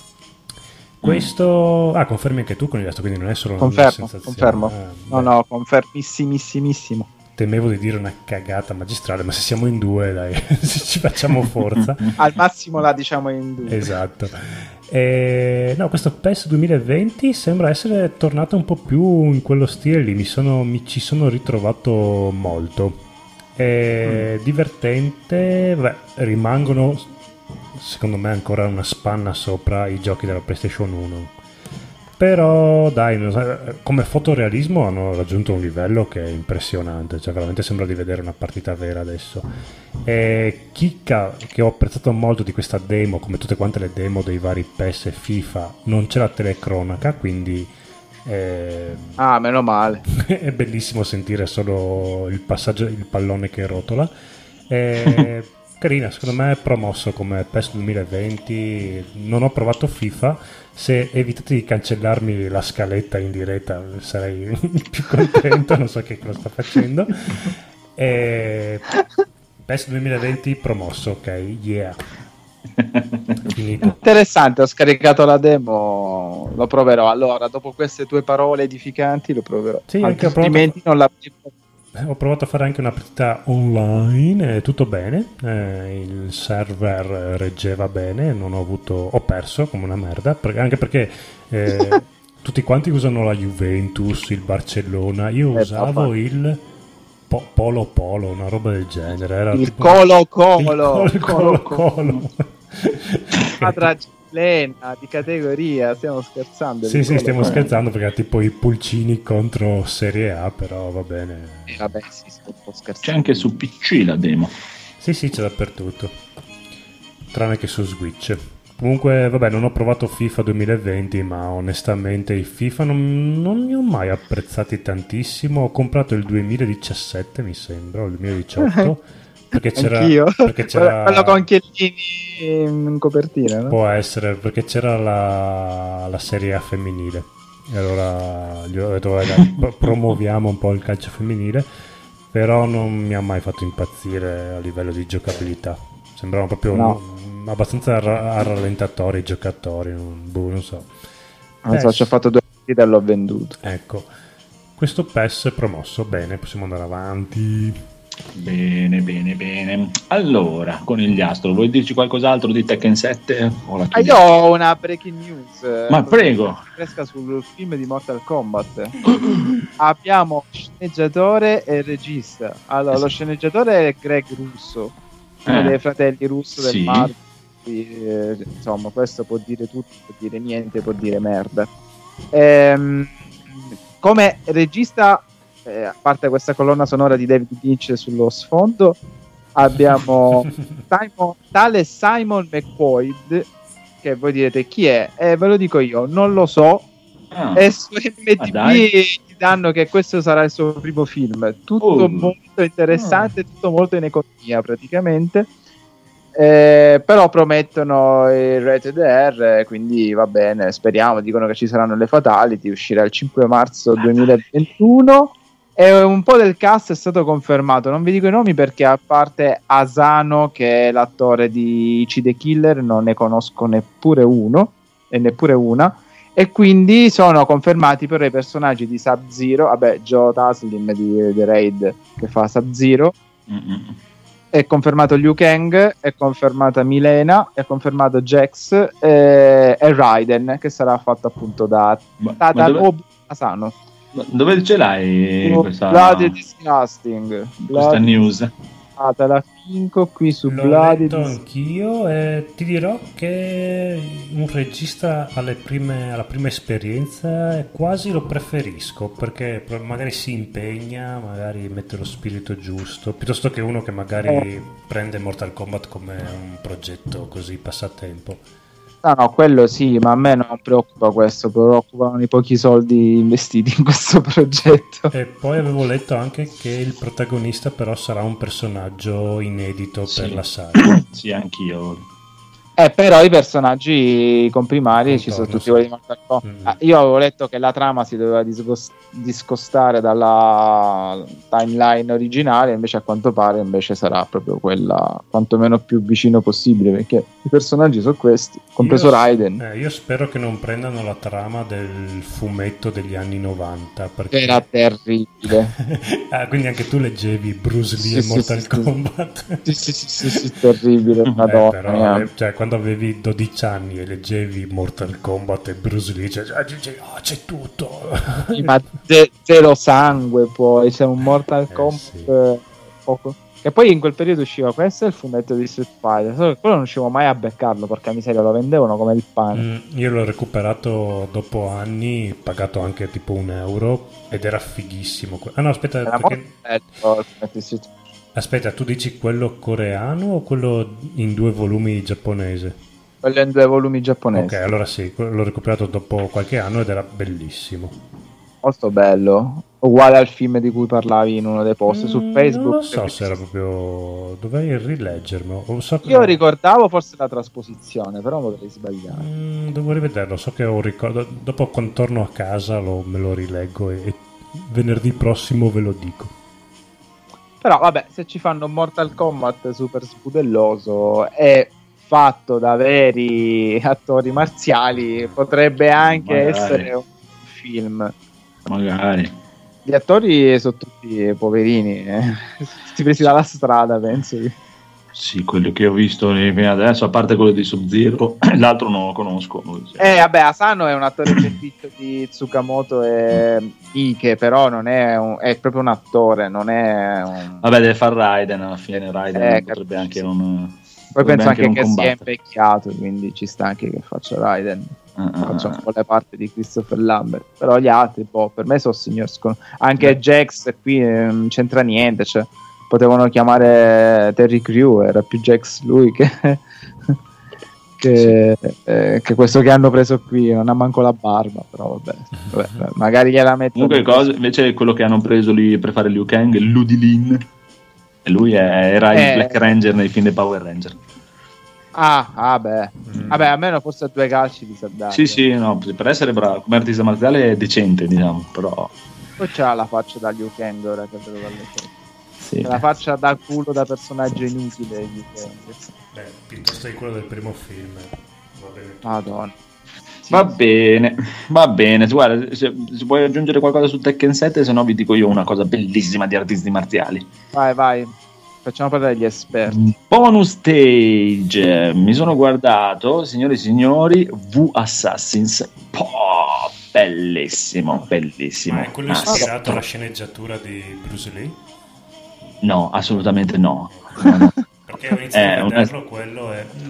Questo ah confermi anche tu con il resto, quindi non è solo confermo, una sensazione. Confermo. Eh, no no confermissimissimo. Temevo di dire una cagata magistrale, ma se siamo in due dai ci facciamo forza. Al massimo la diciamo in due. Esatto. E, no, questo P E S duemilaventi sembra essere tornato un po' più in quello stile lì, mi, sono, mi ci sono ritrovato molto. È mm. divertente, beh, rimangono secondo me ancora una spanna sopra i giochi della PlayStation uno, però dai, come fotorealismo hanno raggiunto un livello che è impressionante, cioè veramente sembra di vedere una partita vera adesso. E chicca che ho apprezzato molto di questa demo, come tutte quante le demo dei vari P E S e FIFA, non c'è la telecronaca, quindi eh, ah, meno male. È bellissimo sentire solo il passaggio, il pallone che rotola. E carina, secondo me è promosso come P E S duemilaventi. Non ho provato FIFA, se evitate di cancellarmi la scaletta in diretta sarei più contento, non so che cosa sta facendo. E P E S duemilaventi promosso, ok, yeah. Finito. Interessante, ho scaricato la demo, lo proverò. Allora, dopo queste tue parole edificanti lo proverò. Sì, anche altrimenti provato... non la ho provato a fare anche una partita online, tutto bene, eh, il server reggeva bene, non ho avuto, ho perso come una merda, perché, anche perché eh, tutti quanti usano la Juventus, il Barcellona, io eh, usavo papà. il po- Polo Polo, una roba del genere, era il tipo, Colo Colo, il Colo Colo, Colo, Colo. Squadra Lena di categoria, stiamo scherzando. Sì, sì, stiamo Colo. scherzando perché è tipo i pulcini contro Serie A, però va bene. Eh, vabbè, sì, sì, un po' scherzando. C'è anche su P C la demo. Sì, sì, c'è dappertutto, tranne che su Switch. Comunque, vabbè, non ho provato FIFA duemilaventi, ma onestamente i FIFA non, non ne ho mai apprezzati tantissimo. Ho comprato il duemiladiciassette, mi sembra, o il duemiladiciotto. Perché c'era, perché c'era quello con Chiellini in copertina, no? Può essere, perché c'era la, la Serie A femminile e allora gli ho detto dai, promuoviamo un po' il calcio femminile, però non mi ha mai fatto impazzire a livello di giocabilità, sembravano proprio no. un, abbastanza a rallentatori i giocatori, non, boh, non so non eh, so, ci ho fatto due partite e l'ho venduto. Ecco, questo P E S è promosso, bene, possiamo andare avanti. Bene, bene, bene. Allora, Conigliastro, vuoi dirci qualcos'altro di Tekken sette? O la ah, io ho una breaking news. Ma prego. Fresca sul film di Mortal Kombat. Abbiamo sceneggiatore e regista. Allora, esatto. Lo sceneggiatore è Greg Russo, uno eh. dei fratelli Russo del sì. Marvel. Eh, insomma, questo può dire tutto, può dire niente, può dire merda. Ehm, come regista, Eh, a parte questa colonna sonora di David Lynch sullo sfondo, abbiamo Simon, tale Simon McQuaid, che voi direte chi è? Eh, ve lo dico io, non lo so. Ah, e su M D B gli danno che questo sarà il suo primo film, tutto oh. molto interessante, ah. tutto molto in economia praticamente. Eh, però promettono il rated R, quindi va bene, speriamo. Dicono che ci saranno le fatality, uscirà il cinque marzo duemilaventuno. E un po' del cast è stato confermato, non vi dico i nomi perché a parte Asano, che è l'attore di Ichi the Killer, non ne conosco neppure uno e neppure una, e quindi sono confermati però i personaggi di Sub-Zero, vabbè, Joe Taslim di The Raid che fa Sub-Zero, mm-hmm. È confermato Liu Kang, è confermata Milena, è confermato Jax e, e Raiden, che sarà fatto appunto da Tadanobu Asano. Dove ce l'hai oh, questa, Bloody Disgusting. questa Bloody... news? Ah, te la finco qui su L'ho Bloody. letto anch'io e ti dirò che un regista alle prime, alla prima esperienza quasi lo preferisco, perché magari si impegna, magari mette lo spirito giusto, piuttosto che uno che magari Eh. prende Mortal Kombat come un progetto così passatempo. No, no, quello sì, ma a me non preoccupa questo, preoccupano i pochi soldi investiti in questo progetto. E poi avevo letto anche che il protagonista però sarà un personaggio inedito Sì. per la saga. Sì, anch'io. Eh, però i personaggi comprimari ci sono Contorno, tutti sì. quelli di Mortal Kombat. Mm. Ah, io avevo letto che la trama si doveva disgos- discostare dalla timeline originale, invece a quanto pare invece sarà proprio quella quantomeno più vicino possibile, perché i personaggi sono questi, compreso Io- Raiden. eh, io spero che non prendano la trama del fumetto degli anni novanta, perché... Era terribile. Ah, quindi anche tu leggevi Bruce Lee Sì, e sì, Mortal sì, sì. Kombat? Sì, sì, sì, sì, sì, terribile, Eh, madonna però, mia. eh, cioè, quando avevi dodici anni e leggevi Mortal Kombat e Bruce Lee, cioè, ah, dici, "Ah, c'è tutto." Sì, ma ze- zero sangue poi, c'è un Mortal Eh, Kombat sì. eh, poco. E poi in quel periodo usciva questo e il fumetto di Street Fighter, solo che quello non riuscivo mai a beccarlo, porca miseria, lo vendevano come il pane. Mm, io l'ho recuperato dopo anni, pagato anche tipo un euro, ed era fighissimo. Ah no, aspetta, Era perché... molto bello il fumetto di Street Fighter. aspetta, tu dici quello coreano o quello in due volumi giapponese? Quello in due volumi giapponesi. Ok, allora sì, quello l'ho recuperato dopo qualche anno ed era bellissimo. Molto bello, uguale al film di cui parlavi in uno dei post su Mm, Facebook. Non lo so se era proprio... dovrei rileggerlo. O so che- Io ricordavo forse la trasposizione, però potrei sbagliare. Mm, devo rivederlo, so che ho ricordo. Dopo quando torno a casa lo- me lo rileggo e, e venerdì prossimo ve lo dico. Però vabbè, se ci fanno Mortal Kombat super spudelloso e fatto da veri attori marziali, potrebbe anche Magari. essere un film. Magari. Gli attori sono tutti poverini, eh. tutti presi dalla strada, penso. Sì, quello che ho visto fino adesso, a parte quello di Sub-Zero, l'altro non lo conosco. Eh, vabbè, Asano è un attore feticcio di Tsukamoto e Ike, però non è, un, è proprio un attore, non è un... Vabbè, deve far Raiden, alla fine Raiden Eh, potrebbe capisci, anche sì. non... Poi potrebbe penso anche non che sia combattere. invecchiato, quindi ci sta anche che faccia Raiden. Ah, ah, Faccia un ah. po' le parti di Christopher Lambert, però gli altri, boh, per me sono signor scon- anche Beh. Jax qui eh, non c'entra niente, cioè potevano chiamare Terry Crew, era più Jax lui che, che, eh, che questo che hanno preso qui, non ha manco la barba, però vabbè, vabbè, magari gliela mettono. Comunque cosa, invece quello che hanno preso lì per fare Liu Kang è Ludilin, e lui è- era il Eh. Black Ranger nei film dei Power Ranger. Ah, ah beh. Mm. Vabbè, almeno forse a due calci di Saddam. Sì, sì, no, per essere bravo come artista marziale è decente, diciamo, però Poi c'ha la faccia da Liu Kang ora che vedo dalle foto. sì. La faccia da culo da personaggio inutile Liu Kang. Beh, piuttosto di quello del primo film. Va bene. Madonna. Va bene, va bene. Guarda, se, se vuoi aggiungere qualcosa su Tekken sette, se no vi dico io una cosa bellissima di artisti marziali. Vai, vai. Facciamo parlare degli esperti. Bonus stage. Mi sono guardato, signori e signori, V Assassins. Oh, bellissimo, bellissimo. Ma è quello Ah, ispirato alla sceneggiatura di Bruce Lee? no, assolutamente no. No, no. Perché ho iniziato Eh, a una- vederlo, quello è... mm.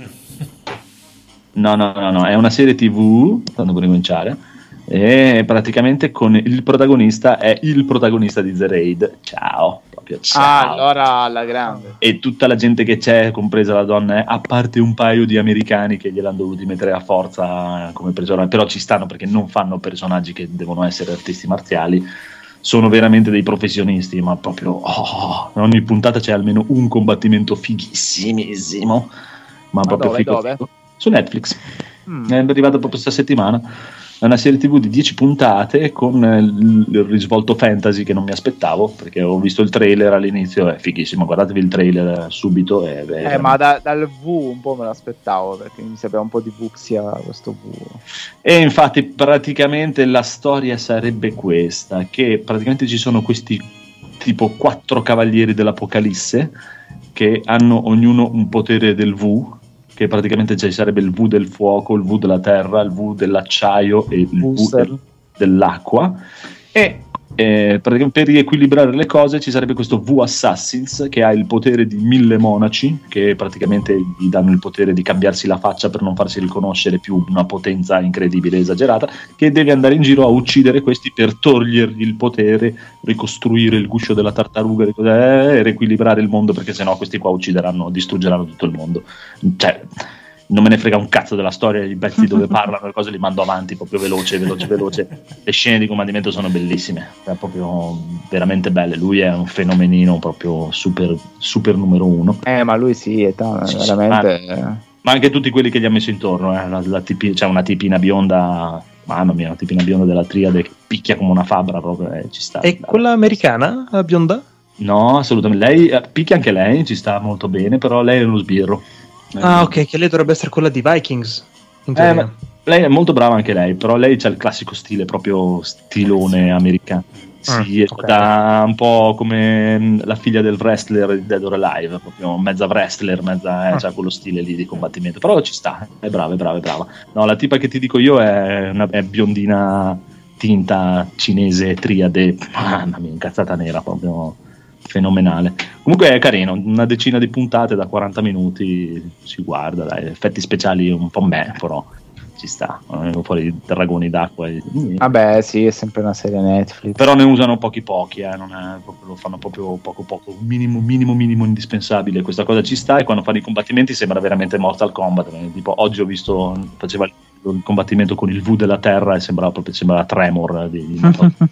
No, no, no, no, è una serie tivù, tanto per cominciare, e praticamente con il protagonista è il protagonista di The Raid. Ciao, proprio ciao. Ah, allora alla grande. E tutta la gente che c'è, compresa la donna, eh, a parte un paio di americani che gliel'hanno dovuti mettere a forza come personaggi, però ci stanno perché non fanno personaggi che devono essere artisti marziali, sono veramente dei professionisti, ma proprio oh, in ogni puntata c'è almeno un combattimento fighissimissimo, ma, Ma proprio dove, figo, dove? figo. Su Netflix. Mm. È arrivata proprio questa settimana. È una serie tivù di dieci puntate con eh, il il risvolto fantasy che non mi aspettavo, perché ho visto il trailer all'inizio, è fighissimo, guardatevi il trailer subito. È, è- Eh, ma da- dal V un po' me l'aspettavo perché mi sapeva un po' di fucsia questo V. E infatti praticamente la storia sarebbe questa, che praticamente ci sono questi tipo quattro cavalieri dell'Apocalisse che hanno ognuno un potere del V, che praticamente ci sarebbe il V del fuoco, il V della terra, il V dell'acciaio e il V Booster. del- dell'acqua, e Eh, per, per riequilibrare le cose ci sarebbe questo V Assassins che ha il potere di mille monaci, che praticamente gli danno il potere di cambiarsi la faccia per non farsi riconoscere più, una potenza incredibile, esagerata, che deve andare in giro a uccidere questi per togliergli il potere, ricostruire il guscio della tartaruga e riequilibrare il mondo, perché sennò questi qua uccideranno, distruggeranno tutto il mondo. Cioè, non me ne frega un cazzo della storia, i pezzi dove parlano, le cose li mando avanti proprio veloce, veloce, veloce. Le scene di comandamento sono bellissime, è proprio veramente belle. Lui è un fenomenino proprio super, super numero uno. Eh, ma lui sì, è t- sì, veramente. Sì, ma, ma anche tutti quelli che gli ha messo intorno, eh. la, la tipi, c'è una tipina bionda, mamma mia, una tipina bionda della triade che picchia come una fabbra proprio, eh, ci sta. E quella americana, la bionda? No, assolutamente. Lei eh, picchia anche lei, ci sta molto bene, però lei è uno sbirro. Ah, ok, che lei dovrebbe essere quella di Vikings. In eh, ma lei è molto brava anche lei, però lei c'ha il classico stile proprio stilone americano. Sì, ah, okay. Da un po' come la figlia del wrestler di Dead or Alive, proprio mezza wrestler, mezza, eh, ah. c'ha quello stile lì di combattimento, però ci sta, è brava, è brava, è brava. No, la tipa che ti dico io è una è biondina tinta cinese triade, mamma mia, incazzata nera, proprio fenomenale. Comunque è carino, una decina di puntate da quaranta minuti si guarda, dai, effetti speciali un po' me, però ci sta, vengono fuori dragoni d'acqua e... vabbè sì, è sempre una serie Netflix, però ne usano pochi pochi, eh, non è proprio, lo fanno proprio poco poco, minimo minimo minimo indispensabile. Questa cosa ci sta, e quando fanno i combattimenti sembra veramente Mortal Kombat, tipo oggi ho visto, faceva il combattimento con il V della terra e sembrava proprio, sembrava Tremor di, di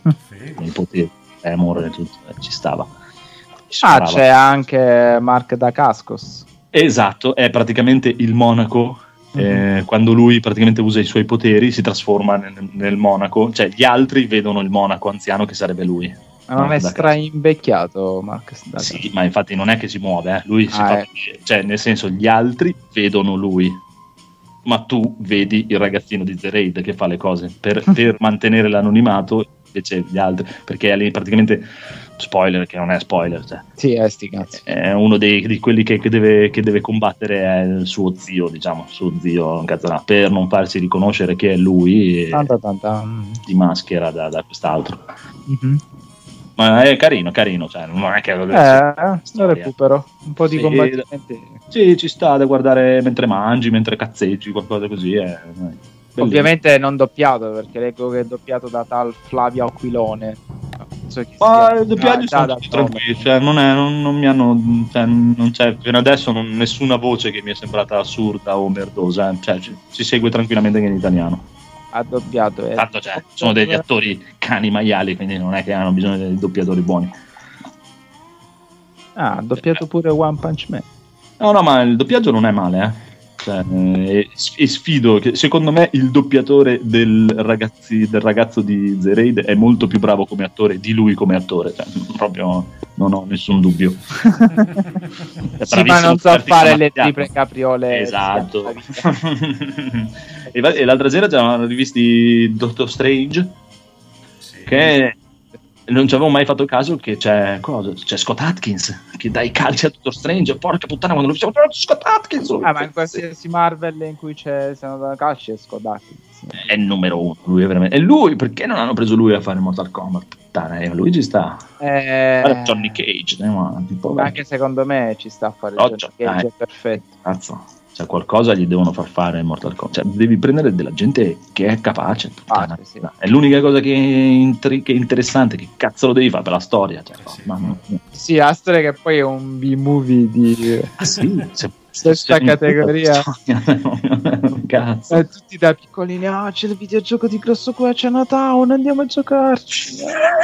i poteri, Tremor e tutto, eh, ci stava. Ah, c'è anche Mark Dacascos. Esatto, è praticamente il monaco. Mm-hmm. Eh, quando lui praticamente usa i suoi poteri si trasforma nel, nel monaco, cioè gli altri vedono il monaco anziano che sarebbe lui. Ma non è stra-invecchiato Mark Dacascos? Sì, ma infatti non è che si muove, eh. Lui si ah, fa, eh. cioè nel senso gli altri vedono lui, ma tu vedi il ragazzino di Zereid che fa le cose per, per mantenere l'anonimato, invece gli altri, perché è lì praticamente spoiler, che non è spoiler, cioè. Sì, è sti cazzi. È uno dei, di quelli che, che, deve, che deve combattere è il suo zio, diciamo, suo zio Gazzarà, per non farsi riconoscere che è lui e tanta, tanta. di maschera da, da quest'altro. Mm-hmm. Ma è carino, carino, cioè non è che eh, lo recupero un po' di sì, combattimenti. Sì, ci sta da guardare mentre mangi, mentre cazzeggi, qualcosa così. È, ovviamente non doppiato, perché leggo che è doppiato da tal Flavio Aquilone. So che ma i doppiaggi sono tutti tranquilli, cioè non, è, non, non mi hanno, cioè, non c'è fino adesso non, nessuna voce che mi è sembrata assurda o merdosa, eh. Cioè ci, si segue tranquillamente anche in italiano. Ha doppiato, eh. Tanto cioè, sono degli attori cani maiali, quindi non è che hanno bisogno dei doppiatori buoni. Ah, ha doppiato pure One Punch Man. No, no, ma il doppiaggio non è male, eh. Cioè, e, e sfido che secondo me il doppiatore del, ragazzi, del ragazzo di Zereid è molto più bravo come attore di lui come attore, cioè, proprio non ho nessun dubbio. Sì, ma non so fare le triple capriole. Esatto. e, e l'altra sera ci avevano rivisti Doctor Strange, sì. Che non ci avevo mai fatto caso che c'è, cosa? C'è Scott Atkins che dà i calci a Doctor Strange, porca puttana, quando lo diciamo Scott Atkins, ah, ma in qualsiasi Marvel in cui c'è sono da calci è Scott Atkins, è il numero uno, lui è veramente, e lui perché non hanno preso lui a fare Mortal Kombat? Puttana, eh, lui ci sta, eh... Johnny Cage, eh, ma, tipo, ma anche secondo me ci sta a fare oh, Johnny Cage, è perfetto, cazzo. Cioè qualcosa gli devono far fare in Mortal Kombat, cioè devi prendere della gente che è capace, ah, sì. È l'unica cosa che è, intri- che è interessante, che cazzo lo devi fare per la storia, cioè, sì, ma, ma, sì, la storia che poi è un B-movie di ah, sì, c'è, questa categoria, cazzo. Eh, tutti da piccolini, ah, c'è il videogioco di Grosso qua a Chinatown, andiamo a giocarci.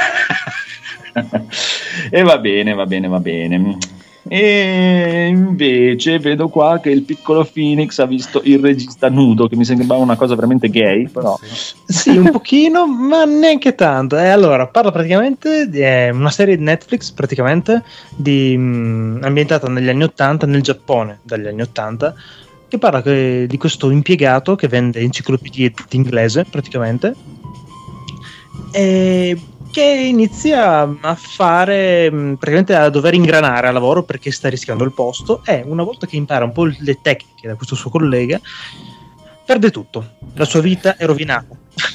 E va bene, va bene, va bene. E invece vedo qua che il piccolo Phoenix ha visto il regista nudo, che mi sembrava una cosa veramente gay, però sì, un pochino, ma neanche tanto. E allora parla praticamente di è una serie di Netflix praticamente di, mh, ambientata negli anni ottanta nel Giappone, dagli anni ottanta, che parla che, di questo impiegato che vende enciclopedie d'inglese praticamente, e che inizia a fare, praticamente a dover ingranare a lavoro perché sta rischiando il posto, e una volta che impara un po' le tecniche da questo suo collega perde tutto, la sua vita è rovinata.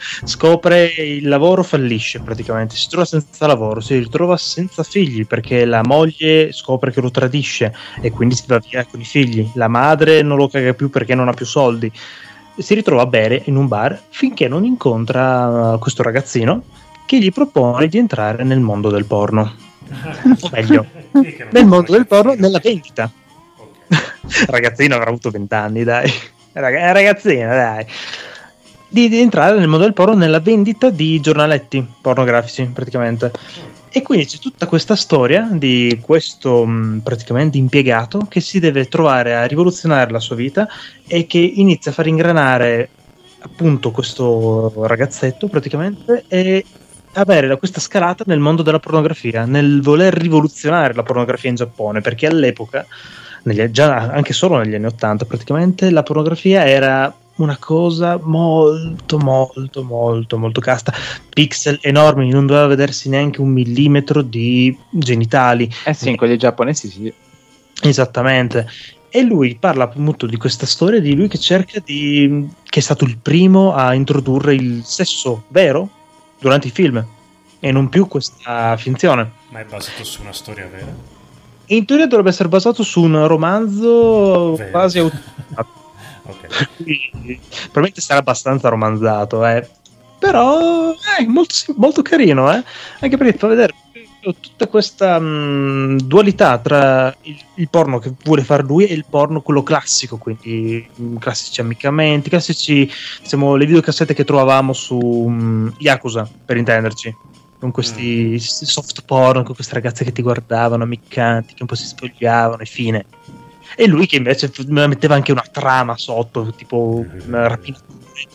scopre il lavoro, fallisce praticamente, si trova senza lavoro, si ritrova senza figli perché la moglie scopre che lo tradisce e quindi si va via con i figli, la madre non lo caga più perché non ha più soldi, si ritrova a bere in un bar finché non incontra questo ragazzino che gli propone di entrare nel mondo del porno, o meglio nel mondo del porno, nella vendita. Il ragazzino avrà avuto vent'anni, dai, ragazzino, dai, di, di entrare nel mondo del porno nella vendita di giornaletti pornografici praticamente. E quindi c'è tutta questa storia di questo mh, praticamente impiegato che si deve trovare a rivoluzionare la sua vita e che inizia a far ingranare appunto questo ragazzetto praticamente e avere questa scalata nel mondo della pornografia, nel voler rivoluzionare la pornografia in Giappone, perché all'epoca, negli, già anche solo negli anni ottanta praticamente, la pornografia era una cosa molto molto molto molto casta, pixel enormi, non doveva vedersi neanche un millimetro di genitali. Eh sì, in quelli giapponesi sì. Esattamente. E lui parla appunto di questa storia di lui che cerca di, che è stato il primo a introdurre il sesso vero durante i film e non più questa finzione. Ma è basato su una storia vera? In teoria dovrebbe essere basato su un romanzo vero. quasi autorizzato. Okay. Quindi, probabilmente sarà abbastanza romanzato, eh. Però è molto, molto carino, eh. Anche perché fa vedere tutta questa mh, dualità tra il, il porno che vuole fare lui e il porno quello classico, quindi mh, classici ammiccamenti, classici, diciamo, le videocassette che trovavamo su mh, Yakuza, per intenderci, con questi mm. soft porn, con queste ragazze che ti guardavano ammiccanti, che un po' si spogliavano e fine. E lui che invece metteva anche una trama sotto, tipo una rapinatura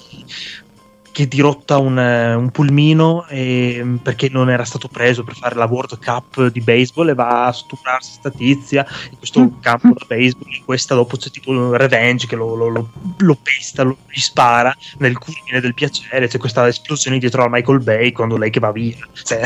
che dirotta un, un pulmino e, perché non era stato preso per fare la World Cup di baseball, e va a stuprarsi sta tizia in questo mm. campo da baseball, e questa dopo c'è tipo un revenge che lo, lo, lo, lo pesta, lo, gli spara nel culmine del piacere, c'è questa esplosione dietro a Michael Bay quando lei che va via, cioè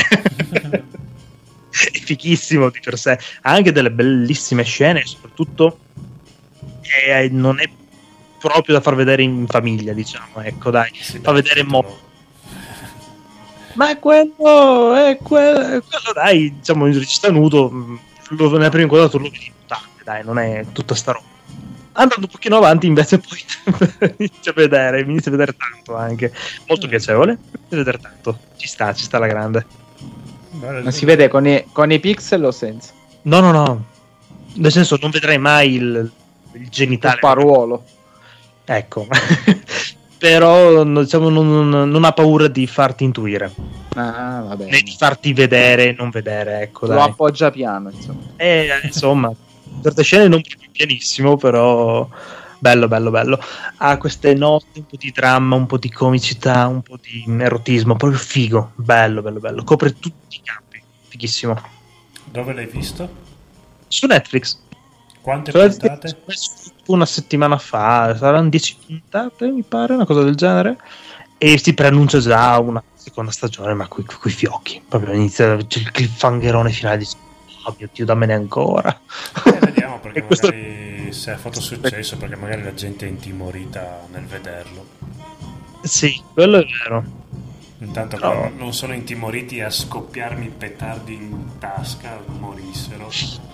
è fighissimo di per sé, ha anche delle bellissime scene, soprattutto eh, non è proprio da far vedere in famiglia, diciamo, ecco, dai, sì, fa vedere mo- ma è quello è quello, è quello dai, diciamo, il regista nudo lo, nella prima inquadratura lo vedi importante, dai, non è tutta sta roba. Andando un pochino avanti invece poi inizia a vedere, mi inizia a vedere tanto, anche molto mm. piacevole, inizia a vedere tanto, ci sta, ci sta la grande. Ma si vede con i, con i pixel o senza? No, no, no, nel senso non vedrai mai il, il genitale, il paruolo, ecco. Però diciamo non, non ha paura di farti intuire, ah, vabbè, né di farti vedere non vedere, ecco, lo dai. appoggia piano, insomma, e, insomma certe scene non più pianissimo, però bello bello bello, ha queste note, un po' di dramma, un po' di comicità, un po' di erotismo, proprio figo, bello bello bello, copre tutti i campi, fighissimo. Dove l'hai visto? Su Netflix. Quante Su puntate? Netflix, una settimana fa, saranno dieci puntate mi pare, una cosa del genere, e si preannuncia già una seconda stagione, ma coi, coi fiocchi, proprio inizia, c'è il cliffhangerone finale di oh mio Dio, dammene ancora. Eh, vediamo, perché questo... magari se ha fatto successo, perché magari la gente è intimorita nel vederlo. Sì, quello è vero. Intanto no. no, non sono intimoriti a scoppiarmi i petardi in tasca, morissero.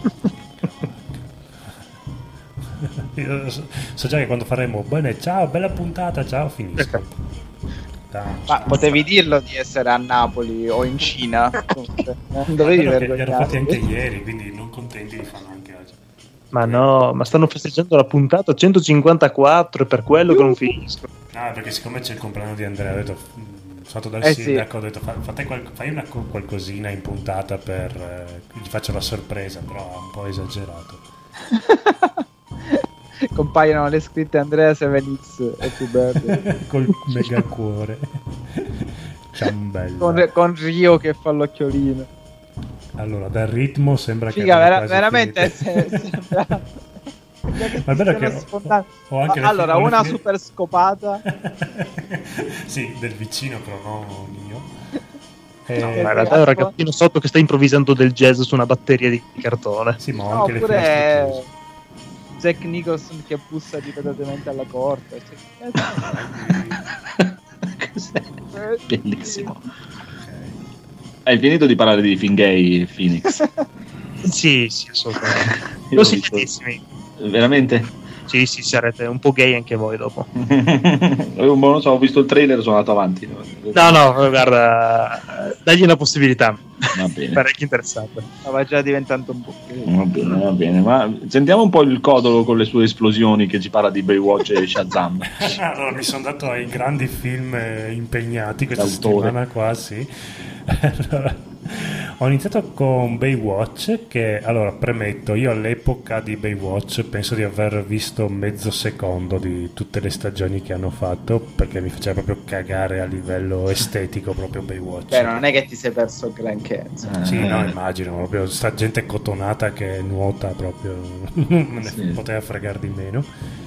Io so, so già che quando faremo bene, ciao, bella puntata, ciao, finisco. Ma potevi dirlo di essere a Napoli o in Cina, non dovevi vergognarti. Li hanno fatti anche ieri, quindi non contenti li fanno anche oggi. Ma no, ma stanno festeggiando la puntata centocinquantaquattro, e per quello che non finisco. Ah, perché siccome c'è il compleanno di Andrea, ho detto, sono stato dal eh sindaco, sì. ho detto fate qual- fai una qualcosina in puntata per eh, gli faccio la sorpresa, però è un po' esagerato. Compaiono le scritte Andrea sette X e più bello col mega cuore ciambella con, con Rio che fa l'occhiolino. Allora, dal ritmo sembra figa, che vera- veramente se, sembra ma è vero che ho, ho anche allora fi- una fi- super scopata sì, del vicino, però non mio. Eh, no, ma in realtà è un ragazzino sotto che sta improvvisando del jazz su una batteria di cartone. Sì, ma ho no, anche le oppure finestre chiuse. Jack Nicholson che bussa ripetutamente alla porta, cioè... Bellissimo. Hai finito di parlare di Fingay, Phoenix? Sì, sì, assolutamente. Lo simpaticissimi. Veramente? Sì, sì, sarete un po' gay anche voi dopo. Non lo so, ho visto il trailer e sono andato avanti. No, no, guarda, dagli una possibilità. Va bene. Parecchio interessante. Stava già diventando un po' gay. Va bene, va bene. Ma sentiamo un po' il Codolo con le sue esplosioni che ci parla di Baywatch e Shazam. Allora, mi sono dato ai grandi film impegnati questa L'autore. settimana qua, sì. Allora, ho iniziato con Baywatch che, allora, premetto, io all'epoca di Baywatch penso di aver visto mezzo secondo di tutte le stagioni che hanno fatto, perché mi faceva proprio cagare a livello estetico proprio Baywatch. Beh, non è che ti sei perso granché. insomma. Sì, no, immagino, proprio sta gente cotonata che nuota proprio, me ne Sì. poteva fregare di meno.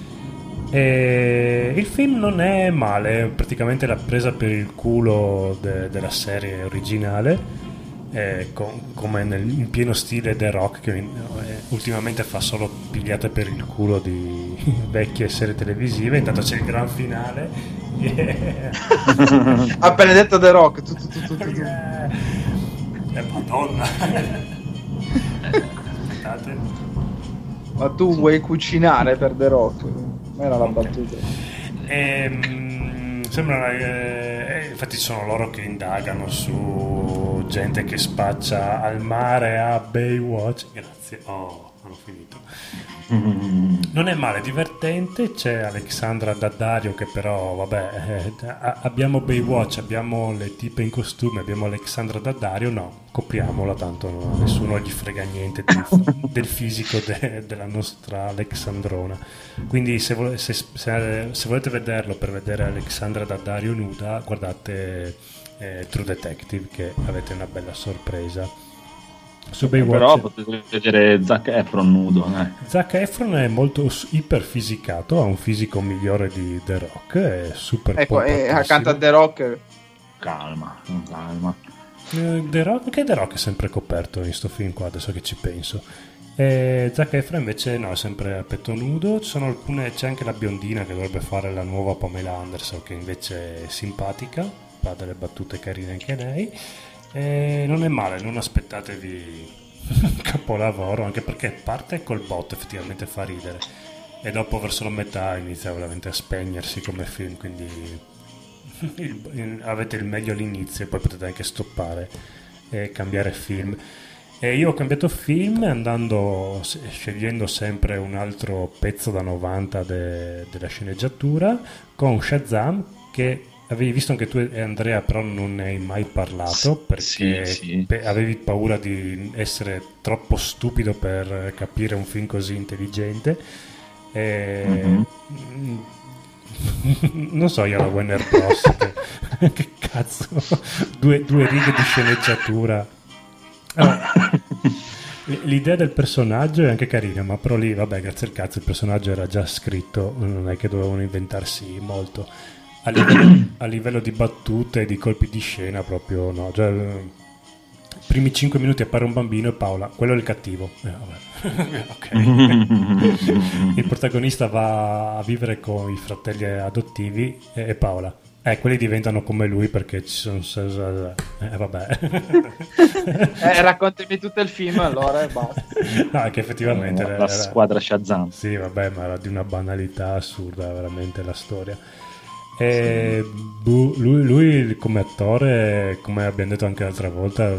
E il film non è male, praticamente l'ha presa per il culo de- della serie originale, eh, com- come nel, in pieno stile The Rock, che eh, ultimamente fa solo pigliate per il culo di vecchie serie televisive. Intanto c'è il gran finale. Yeah. Appena detto The Rock. Tu, tu, tu, tu, tu. Yeah. Eh, Madonna. Aspettate. Ma tu vuoi cucinare per The Rock? Non era la battuta. Ehm, sembra, eh, infatti sono loro che indagano su gente che spaccia al mare a Baywatch. Grazie. Oh, hanno finito. Non è male, divertente. C'è Alexandra Daddario che però vabbè, eh, abbiamo Baywatch, abbiamo le tipe in costume, abbiamo Alexandra Daddario, no, copriamola, tanto no, nessuno gli frega niente del, del fisico de, della nostra Alexandrona. Quindi se, vole, se, se, se volete vederlo per vedere Alexandra Daddario nuda, guardate eh, True Detective, che avete una bella sorpresa. Su Baywatch. Però potete vedere Zac Efron nudo. Eh. Zac Efron è molto iperfisicato, ha un fisico migliore di The Rock, è super Ecco, e pompatissimo. accanto a The Rock. Calma, calma. Eh, The Rock, anche The Rock è sempre coperto in sto film qua, adesso che ci penso. E Zac Efron invece no, è sempre a petto nudo. Ci sono alcune, c'è anche la biondina che dovrebbe fare la nuova Pamela Anderson, che invece è simpatica, fa delle battute carine anche lei. E non è male, non aspettatevi capolavoro, anche perché parte col botto, effettivamente fa ridere, e dopo verso la metà inizia veramente a spegnersi come film, quindi il, il, avete il meglio all'inizio e poi potete anche stoppare e cambiare film. E io ho cambiato film andando, scegliendo sempre un altro pezzo da novanta de, della sceneggiatura, con Shazam, che avevi visto anche tu e Andrea, però non ne hai mai parlato perché sì, sì. pe- avevi paura di essere troppo stupido per capire un film così intelligente. E... Mm-hmm. non so io la Warner Bros. che, che cazzo, due, due righe di sceneggiatura. Allora, l'idea del personaggio è anche carina, ma però lì vabbè, grazie al cazzo, il personaggio era già scritto, non è che dovevano inventarsi molto. A livello, a livello di battute e di colpi di scena proprio no, cioè, i primi cinque minuti appare un bambino e Paola, quello è il cattivo, eh, vabbè. Ok. Il protagonista va a vivere con i fratelli adottivi e, e Paola, eh, quelli diventano come lui perché ci sono eh, vabbè. eh, raccontami tutto il film allora e basta. No, è che effettivamente la, era, la squadra Shazam, sì vabbè, ma era di una banalità assurda veramente la storia. E lui, lui come attore, come abbiamo detto anche l'altra volta,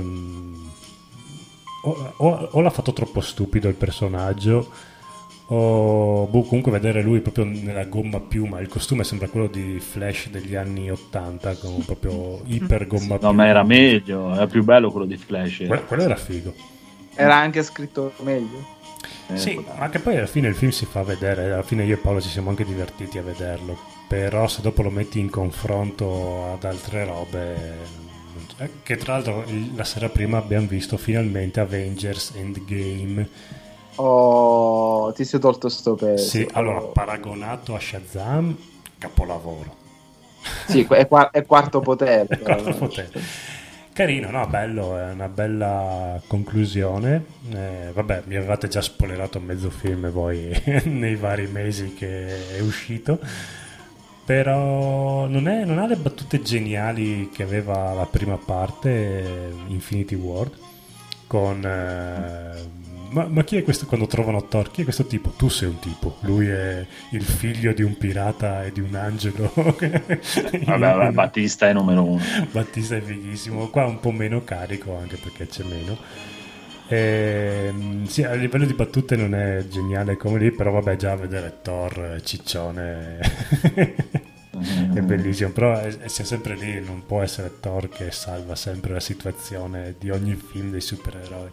o, o, o l'ha fatto troppo stupido il personaggio, o boh, comunque vedere lui proprio nella gomma piuma, il costume sembra quello di Flash degli anni ottanta, con proprio iper gomma piuma. No, ma era meglio, era più bello quello di Flash. Que- quello era figo, era anche scritto meglio. eh, sì, ma che poi alla fine il film si fa vedere, alla fine io e Paolo ci siamo anche divertiti a vederlo, però se dopo lo metti in confronto ad altre robe, che tra l'altro la sera prima abbiamo visto finalmente Avengers Endgame. Oh, ti sei tolto sto peso. Sì, allora paragonato a Shazam, capolavoro. Sì, è, qua- è quarto potere. È quarto potere. Carino, no? Bello, è una bella conclusione. Eh, vabbè, mi avevate già spoilerato mezzo film voi nei vari mesi che è uscito, però non, è, non ha le battute geniali che aveva la prima parte, Infinity War, con eh, ma, ma chi è questo? Quando trovano Thor, chi è questo tipo? Tu sei un tipo, lui è il figlio di un pirata e di un angelo. Vabbè, vabbè, Battista è numero uno. Battista è fighissimo, qua un po' meno carico anche perché c'è meno. E, sì, a livello di battute non è geniale come lì, però vabbè, già vedere Thor ciccione è bellissimo, però è, è sempre lì, non può essere Thor che salva sempre la situazione di ogni film dei supereroi.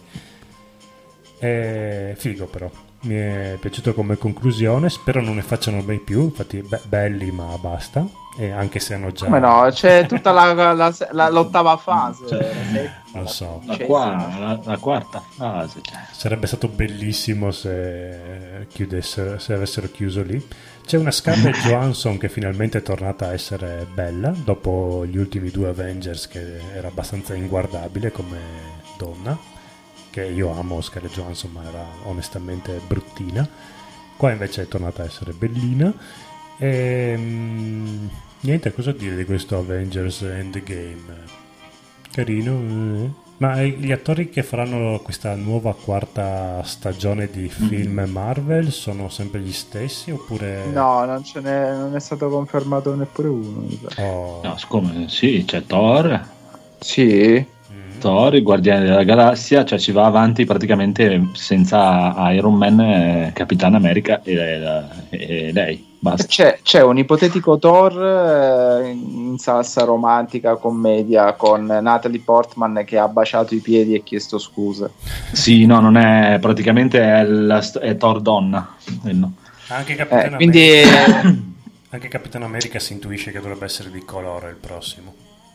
È figo, però mi è piaciuto come conclusione, spero non ne facciano mai più, infatti be- belli ma basta, e anche se hanno già... Come no, c'è tutta la, la, la, l'ottava fase, Cioè, lo so, la, qua, la, la quarta fase, cioè. Sarebbe stato bellissimo se chiudessero, se avessero chiuso lì. C'è una Scarlett Johansson che finalmente è tornata a essere bella dopo gli ultimi due Avengers, che era abbastanza inguardabile come donna, che io amo Scarlett Johansson ma era onestamente bruttina. Qua invece è tornata a essere bellina. E mm, niente, cosa dire di questo Avengers Endgame? Carino, eh. Ma gli attori che faranno questa nuova quarta stagione di film Marvel sono sempre gli stessi oppure... No, non, ce n'è, non è stato confermato neppure uno. Oh. No, siccome sì, c'è Thor. Sì. Thor, i Guardiani della Galassia, cioè ci va avanti praticamente senza Iron Man, eh, Capitan America e, e lei. Basta. C'è, c'è un ipotetico Thor eh, in salsa romantica commedia con Natalie Portman che ha baciato i piedi e chiesto scusa. Sì, no, non è praticamente è, la, è Thor donna. No. Anche Capitan eh, quindi America. Anche Capitan America si intuisce che dovrebbe essere di colore il prossimo.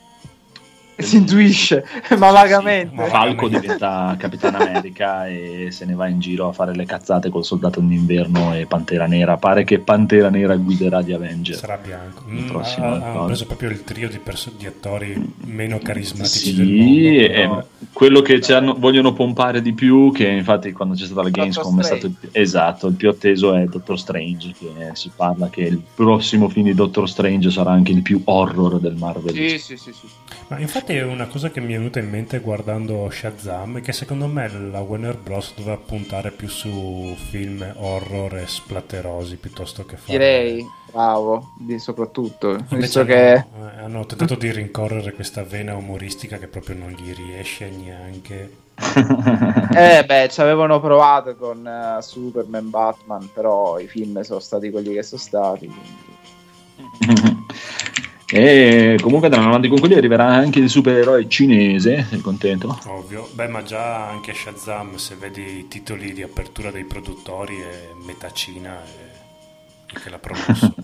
si intuisce, ma vagamente. Ma Falco diventa Capitan America e se ne va in giro a fare le cazzate col Soldato d'Inverno e Pantera Nera. Pare che Pantera Nera guiderà di Avenger. Sarà bianco. Il Mm, prossimo ha- del hanno Thor. preso proprio il trio di, perso- di attori meno carismatici Sì, del mondo. però- è quello che ci hanno- vogliono pompare di più, che infatti quando c'è stata la Doctor Gamescom è stato il, Strange. esatto, il più atteso è Doctor Strange, che si parla che il prossimo film di Doctor Strange sarà anche il più horror del Marvel. Sì, sì, sì, sì. Ma infatti è una cosa che mi è venuta in mente guardando Shazam, è che secondo me la Warner Bros. Doveva puntare più su film horror e splatterosi piuttosto che fare... Direi, bravo, di- soprattutto, Invece visto hanno, che... eh, hanno tentato di rincorrere questa vena umoristica che proprio non gli riesce neanche. Eh beh, ci avevano provato con eh, Superman, Batman, però i film sono stati quelli che sono stati. quindi- E comunque andranno avanti con quelli, arriverà anche il supereroe cinese, sei contento? Ovvio, beh, ma già anche Shazam, se vedi i titoli di apertura dei produttori, è metà Cina e che l'ha promosso.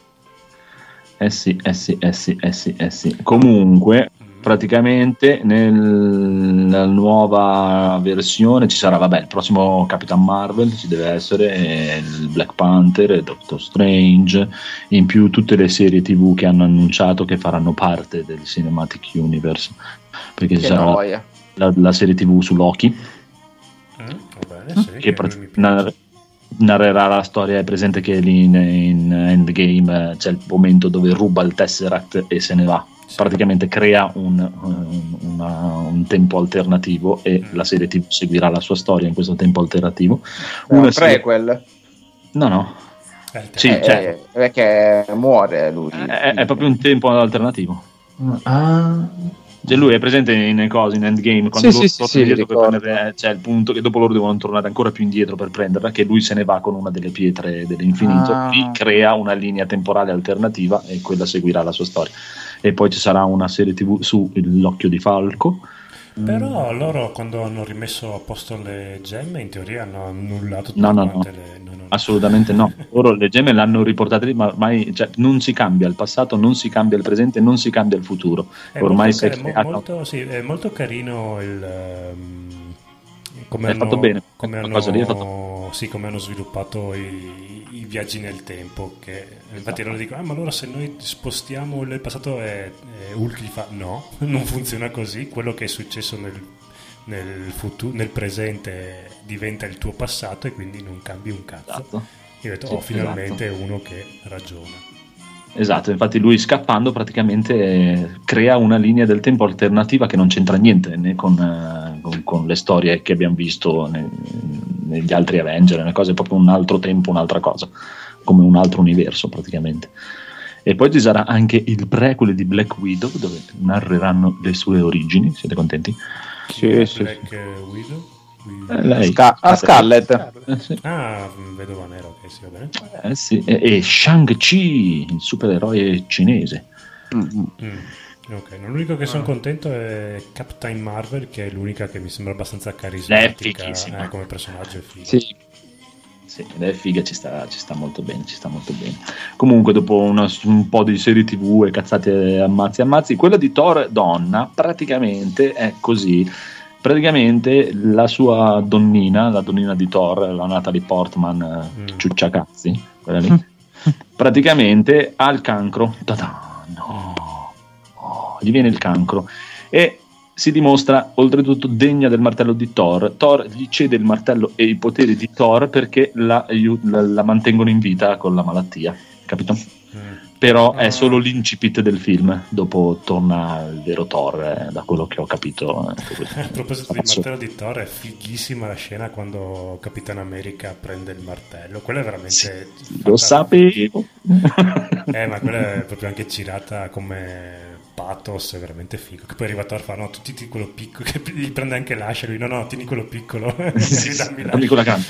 Eh sì, eh sì, eh sì, eh sì, eh sì. Comunque, praticamente nella nuova versione ci sarà, vabbè, il prossimo Capitan Marvel ci deve essere, e il Black Panther, e Doctor Strange, in più tutte le serie tv che hanno annunciato che faranno parte del Cinematic Universe, perché ci Che sarà noia. la, la serie tv su Loki, Mm, va bene, sì, che che pra- lui mi piace. nar- narrerà la storia. È presente che lì in, in Endgame eh, c'è il momento dove ruba il Tesseract e se ne va. Sì. Praticamente crea un, un, una- un tempo alternativo e Mm. la serie tv seguirà la sua storia in questo tempo alternativo. È un Una serie- prequel. No, no, Eh, il Sì, Eh, cioè- eh, perché muore lui. è, è proprio un tempo alternativo. Ah, Cioè lui è presente in cose in Endgame quando Sì, loro sì, sì, tornano sì, indietro per ricordo. prendere, eh, c'è il punto che dopo loro devono tornare ancora più indietro per prenderla, che lui se ne va con una delle pietre dell'infinito, Ah. qui crea una linea temporale alternativa e quella seguirà la sua storia. E poi ci sarà una serie tv su l'Occhio di Falco. Però loro quando hanno rimesso a posto le gemme in teoria hanno annullato tutte No, no, quante no. le... no, no, no. Assolutamente no, loro le gemme l'hanno riportate lì, ma ormai cioè, non si cambia il passato, non si cambia il presente, non si cambia il futuro. È Ormai molto, si è ca- mo- creato. molto, sì, è molto carino il ehm, come È hanno, fatto bene, come quella hanno, cosa lì è fatto- sì, come hanno sviluppato i, i viaggi nel tempo, che infatti Esatto. loro dicono ah ma allora se noi spostiamo il passato è, è Hulk gli fa no, non funziona così, quello che è successo nel, nel, futuro, nel presente diventa il tuo passato e quindi non cambi un cazzo. Esatto. Io ho detto Sì, oh finalmente uno che ragiona. Esatto, infatti lui scappando praticamente crea una linea del tempo alternativa che non c'entra niente né con, uh, con, con le storie che abbiamo visto ne, negli altri Avenger, una cosa è proprio un altro tempo, un'altra cosa, come un altro universo praticamente. E poi ci sarà anche il prequel di Black Widow dove narreranno le sue origini, siete contenti? Sì, sì. Black Widow? Eh, lei. Sca- a Scarlett. Eh, sì. Ah, vedova nera, ok, sì, va bene. Eh, sì. E, e Shang-Chi, il supereroe cinese. Mm. Ok, l'unico che sono contento è Captain Marvel, che è l'unica che mi sembra abbastanza carismatica eh, come personaggio. È figo. Sì. Sì, ed è figa, ci sta, ci sta molto bene, ci sta molto bene. Comunque, dopo una, un po' di serie tivù e cazzate ammazzi ammazzi, quella di Thor donna praticamente è così. Praticamente la sua donnina, la donnina di Thor, la Natalie Portman, mm. ciucciacazzi, quella lì, praticamente ha il cancro. Ta-da, no, oh, gli viene il cancro e si dimostra oltretutto degna del martello di Thor. Thor gli cede il martello e i poteri di Thor perché la, la, la mantengono in vita con la malattia, capito? Mm. Però è solo l'incipit del film, dopo torna il vero Thor, eh, da quello che ho capito. Eh, a proposito del martello di Thor, è fighissima la scena quando Capitan America prende il martello, quella è veramente... Sì, fatta... Lo sapevo! Eh, ma quella è proprio anche girata come pathos, è veramente figo. Che poi arriva Thor, fa no, tu tieni quello piccolo, che gli prende anche l'ascia, lui no, no, tieni quello piccolo. Dammi quella canna.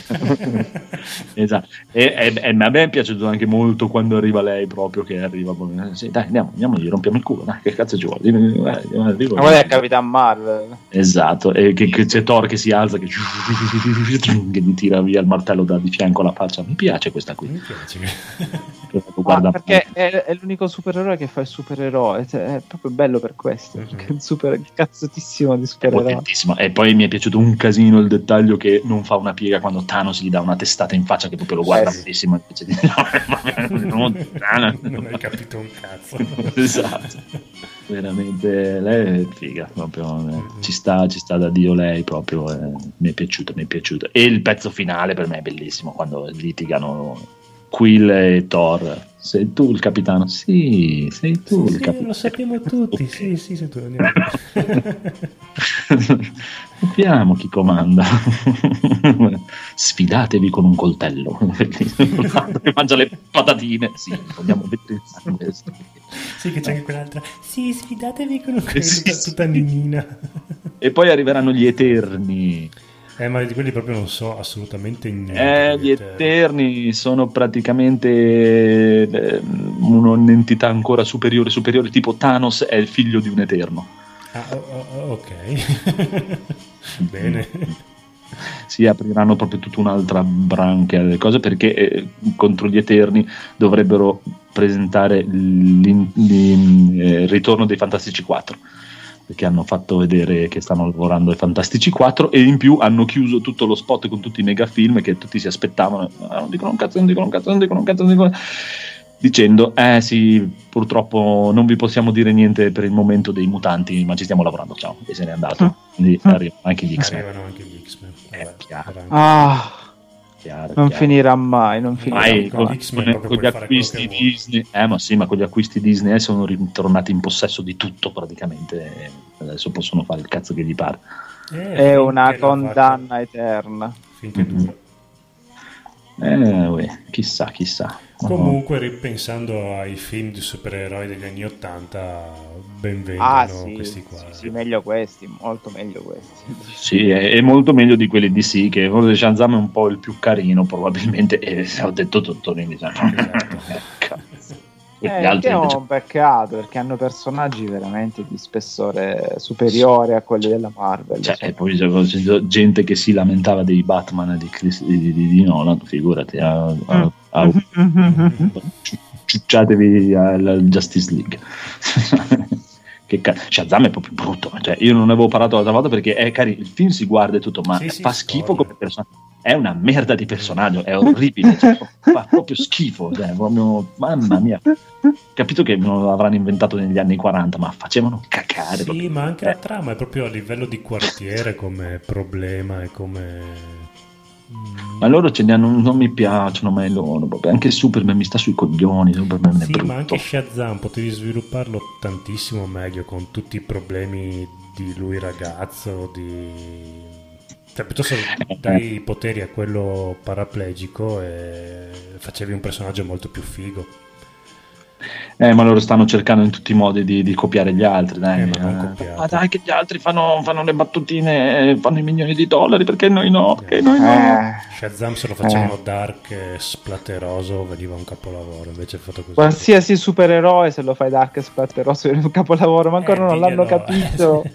Esatto. E, e, e a me è piaciuto anche molto quando arriva lei proprio, che arriva sì, dai andiamo, andiamo, gli rompiamo il culo, dai, che cazzo ci vuole? Ma quella è Capitan Marvel. Esatto, e che, che c'è Thor che si alza, che, che gli tira via il martello da di fianco alla faccia. Mi piace questa qui. Mi piace. Ah, perché è, è l'unico supereroe che fa il supereroe, cioè, è proprio bello per questo, mm-hmm. perché è il, super, il cazzotissimo di supereroe. E poi mi è piaciuto un casino il dettaglio che non fa una piega quando Thanos gli dà una testata in faccia, che proprio lo guarda benissimo, invece di non hai capito un cazzo. Esatto, veramente lei è figa proprio, mm-hmm. ci sta ci sta da Dio lei proprio, eh, mi è piaciuto mi è piaciuto e il pezzo finale per me è bellissimo quando litigano Quill e Thor. Sei tu il capitano? Sì, sei tu sì, il capitano. Lo sappiamo tutti, sì, sì, sei tu. Sappiamo chi comanda. Sfidatevi con un coltello. Che mangia le patatine. Sì, vogliamo vedere il sangue. Sì, che c'è anche quell'altra. Sì, sfidatevi con un coltello, sì, tutta, tutta ninina. E poi arriveranno gli Eterni. Eh, ma di quelli proprio non so assolutamente niente. Eh, gli Eterni sono praticamente eh, un'entità ancora superiore, superiore, tipo Thanos è il figlio di un Eterno. Ah, oh, oh, ok. Bene. Si apriranno proprio tutta un'altra branca delle cose, perché eh, contro gli Eterni dovrebbero presentare il eh, ritorno dei Fantastici quattro, perché hanno fatto vedere che stanno lavorando ai Fantastici quattro e in più hanno chiuso tutto lo spot con tutti i mega film che tutti si aspettavano, ah, non dicono un cazzo, non dicono un cazzo, non dicono un cazzo, non dicono... dicendo eh sì, purtroppo non vi possiamo dire niente per il momento dei mutanti, ma ci stiamo lavorando, ciao, e se n'è andato. Ah. Quindi arrivano anche gli X-Men. Arrivano anche gli X-Men. È chiaro. Ah, chiaro, non chiaro. finirà mai, non finirà mai. Con, Con, X-Men con gli acquisti Disney, eh ma sì, ma con gli acquisti Disney sono ritornati in possesso di tutto praticamente, adesso possono fare il cazzo che gli pare. Eh, è una condanna fatto... eterna. Finché mm-hmm. Eh, uè, chissà, chissà. Comunque, ripensando ai film di supereroi degli anni ottanta, ben vengano ah, sì, questi qua. Sì, sì, meglio questi, molto meglio questi. Sì, è, è molto meglio di quelli di sì, che forse Shazam è un po' il più carino, probabilmente, e ho detto tutto. Esatto. Eh, altri è invece... un peccato, perché hanno personaggi veramente di spessore superiore a quelli della Marvel. Cioè, e poi c'è gente che si lamentava dei Batman di, Chris, di, di, di Nolan, figurati, a, a, a, ciucciatevi alla Justice League. Che ca- Shazam è proprio brutto, cioè, io non ne avevo parlato l'altra volta perché è carino, il film si guarda e tutto, ma sì, fa sì, schifo come personaggio. È una merda di personaggio, è orribile, cioè, fa proprio schifo, cioè, proprio, mamma mia. Capito che non l'avranno inventato negli anni quaranta, ma facevano cacare. Sì, proprio. Ma anche eh. la trama è proprio a livello di quartiere come problema e come Ma loro ce ne hanno, non mi piacciono mai loro, proprio. Anche Superman mi sta sui coglioni. Superman sì, è brutto. ma anche Shazam potevi svilupparlo tantissimo meglio con tutti i problemi di lui ragazzo, di... cioè piuttosto dai i poteri a quello paraplegico e facevi un personaggio molto più figo. Eh, ma loro stanno cercando in tutti i modi di, di copiare gli altri, dai. Eh, ma non Eh, copiate. ma dai, che gli altri fanno, fanno le battutine, eh, fanno i milioni di dollari, perché noi no? Perché Eh. noi no? Eh, Shazam se lo facevano dark e splatteroso veniva un capolavoro, invece è fatto così. qualsiasi supereroe, se lo fai dark e splatteroso, è un capolavoro, ma ancora Eh, non l'hanno diglielo. capito.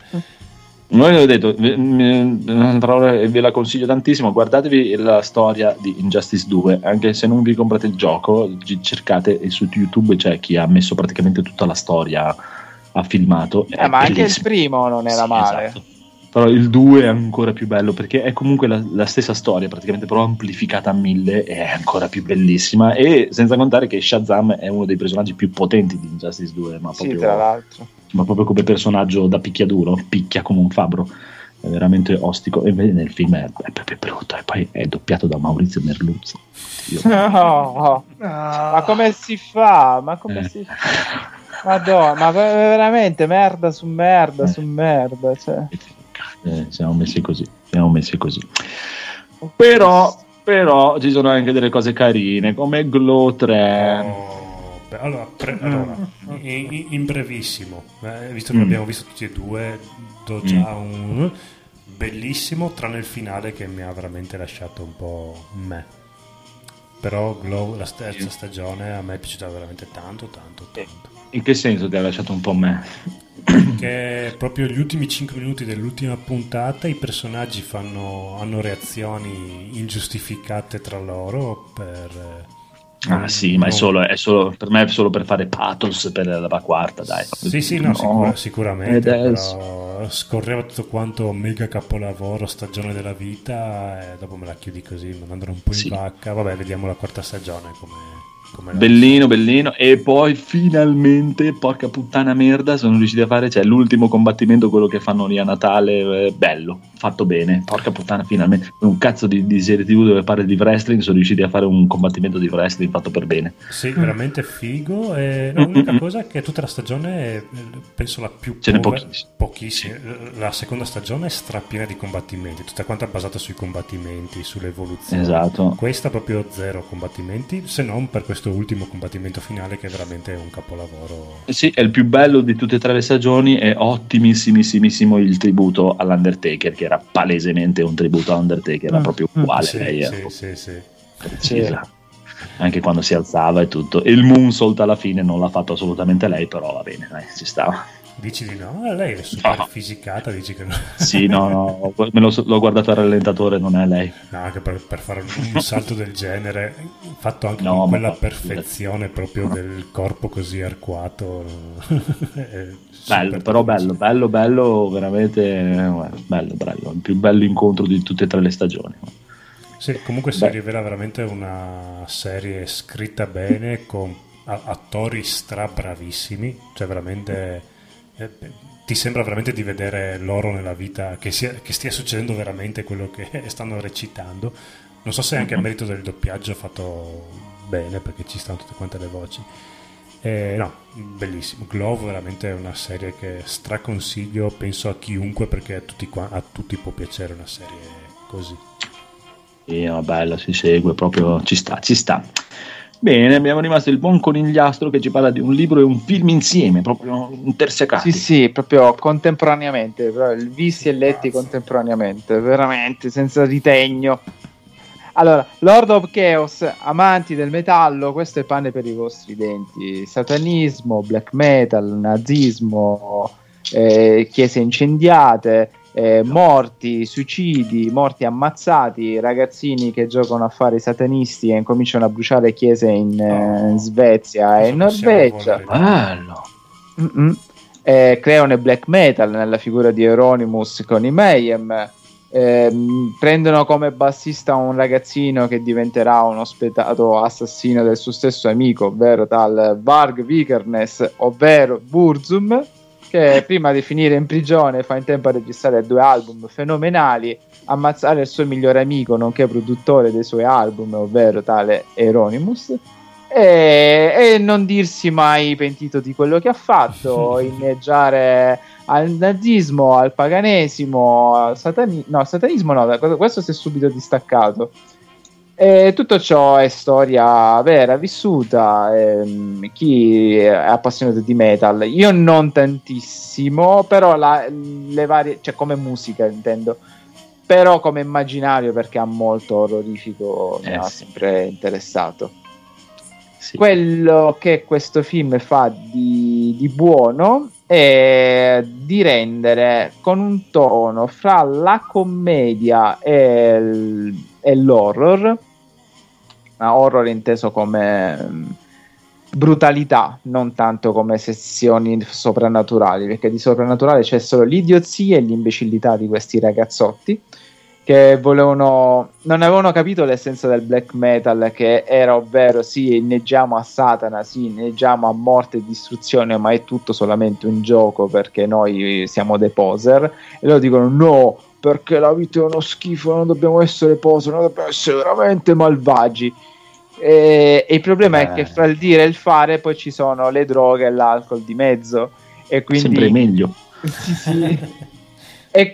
Noi ho detto, vi- mi- però ve la consiglio tantissimo, guardatevi la storia di Injustice due, anche se non vi comprate il gioco, gi- cercate e su YouTube c'è chi ha messo praticamente tutta la storia, ha filmato. Eh, è ma anche il bellissimo. primo non era Sì, male. esatto. Però il due è ancora più bello perché è comunque la, la stessa storia, praticamente però amplificata a mille, e è ancora più bellissima, e senza contare che Shazam è uno dei personaggi più potenti di Injustice due, ma Sì, proprio, tra l'altro. ma proprio come personaggio da picchiaduro, picchia come un fabbro, è veramente ostico, e invece nel film è, è proprio brutto, e poi è doppiato da Maurizio Merluzzo. Dio. No, ma come si fa? Ma come Eh. si fa? Madonna, ma ver- veramente merda su merda Eh. su merda. Cioè. Eh, siamo messi così, siamo messi così. Però, però ci sono anche delle cose carine, come Glow tre. Oh, beh, allora, pre- allora in, in brevissimo, eh, visto che Mm. l'abbiamo visto tutti e due, do già un bellissimo, tranne il finale che mi ha veramente lasciato un po' me. Però Glow, la terza stagione, a me è piaciuta veramente tanto, tanto, tanto. In che senso ti ha lasciato un po' me? Che proprio gli ultimi cinque minuti dell'ultima puntata i personaggi fanno, hanno reazioni ingiustificate tra loro per... Ah sì, ma è solo, è solo per me è solo per fare pathos per la quarta, dai. Sì, sì, no, No. sicura- sicuramente, Ed adesso- però scorreva tutto quanto mega capolavoro, stagione della vita, e dopo me la chiudi così, mandandolo un po' in Sì. vacca. Vabbè, vediamo la quarta stagione come, come la- Bellino, bellino. E poi finalmente, porca puttana merda, sono riusciti a fare, cioè l'ultimo combattimento, quello che fanno lì a Natale, eh, bello, fatto bene. Porca puttana, finalmente. Un cazzo di, di serie tivù dove parli di wrestling, sono riusciti a fare un combattimento di wrestling fatto per bene. Sì, veramente figo. E no, l'unica cosa è che tutta la stagione è, penso la più Ce n'è povera- pochissimo. pochissimi. La seconda stagione è strapiena di combattimenti, tutta quanta basata sui combattimenti, sulle evoluzioni. Esatto. Questa proprio zero combattimenti, se non per questo ultimo combattimento finale che è veramente un capolavoro. Sì, è il più bello di tutte e tre le stagioni, è ottimissimissimo il tributo all'Undertaker, che era palesemente un tributo all'Undertaker, era Mm. proprio uguale. Sì, lei sì, era sì, sì. precisa. Anche quando si alzava e tutto. E il moonsault alla fine non l'ha fatto assolutamente lei, però va bene, dai, ci stava. Dici di no? Eh, Lei è super No. fisicata, dici che no. Sì, no, no, me lo, l'ho guardato al rallentatore, non è lei. No, anche per, per fare un salto del genere, fatto anche No, con ma quella no, perfezione proprio del corpo così arcuato. È Bello, super però difficile. bello, bello, bello, veramente eh, bello, bello. Il più bello incontro di tutte e tre le stagioni. Sì, comunque si Beh. rivela veramente una serie scritta bene, con a- attori stra bravissimi, cioè veramente eh, ti sembra veramente di vedere loro nella vita, che, sia, che stia succedendo veramente quello che stanno recitando. Non so se anche a merito del doppiaggio fatto bene, perché ci stanno tutte quante le voci. Eh, no, bellissimo. Glow veramente è una serie che straconsiglio, penso a chiunque, perché a tutti, qua- a tutti può piacere una serie così. Sì, no, bella, si segue, proprio ci sta, ci sta. Bene, abbiamo rimasto il buon conigliastro che ci parla di un libro e un film insieme, proprio interseccati. Sì, sì, proprio contemporaneamente, però visti e letti contemporaneamente, veramente, senza ritegno. Allora, Lord of Chaos, amanti del metallo, questo è pane per i vostri denti. Satanismo, black metal, nazismo, eh, chiese incendiate, eh, morti, suicidi, morti ammazzati, ragazzini che giocano a fare i satanisti e incominciano a bruciare chiese in, eh, in Svezia e in Cosa possiamo Norvegia. volere? Bello. Mm-mm. Eh, creano il black metal nella figura di Euronymous con i Mayhem. Ehm, prendono come bassista un ragazzino che diventerà un ospetato assassino del suo stesso amico, ovvero tal Varg Vikernes, ovvero Burzum, che prima di finire in prigione fa in tempo a registrare due album fenomenali, ammazzare il suo migliore amico nonché produttore dei suoi album, ovvero tale Euronymous, e, e non dirsi mai pentito di quello che ha fatto, inneggiare al nazismo, al paganesimo, al satanismo, no, al satanismo no, questo si è subito distaccato. E tutto ciò è storia vera, vissuta. Ehm, chi è appassionato di metal, io non tantissimo, però la, le varie, cioè come musica intendo, però come immaginario, perché ha molto orrorifico, mi eh, ha sì. sempre interessato. Sì. Quello che questo film fa di, di buono è di rendere con un tono fra la commedia e, il, e l'horror, ma horror inteso come um, brutalità, non tanto come sezioni soprannaturali, perché di soprannaturale c'è solo l'idiozia e l'imbecillità di questi ragazzotti che volevano, non avevano capito l'essenza del black metal, che era ovvero sì, inneggiamo a Satana, sì, inneggiamo a morte e distruzione, ma è tutto solamente un gioco perché noi siamo dei poser, e loro dicono no, perché la vita è uno schifo, non dobbiamo essere poser, non dobbiamo essere veramente malvagi. E, e il problema eh. è che fra il dire e il fare poi ci sono le droghe e l'alcol di mezzo, e quindi sempre meglio. Sì, sì. E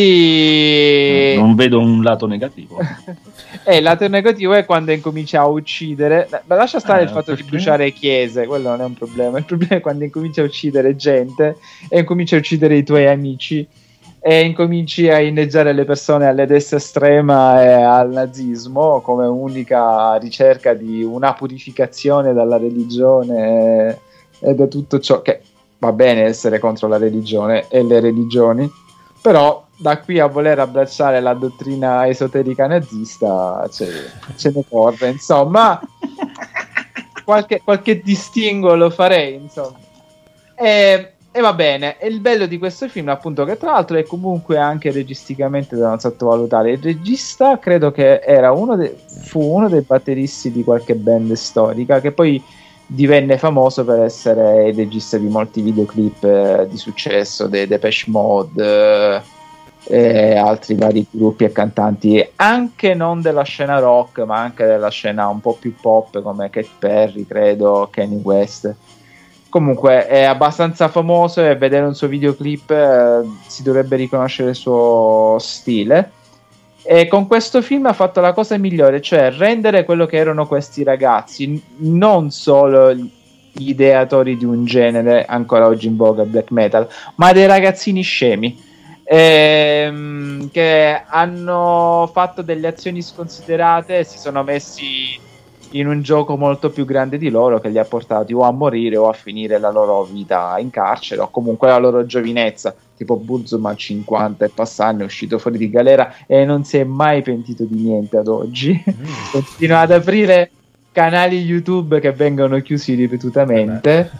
quindi non vedo un lato negativo. E il lato negativo è quando incomincia a uccidere, ma lascia stare eh, il fatto perché? di bruciare chiese, quello non è un problema, il problema è quando incomincia a uccidere gente e incomincia a uccidere i tuoi amici e incominci a inneggiare le persone alla destra estrema e al nazismo come unica ricerca di una purificazione dalla religione e da tutto ciò, che va bene essere contro la religione e le religioni, però da qui a voler abbracciare la dottrina esoterica nazista ce, ce ne corre, insomma. qualche, qualche distinguo lo farei, insomma. E, e va bene. E il bello di questo film, appunto, che tra l'altro è comunque anche registicamente da non sottovalutare. Il regista credo che era uno de- fu uno dei batteristi di qualche band storica, che poi divenne famoso per essere il regista di molti videoclip eh, di successo, dei Depeche Mode eh, e altri vari gruppi e cantanti, anche non della scena rock ma anche della scena un po' più pop come Katy Perry, credo, Kanye West. Comunque è abbastanza famoso e vedere un suo videoclip eh, si dovrebbe riconoscere il suo stile. E con questo film ha fatto la cosa migliore, cioè rendere quello che erano questi ragazzi non solo gli ideatori di un genere ancora oggi in voga, black metal, ma dei ragazzini scemi ehm, che hanno fatto delle azioni sconsiderate e si sono messi in un gioco molto più grande di loro, che li ha portati o a morire o a finire la loro vita in carcere o comunque la loro giovinezza. Tipo Burzum a cinquanta e passarne è uscito fuori di galera e non si è mai pentito di niente ad oggi. Mm. Continua ad aprire canali YouTube che vengono chiusi ripetutamente.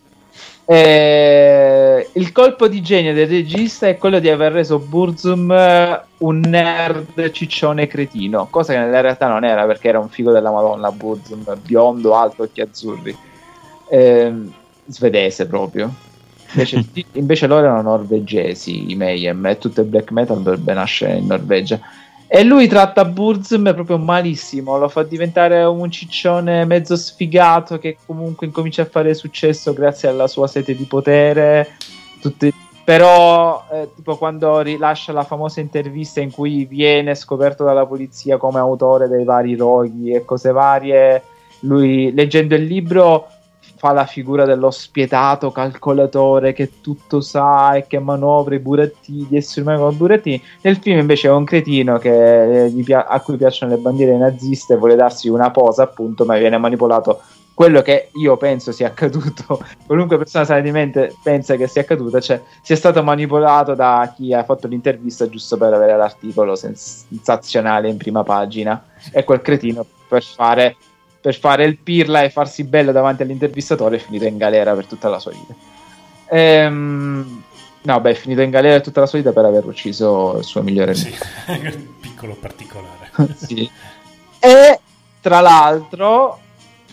E il colpo di genio del regista è quello di aver reso Burzum un nerd ciccione cretino, cosa che nella realtà non era, perché era un figo della Madonna Burzum, biondo, alto, occhi azzurri, e, svedese proprio. Invece, invece loro erano norvegesi, i Mayhem, e tutto il black metal dovrebbe nascere in Norvegia. E lui tratta Burzum proprio malissimo, lo fa diventare un ciccione mezzo sfigato che comunque incomincia a fare successo grazie alla sua sete di potere. Tutti... Però, eh, tipo quando rilascia la famosa intervista in cui viene scoperto dalla polizia come autore dei vari roghi e cose varie, lui, leggendo il libro, fa la figura dello spietato calcolatore che tutto sa e che manovra i burattini, gli esseri umani come burattini. Nel film invece è un cretino che, eh, gli pia- a cui piacciono le bandiere naziste, vuole darsi una posa appunto, ma viene manipolato. Quello che io penso sia accaduto, qualunque persona sana di mente pensa che sia accaduto, cioè sia stato manipolato da chi ha fatto l'intervista giusto per avere l'articolo sensazionale in prima pagina, e quel cretino per fare per fare il pirla e farsi bello davanti all'intervistatore è finito in galera per tutta la sua vita. Ehm, no, beh, è finito in galera tutta la sua vita per aver ucciso il suo migliore amico. Sì, piccolo particolare. Sì. E tra l'altro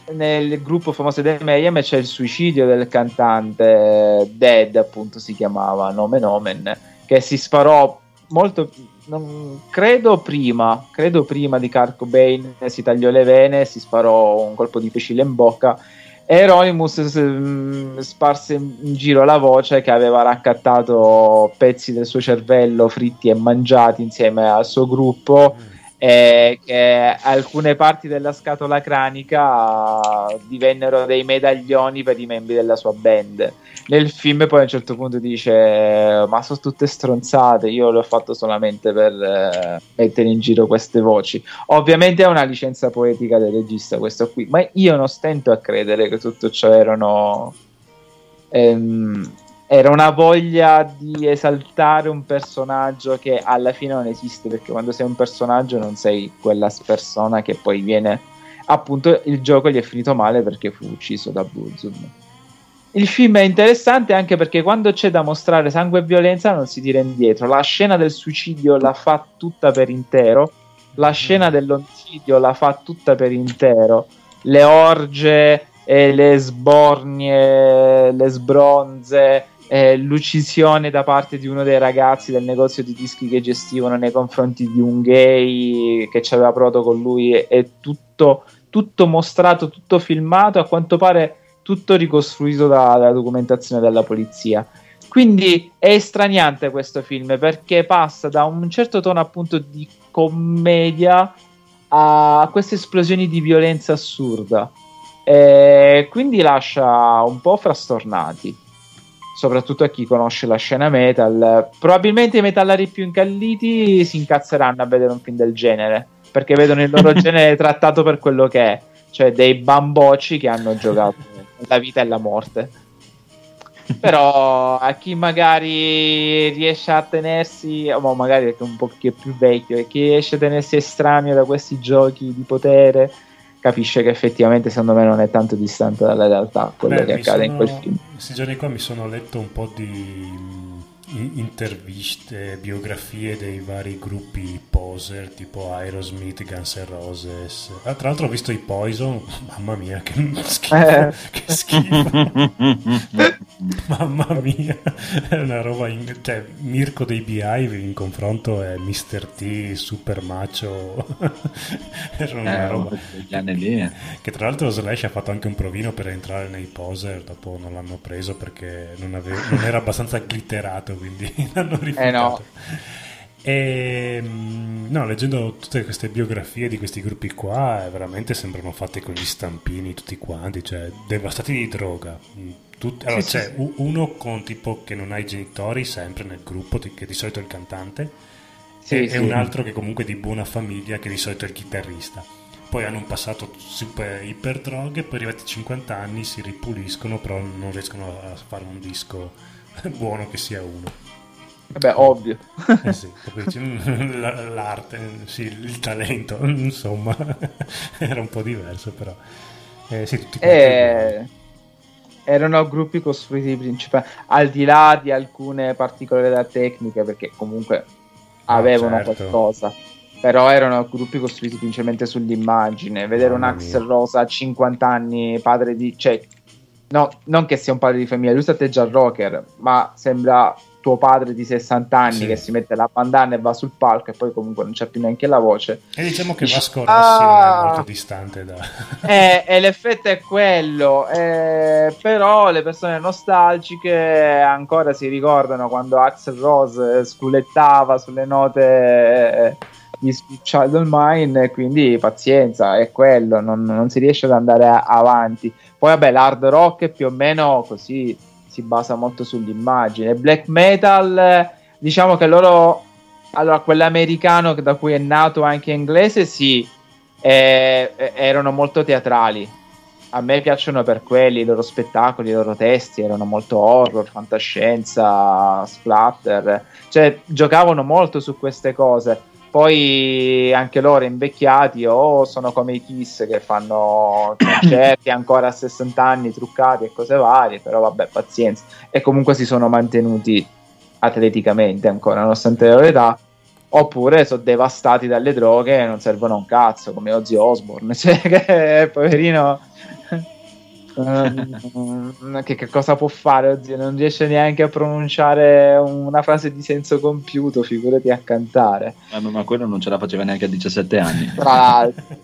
nel gruppo famoso dei Mayhem c'è il suicidio del cantante Dead, appunto si chiamava, nomen omen, che si sparò molto, non, credo prima credo prima di Kurt Cobain, si tagliò le vene, si sparò un colpo di fucile in bocca, e Euronymous mh, sparse in giro la voce che aveva raccattato pezzi del suo cervello fritti e mangiati insieme al suo gruppo, e che alcune parti della scatola cranica divennero dei medaglioni per i membri della sua band. Nel film poi a un certo punto dice: ma sono tutte stronzate, io l'ho fatto solamente per eh, mettere in giro queste voci. Ovviamente è una licenza poetica del regista questo qui, ma io non stento a credere che tutto ciò erano ehm, era una voglia di esaltare un personaggio che alla fine non esiste, perché quando sei un personaggio non sei quella persona che poi viene, appunto il gioco gli è finito male perché fu ucciso da Burzum. Il film è interessante anche perché quando c'è da mostrare sangue e violenza non si tira indietro. La scena del suicidio la fa tutta per intero, la scena dell'omicidio la fa tutta per intero, le orge, eh, le sbornie, le sbronze, eh, l'uccisione da parte di uno dei ragazzi del negozio di dischi che gestivano nei confronti di un gay che ci aveva provato con lui, è, è tutto, tutto mostrato, tutto filmato, a quanto pare tutto ricostruito da, dalla documentazione della polizia. Quindi è estraniante questo film perché passa da un certo tono appunto di commedia a queste esplosioni di violenza assurda, e quindi lascia un po' frastornati, soprattutto a chi conosce la scena metal. Probabilmente i metallari più incalliti si incazzeranno a vedere un film del genere perché vedono il loro genere trattato per quello che è, cioè dei bambocci che hanno giocato la vita e la morte. Però a chi magari riesce a tenersi, o magari è un po' chi è più vecchio e chi riesce a tenersi estraneo da questi giochi di potere, capisce che effettivamente secondo me non è tanto distante dalla realtà quello Beh, che accade sono, in quel film. Questi giorni qua mi sono letto un po' di interviste, biografie dei vari gruppi poser tipo Aerosmith, Guns N' Roses. Ah, tra l'altro ho visto i Poison, mamma mia che schifo, Eh. che schifo. Mamma mia, è una roba in... cioè Mirko dei Beehive in confronto è mister T super macho. Era una Eh, roba gli anni lì. che tra l'altro Slash ha fatto anche un provino per entrare nei poser, dopo non l'hanno preso perché non, aveva, non era abbastanza glitterato, quindi l'hanno rifiutato. Eh no. E no, leggendo tutte queste biografie di questi gruppi qua, veramente sembrano fatte con gli stampini tutti quanti, cioè devastati di droga. Tut- allora Sì, c'è sì, sì. u- uno con tipo che non ha i genitori sempre nel gruppo, ti- che di solito è il cantante, Sì, e, sì. e un altro che comunque è di buona famiglia, che di solito è il chitarrista. Poi hanno un passato super iper droghe, poi arrivati a cinquanta anni si ripuliscono, però non riescono a fare un disco buono che sia uno. Vabbè, ovvio. Eh sì, capisci? L- l'arte, sì, il talento, insomma, era un po' diverso, però. Eh, sì, tutti quanti Eh, uguali. erano gruppi costruiti principalmente al di là di alcune particolarità tecniche, perché comunque Ah, avevano certo. qualcosa, però erano gruppi costruiti principalmente sull'immagine. Vedere un Mamma Axl mia. Rose a cinquanta anni, padre di, cioè, no, non che sia un padre di famiglia, lui sta già rocker, ma sembra tuo padre di sessanta anni Sì. che si mette la bandana e va sul palco e poi comunque non c'è più neanche la voce. E diciamo che Dici, Vasco Rossi non "Ah!" è molto distante da... Eh, e l'effetto è quello, eh, però le persone nostalgiche ancora si ricordano quando Axl Rose sculettava sulle note eh, di Sweet Child of Mine, quindi pazienza, è quello, non, non si riesce ad andare a- avanti. Poi vabbè, l'hard rock è più o meno così, si basa molto sull'immagine. Black metal, eh, diciamo che loro, allora quell'americano che- da cui è nato anche inglese, sì, eh, eh, erano molto teatrali. A me piacciono per quelli, i loro spettacoli, i loro testi erano molto horror, fantascienza, splatter, cioè giocavano molto su queste cose. Poi anche loro invecchiati o sono come i Kiss che fanno concerti ancora a sessanta anni truccati e cose varie, però vabbè, pazienza. E comunque si sono mantenuti atleticamente ancora nonostante la loro età. Oppure sono devastati dalle droghe e non servono a un cazzo, come Ozzy Osbourne, cioè che poverino Um, che, che cosa può fare? Oddio, non riesce neanche a pronunciare una frase di senso compiuto, figurati a cantare. Eh, ma quello non ce la faceva neanche a diciassette anni. Tra l'altro.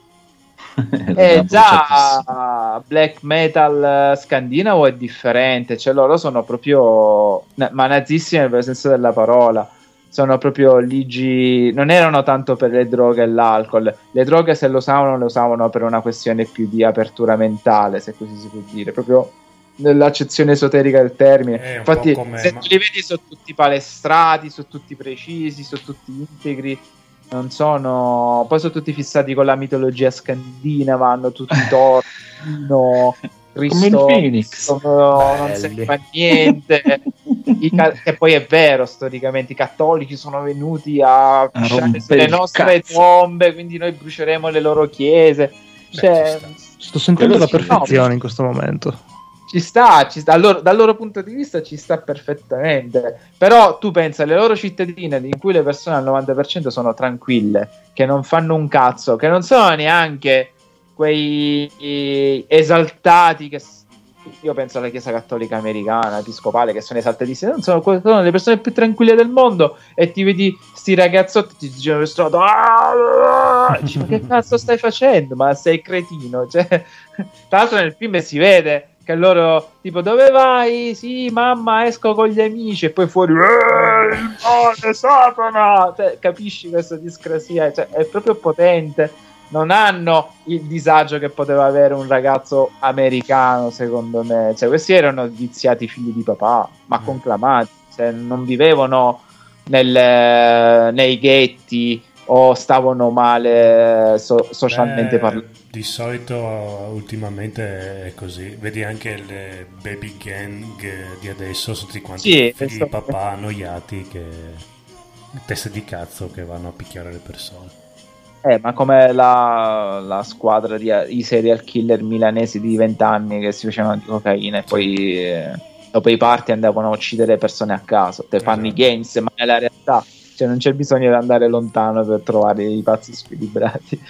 Eh, già black metal scandinavo è differente, cioè loro sono proprio ma nazissimi nel vero senso della parola, sono proprio ligi, non erano tanto per le droghe e l'alcol, le droghe se lo usavano le usavano per una questione più di apertura mentale, se così si può dire, proprio nell'accezione esoterica del termine. Infatti se tu li vedi sono tutti palestrati, sono tutti precisi, sono tutti integri, non sono, poi sono tutti fissati con la mitologia scandinava, hanno tutti Thor, no, Cristo, come il Phoenix, no, non si fa niente. I ca- che poi è vero, storicamente i cattolici sono venuti a bruciare le nostre cazzo. tombe, quindi noi bruceremo le loro chiese. Cioè, Beh, sto sentendo la perfezione no, in questo momento. Ci sta, ci sta. Allora, dal loro punto di vista ci sta perfettamente, però tu pensa alle loro cittadine in cui le persone al novanta per cento sono tranquille, che non fanno un cazzo, che non sono neanche quei esaltati che io penso alla Chiesa Cattolica Americana, episcopale, che sono esaltatissime, non sono, sono le persone più tranquille del mondo, e ti vedi sti ragazzotti ti dicono per strada, ah, dici, ma che cazzo stai facendo? Ma sei cretino, cioè, tra l'altro nel film si vede che loro tipo dove vai? Sì, mamma, esco con gli amici, e poi fuori eh, il male, Satana, cioè, capisci questa discrasia, cioè, è proprio potente. Non hanno il disagio che poteva avere un ragazzo americano, secondo me, cioè questi erano viziati figli di papà, ma conclamati, cioè, non vivevano nel, nei ghetti o stavano male so, socialmente parlando. Di solito ultimamente è così, vedi anche le baby gang di adesso, sono tutti quanti sì, figli di papà annoiati, che teste di cazzo che vanno a picchiare le persone. Eh, ma come la, la squadra di i serial killer milanesi di venti anni che si facevano di cocaina e poi eh, dopo i party andavano a uccidere persone a caso. Te fanno esatto. I games, ma nella realtà, cioè, non c'è bisogno di andare lontano per trovare i pazzi squilibrati.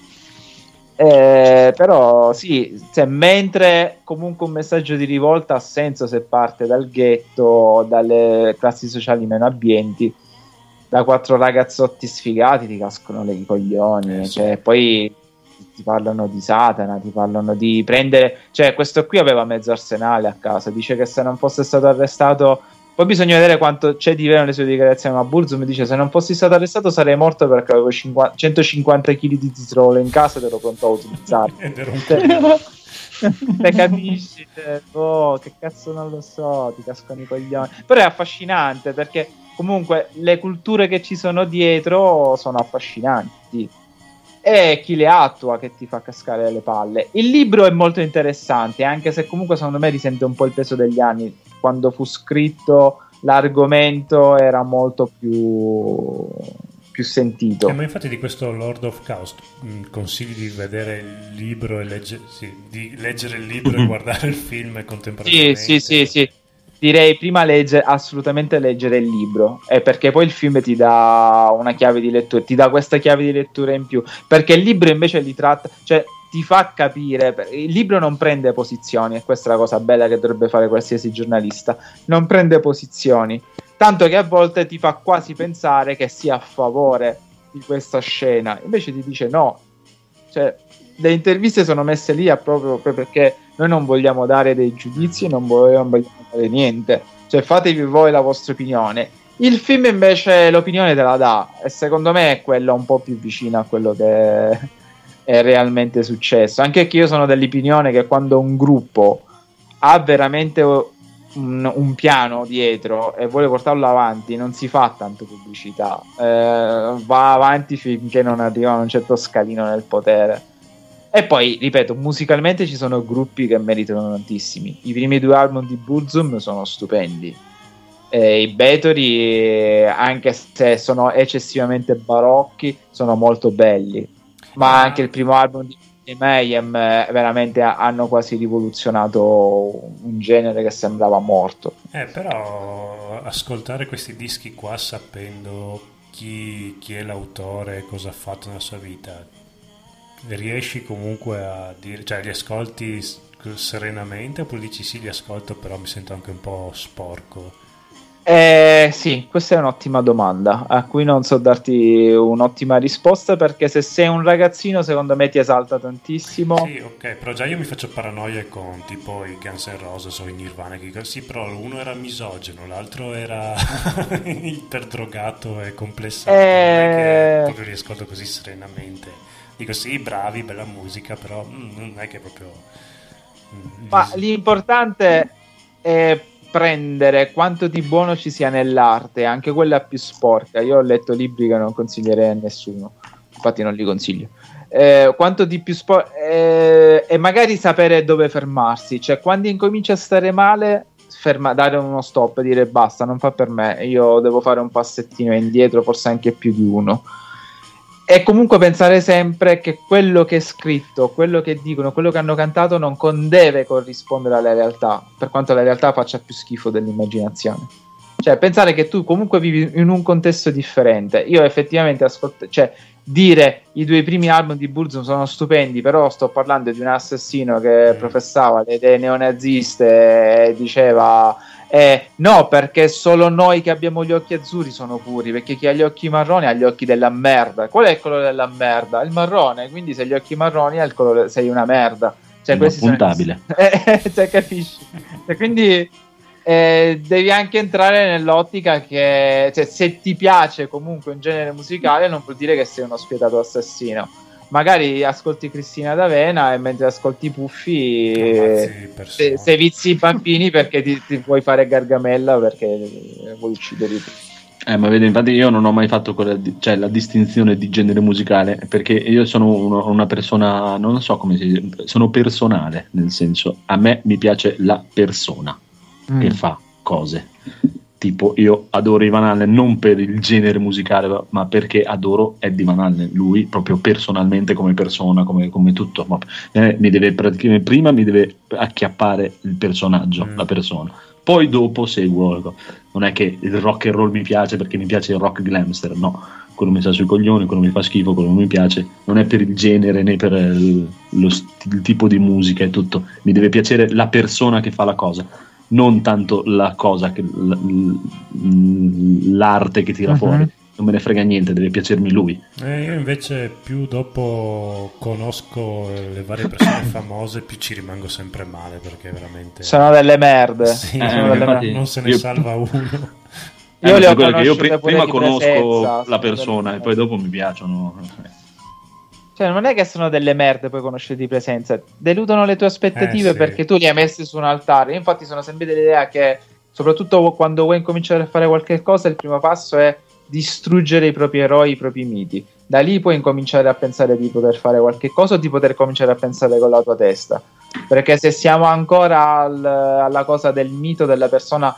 Eh, però sì, cioè, mentre comunque un messaggio di rivolta ha senso se parte dal ghetto, dalle classi sociali meno abbienti, da quattro ragazzotti sfigati ti cascano le coglioni, eh, cioè, poi ti parlano di Satana, ti parlano di prendere, cioè questo qui aveva mezzo arsenale a casa, dice che se non fosse stato arrestato, poi bisogna vedere quanto c'è di vero nelle sue dichiarazioni, ma Burzum dice se non fossi stato arrestato sarei morto perché avevo cinquanta, centocinquanta chili di titrolo in casa ed ero pronto a utilizzarlo. Te capisci? Oh, che cazzo, non lo so, ti cascano i coglioni. Però è affascinante perché comunque le culture che ci sono dietro sono affascinanti, e chi le attua che ti fa cascare le palle. Il libro è molto interessante, anche se comunque secondo me risente un po' il peso degli anni. Quando fu scritto l'argomento era molto più più sentito. Eh, ma infatti di questo Lord of Chaos mh, consigli di vedere il libro e legge- sì, di leggere il libro e guardare il film contemporaneamente? Sì, sì, sì, sì. Direi prima legge, assolutamente leggere il libro, eh, perché poi il film ti dà una chiave di lettura, ti dà questa chiave di lettura in più, perché il libro invece li tratta, cioè ti fa capire, il libro non prende posizioni, e questa è la cosa bella che dovrebbe fare qualsiasi giornalista, non prende posizioni, tanto che a volte ti fa quasi pensare che sia a favore di questa scena, invece ti dice no, cioè le interviste sono messe lì proprio perché noi non vogliamo dare dei giudizi, non vogliamo dare niente, cioè fatevi voi la vostra opinione. Il film invece l'opinione te la dà, e secondo me è quella un po' più vicina a quello che è realmente successo, anche che io sono dell'opinione che quando un gruppo ha veramente un, un piano dietro e vuole portarlo avanti non si fa tanto pubblicità, eh, va avanti finché non arriva a un certo scalino nel potere. E poi, ripeto, musicalmente ci sono gruppi che meritano tantissimi. I primi due album di Burzum sono stupendi. Eh, I Bathory, anche se sono eccessivamente barocchi, sono molto belli. Ma anche il primo album di Mayhem veramente hanno quasi rivoluzionato un genere che sembrava morto. Eh, però ascoltare questi dischi qua sapendo chi, chi è l'autore, cosa ha fatto nella sua vita, riesci comunque a dire, cioè li ascolti serenamente oppure dici sì li ascolto però mi sento anche un po' sporco? Eh, sì, questa è un'ottima domanda a cui non so darti un'ottima risposta, perché se sei un ragazzino secondo me ti esalta tantissimo. Sì, ok, però già io mi faccio paranoia con tipo i Guns N' Roses o i Nirvana che dicono sì, però uno era misogino, l'altro era iperdrogato e complessato, eh... non è che proprio li ascolto così serenamente. Dico sì, bravi, bella musica, però mm, non è che proprio mm, ma li... l'importante è prendere quanto di buono ci sia nell'arte, anche quella più sporca. Io ho letto libri che non consiglierei a nessuno, infatti non li consiglio. Eh, quanto di più sporca, eh, e magari sapere dove fermarsi, cioè quando incomincia a stare male, ferma, dare uno stop, dire basta, non fa per me, io devo fare un passettino indietro, forse anche più di uno. E comunque pensare sempre che quello che è scritto, quello che dicono, quello che hanno cantato non con- deve corrispondere alla realtà, per quanto la realtà faccia più schifo dell'immaginazione. Cioè pensare che tu comunque vivi in un contesto differente. Io effettivamente ascolto, cioè dire i due primi album di Burzum sono stupendi, però sto parlando di un assassino che Mm. professava le idee neonaziste e diceva Eh, no, perché solo noi che abbiamo gli occhi azzurri sono puri, perché chi ha gli occhi marroni ha gli occhi della merda. Qual è il colore della merda? Il marrone, quindi se hai gli occhi marroni hai il colore, sei una merda. Cioè, questi sono Inappuntabile. eh, cioè, capisci? E quindi eh, devi anche entrare nell'ottica che, cioè, se ti piace comunque un genere musicale non vuol dire che sei uno spietato assassino. Magari ascolti Cristina D'Avena e mentre ascolti i Puffi Ammazzi persone. se, se vizi i bambini perché ti, ti vuoi fare Gargamella perché vuoi uccidere i Puffi. Eh, ma vedi, infatti io non ho mai fatto quella di- cioè, la distinzione di genere musicale, perché io sono uno- una persona, non so come si dice, sono personale, nel senso, a me mi piace la persona Mm. che fa cose. Tipo, io adoro Ivan Allen non per il genere musicale, ma perché adoro Eddie Van Halen, lui proprio personalmente come persona, come, come tutto. Ma, eh, mi deve praticamente, prima mi deve acchiappare il personaggio, Mm. la persona. Poi dopo seguo. Non è che il rock and roll mi piace perché mi piace il rock glamster, no. Quello mi sta sui coglioni, quello mi fa schifo, quello non mi piace. Non è per il genere né per il, lo st- il tipo di musica e tutto. Mi deve piacere la persona che fa la cosa, non tanto la cosa, che, l- l- l'arte che tira Mhm. fuori. Non me ne frega niente, deve piacermi lui. Eh, io invece più dopo conosco le varie persone famose più ci rimango sempre male perché veramente Sono delle merde. Sì, Eh, sono delle infatti- merde. non se ne io- salva uno. Eh, Io ma le ho per quello che io conosciute pri- pure prima di conosco presenza, la sono persona delle e poi dopo mi piacciono. Cioè, non è che sono delle merde poi conoscere di presenza, deludono le tue aspettative Eh, sì. perché tu li hai messi su un altare. Io infatti sono sempre dell'idea che, soprattutto quando vuoi incominciare a fare qualche cosa, il primo passo è distruggere i propri eroi, i propri miti. Da lì puoi incominciare a pensare di poter fare qualche cosa o di poter cominciare a pensare con la tua testa. Perché se siamo ancora al- alla cosa del mito della persona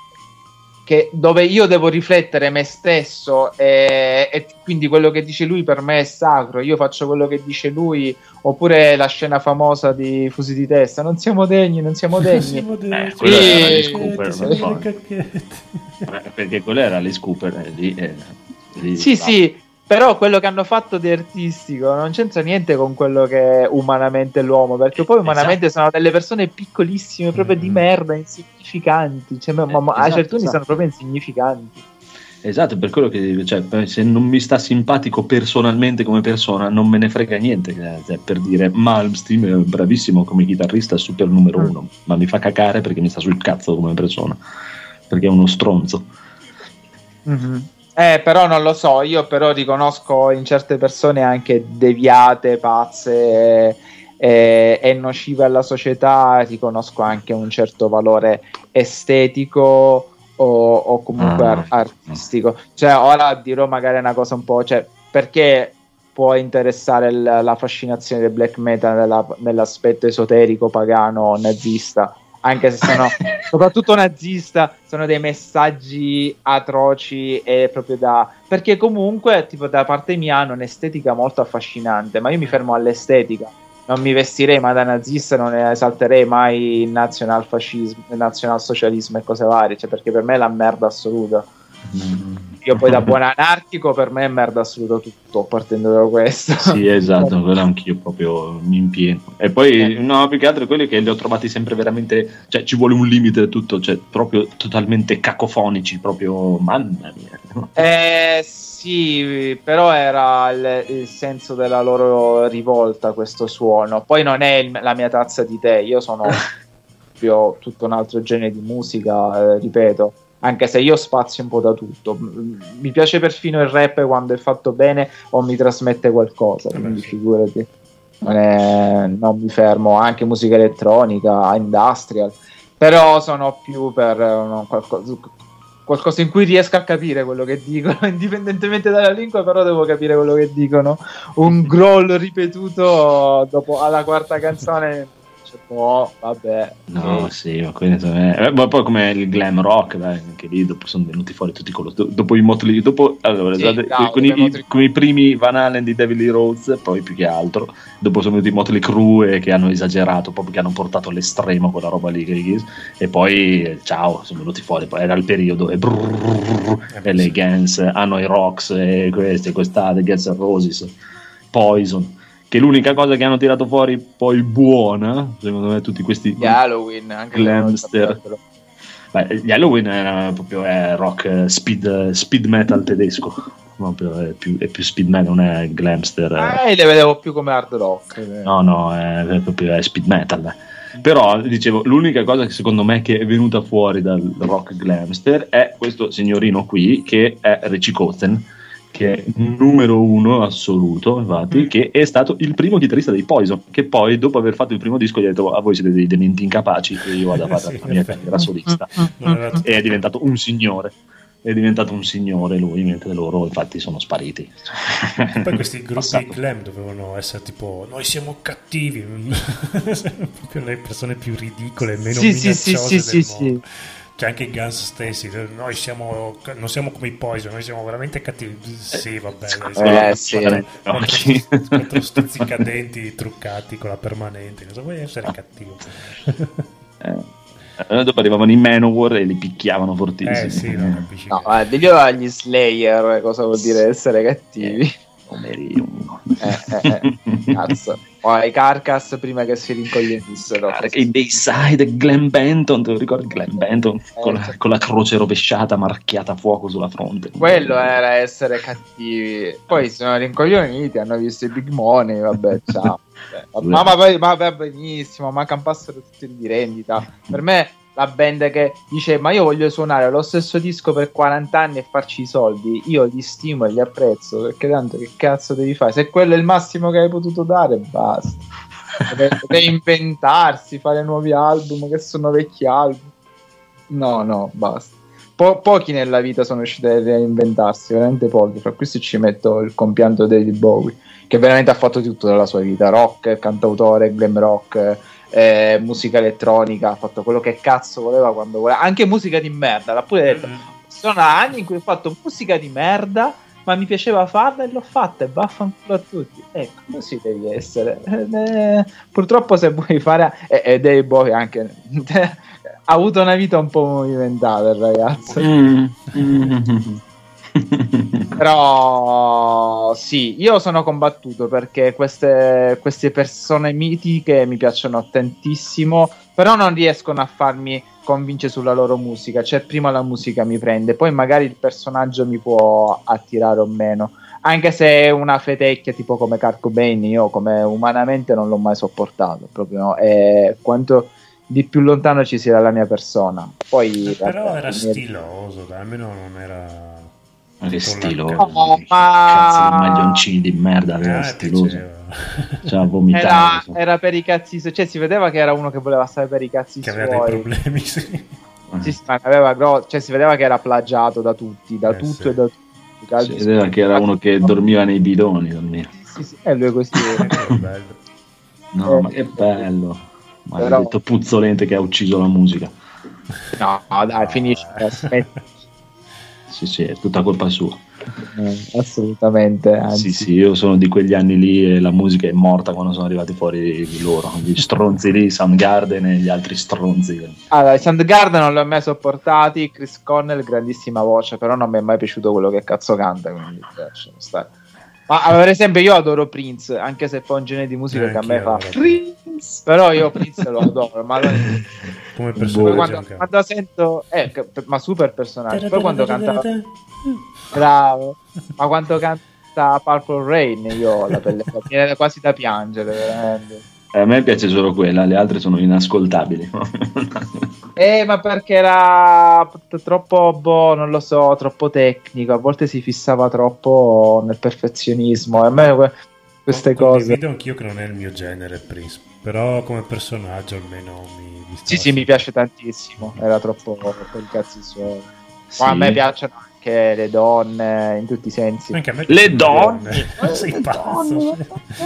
che, dove io devo riflettere me stesso e, e quindi quello che dice lui per me è sacro, io faccio quello che dice lui, oppure la scena famosa di Fusi di testa, non siamo degni, non siamo degni. Siamo dei- Eh, quello Sì. era Alice Cooper, siamo per dei forza. cacchetti. Eh, perché quello era Alice Cooper, eh, lì, eh, lì- Sì, sì, però quello che hanno fatto di artistico non c'entra niente con quello che è umanamente l'uomo, perché poi umanamente sono delle persone piccolissime, proprio di Mm. merda, insignificanti, cioè, ma, ma a esatto, certi punti esatto. sono proprio insignificanti. Esatto, per quello che cioè, se non mi sta simpatico personalmente come persona, non me ne frega niente. eh, cioè, per dire, Malmsteen è bravissimo come chitarrista, super numero Mm. uno, ma mi fa cacare perché mi sta sul cazzo come persona, perché è uno stronzo. Mhm. Eh, però non lo so, io però riconosco in certe persone anche deviate, pazze e, e nocive alla società, riconosco anche un certo valore estetico o, o comunque Ah, ar- artistico. Cioè, ora dirò magari una cosa un po', cioè, perché può interessare il- la fascinazione del black metal nella- nell'aspetto esoterico, pagano, nazista, anche se sono soprattutto nazista, sono dei messaggi atroci e proprio da, perché comunque tipo da parte mia hanno un'estetica molto affascinante, ma io mi fermo all'estetica, non mi vestirei mai da nazista, non esalterei mai il nazionalfascismo, il nazionalsocialismo e cose varie, cioè perché per me è la merda assoluta. Mm. io poi da buon anarchico per me è merda assoluta tutto, partendo da questo. Sì, esatto, quello anch'io proprio mi impieno. E poi, eh. no, più che altro quelli che li ho trovati sempre veramente, cioè ci vuole un limite e tutto, cioè proprio totalmente cacofonici, proprio, mamma mia. Eh sì, però era il, il senso della loro rivolta questo suono. Poi non è il, la mia tazza di tè, io sono proprio tutto un altro genere di musica, eh, ripeto. Anche se io spazio un po' da tutto, mi piace perfino il rap quando è fatto bene o mi trasmette qualcosa, quindi figurati, non, è, non mi fermo. Anche musica elettronica, industrial, però sono più per no, qualcosa, qualcosa in cui riesco a capire quello che dicono, indipendentemente dalla lingua, però devo capire quello che dicono. Un growl ripetuto dopo alla quarta canzone. Oh, vabbè, no, eh. sì, ma questo è... ma poi come il glam rock, dai, anche lì dopo sono venuti fuori tutti con lo... dopo i Motley, dopo allora, sì, esatto, no, con, i, Motley... con i primi Van Halen di Devil Rhodes, poi più che altro dopo sono venuti i Motley Crue che hanno esagerato, proprio che hanno portato all'estremo quella roba lì, e poi ciao, sono venuti fuori, poi era il periodo e, brrr, e le Guns hanno i Rocks e queste, quest'altre Guns N' Roses, Poison, che l'unica cosa che hanno tirato fuori poi buona, secondo me, tutti questi gli Halloween, anche glamster. Beh, gli Halloween è proprio è rock speed, speed metal tedesco, proprio è più, è più speed metal, non è glamster. Eh, le vedevo più come hard rock. No, no, è, è proprio è speed metal. Però dicevo, l'unica cosa che secondo me che è venuta fuori dal rock glamster è questo signorino qui che è Richie Kotzen, che è numero uno assoluto, infatti, mm. che è stato il primo chitarrista dei Poison, che poi dopo aver fatto il primo disco gli ha detto: a voi siete dei dementi incapaci, che io vado a fare sì, la mia carriera solista. E è diventato un signore, è diventato un signore lui, mentre loro infatti sono spariti. Poi questi gruppi glam dovevano essere tipo: noi siamo cattivi, proprio le persone più ridicole, meno sì, minacciose sì, sì, sì, del sì, mondo. C'è anche i Guns stessi, noi siamo non siamo come i Poison, noi siamo veramente cattivi. Sì, vabbè, dai, eh, sì. Quattro, quattro stuzzicadenti truccati con la permanente, cosa vuoi essere cattivo? Eh, dopo arrivavano i Manowar e li picchiavano fortissimi. Eh sì, non capisci. No, ma diglielo agli Slayer cosa vuol dire essere cattivi. Pomerium. Eh, eh, eh. Cazzo. O ai Carcass prima che si rincoglionissero. I Bayside, Glenn Benton, te lo ricordi Glenn Benton? Eh, con, la, con la croce rovesciata marchiata a fuoco sulla fronte. Quello era essere cattivi. Poi si sono rincoglioniti, hanno visto i Big Money, vabbè, ciao. ma, ma, ma, ma va benissimo, ma campassero tutti di rendita. Per me la band che dice: ma io voglio suonare lo stesso disco per quaranta anni e farci i soldi, io li stimo e li apprezzo, perché tanto che cazzo devi fare? Se quello è il massimo che hai potuto dare, basta. Devi inventarsi, fare nuovi album che sono vecchi album. No, no, basta. Po- pochi nella vita sono riusciti a reinventarsi, veramente pochi. Fra questi ci metto il compianto David Bowie, che veramente ha fatto tutto della sua vita: rock, cantautore, glam rock, Eh, musica elettronica, ha fatto quello che cazzo voleva quando voleva, anche musica di merda, l'ha pure detto. Sono anni in cui ho fatto musica di merda, ma mi piaceva farla e l'ho fatta, e vaffanculo a tutti. Ecco, così devi essere. Eh, purtroppo se vuoi fare e eh, eh, Dave Bowie anche ha avuto una vita un po' movimentata il ragazzo. Mm. Però sì, io sono combattuto perché queste, queste persone mitiche mi piacciono tantissimo, però non riescono a farmi convincere sulla loro musica. Cioè prima la musica mi prende, poi magari il personaggio mi può attirare o meno, anche se è una fetecchia tipo come Kurt Cobain. Io come umanamente non l'ho mai sopportato proprio, no? E quanto di più lontano ci sia dalla mia persona. Poi però vabbè, era stiloso, dai, almeno non era che stiloso, no, ma... cazzo di maglioncini di merda, era eh, stiloso, cioè, vomitato, era, so. era per i cazzi, cioè si vedeva che era uno che voleva stare per i cazzi che suoi, aveva dei problemi, sì. Sì, sì, ma aveva gro- cioè si vedeva che era plagiato da tutti, da eh, tutto sì. e da tutti. Si vedeva che era uno che dormiva nei bidoni, dormiva. Sì, sì, e lui così che bello. No, eh, ma che bello, però... maledetto puzzolente che ha ucciso la musica. No, no dai, finisci, smetti. sì, sì, è tutta colpa sua. Eh, assolutamente, anzi. Sì, sì, io sono di quegli anni lì e la musica è morta quando sono arrivati fuori loro, gli stronzi lì, Soundgarden e gli altri stronzi. Allora, i Soundgarden non li ho mai sopportati, Chris Cornell, grandissima voce, però non mi è mai piaciuto quello che cazzo canta, quindi lasciamo stare. Ma per esempio io adoro Prince, anche se fa un genere di musica Eh, che a me fa adoro. Prince, però io Prince lo adoro, ma come poi personaggio quando, anche. quando sento eh, che- ma super personaggio, poi quando canta bravo, ma quando canta Purple Rain io la pelle mi viene quasi da piangere veramente. Eh, a me piace solo quella, le altre sono inascoltabili. Eh, ma perché era t- troppo, boh, non lo so, troppo tecnico. A volte si fissava troppo nel perfezionismo. E a me que- queste cose. Condivido anch'io che non è il mio genere, Prince, però come personaggio almeno mi, mi Sì, stava sì, mi simpatico. piace tantissimo. Era troppo per i cazzi suoi. Sì. Ma a me piacciono anche le donne in tutti i sensi. Anche a me Le piacciono donne! Ma sei pazzo?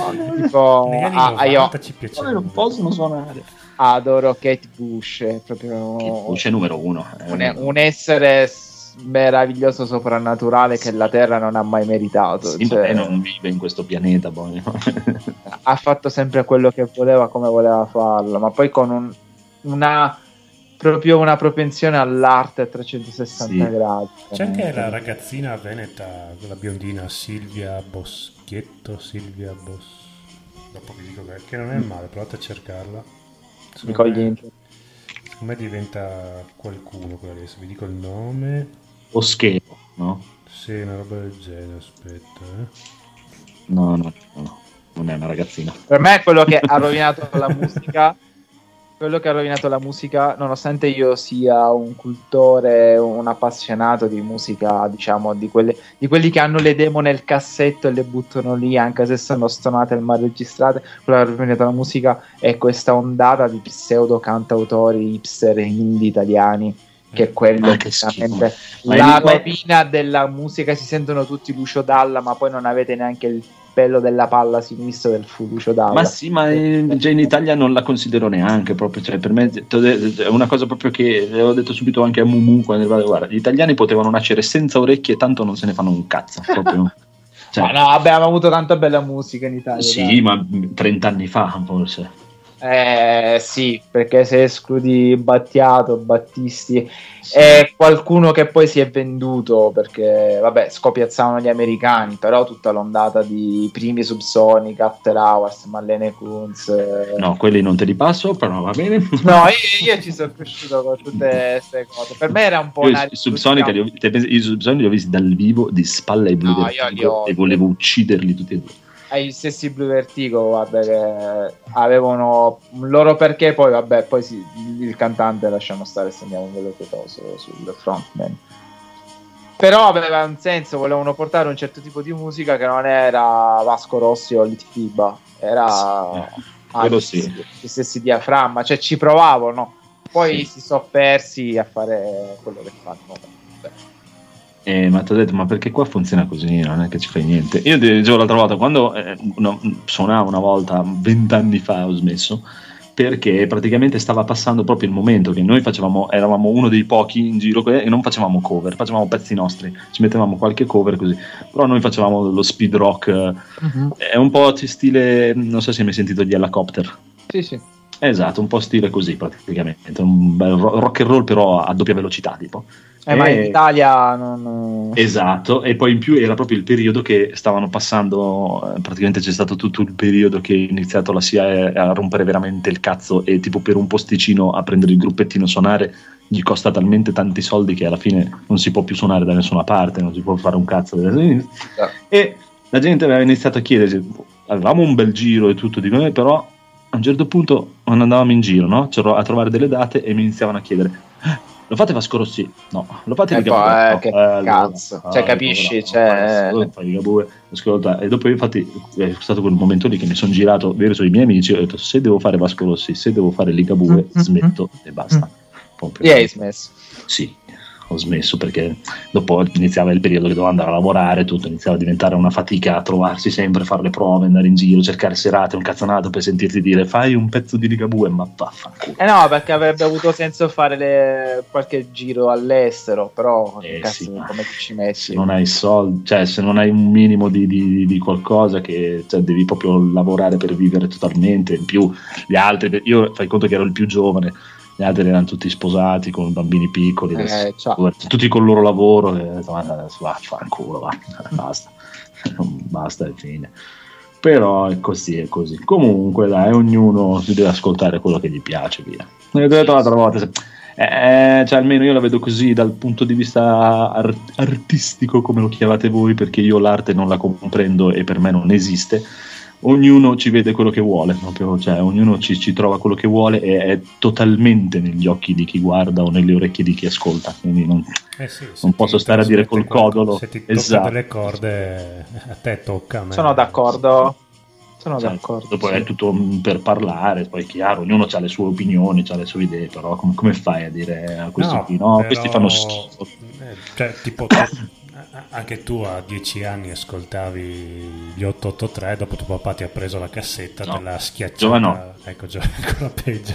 Tipo, Negli anni ah, ah, io novanta ci piaceva. non possono suonare. adoro Kate Bush. È proprio Che voce numero uno. eh. un, un essere s- meraviglioso soprannaturale che la Terra non ha mai meritato. Sì, cioè, ma lei non vive in questo pianeta, poi. ha fatto sempre quello che voleva, come voleva farlo, ma poi con un- una proprio una propensione all'arte a trecentosessanta Sì. gradi. C'è anche la ragazzina veneta, quella biondina, Silvia Boschietto, Silvia Bos... Dopo vi dico che, che non è male, provate a cercarla. Mi Secondo cogli me, in- secondo me diventa qualcuno quella lì, se vi dico il nome. O schifo, no? Sì, una roba del genere, aspetta. Eh. No, no, no, non è una ragazzina. Per me è quello che ha rovinato la musica. Quello che ha rovinato la musica, nonostante io sia un cultore, un appassionato di musica, diciamo, di, quelle, di quelli che hanno le demo nel cassetto e le buttano lì, anche se sono stonate e mal registrate, quello che ha rovinato la musica è questa ondata di pseudo cantautori hipster indie italiani, che è quello Ah, che veramente schifo. Ma la in- ma- rovina della musica. Si sentono tutti Lucio Dalla, ma poi non avete neanche il pelo della palla sinistra del fu Lucio Dalla. Ma sì, ma in, già in Italia non la considero neanche proprio, cioè per me è una cosa proprio che avevo detto subito anche a Mumu quando è arrivato, guarda, gli italiani potevano nascere senza orecchie e tanto non se ne fanno un cazzo, proprio. Cioè, Ma no, abbiamo avuto tanta bella musica in Italia. sì, dai. ma trent'anni fa forse. Eh sì, perché se escludi Battiato, Battisti e qualcuno che poi si è venduto, perché vabbè, scopiazzavano gli americani, però tutta l'ondata di primi Subsonica, After Hours, Marlene Kunz. eh. No, quelli non te li passo, però va bene. No, io, io ci sono cresciuto con tutte queste cose. Per me era un po' Io una i Subsonica li ho, te pensi- i Subsonica li ho visti dal vivo di spalla ai blu No, del io li Figo ho- e volevo ucciderli tutti e due. ai stessi Blue Vertigo, guarda, che avevano un loro perché, poi vabbè, poi sì, il cantante lasciamo stare, se andiamo un velo pietoso sul frontman. Però aveva un senso, volevano portare un certo tipo di musica che non era Vasco Rossi o Litfiba, era Sì, quello ah, sì. gli gli stessi diaframma, cioè ci provavano, poi Sì. si sono persi a fare quello che fanno. Vabbè. Eh, ma ti ho detto, ma perché qua funziona così, non è che ci fai niente. Io ti dicevo l'altra volta, quando eh, no, suonavo una volta, vent'anni fa ho smesso, perché praticamente stava passando proprio il momento che noi facevamo, eravamo uno dei pochi in giro e non facevamo cover, facevamo pezzi nostri, ci mettevamo qualche cover così, però noi facevamo lo speed rock, eh, Mhm. è un po' stile, non so se hai mai sentito gli Helicopter. Sì, sì. Esatto, un po' stile così praticamente, un bel ro- rock and roll però a doppia velocità tipo. Eh, ma in E- Italia non... Esatto, e poi in più era proprio il periodo che stavano passando, eh, praticamente c'è stato tutto il periodo che è iniziato la S I A a rompere veramente il cazzo e tipo per un posticino a prendere il gruppettino a suonare gli costa talmente tanti soldi che alla fine non si può più suonare da nessuna parte, non si può fare un cazzo e la gente aveva iniziato a chiedersi, avevamo un bel giro e tutto di me, però a un certo punto quando andavamo in giro, no? C'ero a trovare delle date e mi iniziavano a chiedere lo fate Vasco Rossi? No. Lo fate Eh, Ligabue? poi, eh, No. che Eh, allora, cazzo. Cioè, capisci, allora, cioè, allora, fai Ligabue, ascolta. E dopo io infatti è stato quel momento lì che mi sono girato verso i miei amici e ho detto se devo fare Vasco Rossi, se devo fare Ligabue Mm-hmm. smetto e basta. Proprio. Chi hai smesso? Sì, ho smesso perché dopo iniziava il periodo che dovevo andare a lavorare, tutto iniziava a diventare una fatica a trovarsi sempre, fare le prove, andare in giro, cercare serate, un cazzonato per sentirti dire fai un pezzo di Ligabue, ma vaffanculo. Eh no, perché avrebbe avuto senso fare le... qualche giro all'estero, però eh, cazzo, sì, come ci metti? Se non hai soldi, cioè se non hai un minimo di, di, di qualcosa che cioè, devi proprio lavorare per vivere totalmente, in più gli altri, io fai conto che ero il più giovane, gli altri erano tutti sposati con bambini piccoli, eh, tutti con il loro lavoro, e va, fanculo, va, basta, basta e fine. Però è così, è così. Comunque dai, ognuno si deve ascoltare quello che gli piace, via. Come ho detto l'altra volta, se, eh, cioè almeno io la vedo così dal punto di vista art- artistico, come lo chiamate voi, perché io l'arte non la comprendo e per me non esiste. Ognuno ci vede quello che vuole, proprio, cioè ognuno ci, ci trova quello che vuole e è totalmente negli occhi di chi guarda o nelle orecchie di chi ascolta, quindi non, eh sì, non posso stare a dire col codolo. Se ti tocca esatto. delle corde, a te tocca. A me. Sono d'accordo. Sono cioè, d'accordo. Dopo sì. è tutto per parlare, poi è chiaro, ognuno ha le sue opinioni, ha le sue idee, però come, come fai a dire a questi no, qui? No, però, questi fanno schifo. Eh, cioè, tipo, anche tu a dieci anni ascoltavi gli otto otto tre, dopo tuo papà ti ha preso la cassetta, no. te l'ha schiacciata. Giova no. Ecco, Giova ancora peggio.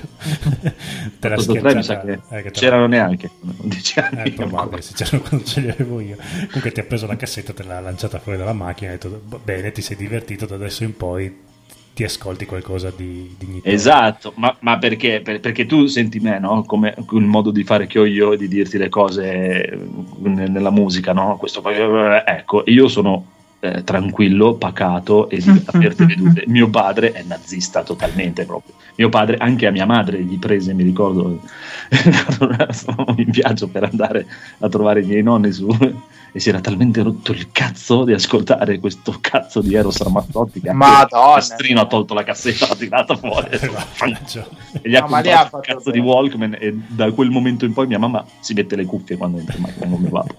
te l'ha schiacciata. Mi sa che eh, che c'erano la... neanche dieci anni. Eh, probabile, se c'erano quando ce li avevo io. Comunque ti ha preso la cassetta, te l'ha lanciata fuori dalla macchina e ha detto bene, ti sei divertito, da adesso in poi ti ascolti qualcosa di dignitoso. Esatto, ma, ma perché? Per, perché tu senti me, no? Come il modo di fare che ho io di dirti le cose nella musica, no? Questo, ecco, io sono eh, tranquillo, pacato e di aperte vedute. Mio padre è nazista totalmente proprio. Mio padre, anche a mia madre gli prese, mi ricordo, stavamo in viaggio per andare a trovare i miei nonni su... e si era talmente rotto il cazzo di ascoltare questo cazzo di Eros Ramazzotti che Madonna, il mastrino ha tolto la cassetta, l'ha tirata fuori e, e gli ha no, comprato il cazzo bene. Di Walkman, e da quel momento in poi mia mamma si mette le cuffie quando entra in macchina con mio papà.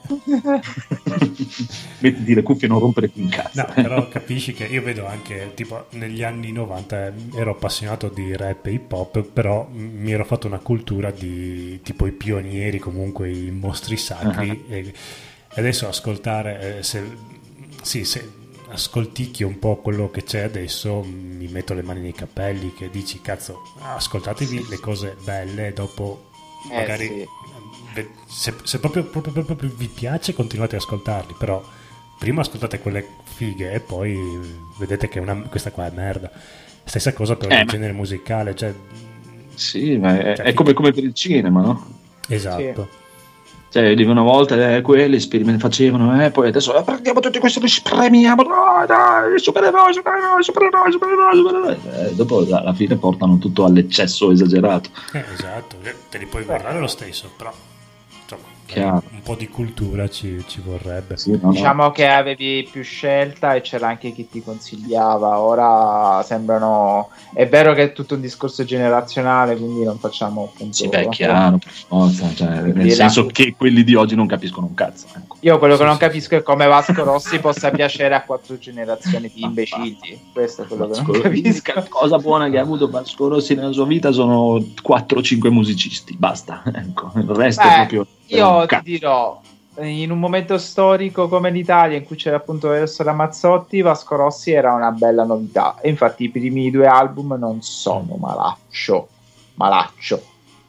Mettiti le cuffie e non rompere qui in cazzo. No, però capisci che io vedo anche tipo negli anni novanta ero appassionato di rap e hip hop, però mi ero fatto una cultura di tipo i pionieri, comunque i mostri sacri. Uh-huh. e adesso ascoltare, eh, se, sì, se ascolticchio un po' quello che c'è adesso, mi metto le mani nei capelli, che dici, cazzo, ascoltatevi sì, le cose belle, dopo eh, magari, sì. se, se proprio, proprio, proprio, proprio vi piace continuate ad ascoltarli, però prima ascoltate quelle fighe e poi vedete che una, questa qua è merda. Stessa cosa per eh, il ma... genere musicale, cioè... Sì, ma è, cioè, è come, come per il cinema, no? Esatto. Sì. Cioè, una volta eh, quelli esperimenti facevano, e eh, poi adesso eh, prendiamo tutti questi, li spremiamo, dai, dai, supereroi, supereroi, supereroi, supereroi, supereroi. Eh, dopo alla fine portano tutto all'eccesso esagerato. Eh, esatto, te li puoi guardare lo stesso, però insomma, un po' di cultura ci, ci vorrebbe. Sì, no, diciamo no. che avevi più scelta e c'era anche chi ti consigliava. Ora sembrano, è vero che è tutto un discorso generazionale, quindi non facciamo appunto. Sì, beh, chiaro, per forza, cioè, nel la... senso che quelli di oggi non capiscono un cazzo. Ecco. Io quello che sì, non sì, capisco sì. è come Vasco Rossi possa piacere a quattro generazioni di imbecilli. Questo è quello che non capisco. La cosa buona che ha avuto Vasco Rossi nella sua vita sono quattro cinque musicisti, basta. Ecco, il resto beh, è proprio. Io ti dirò, in un momento storico come l'Italia in cui c'era appunto Eros Ramazzotti, Vasco Rossi era una bella novità e infatti i primi due album non sono malaccio malaccio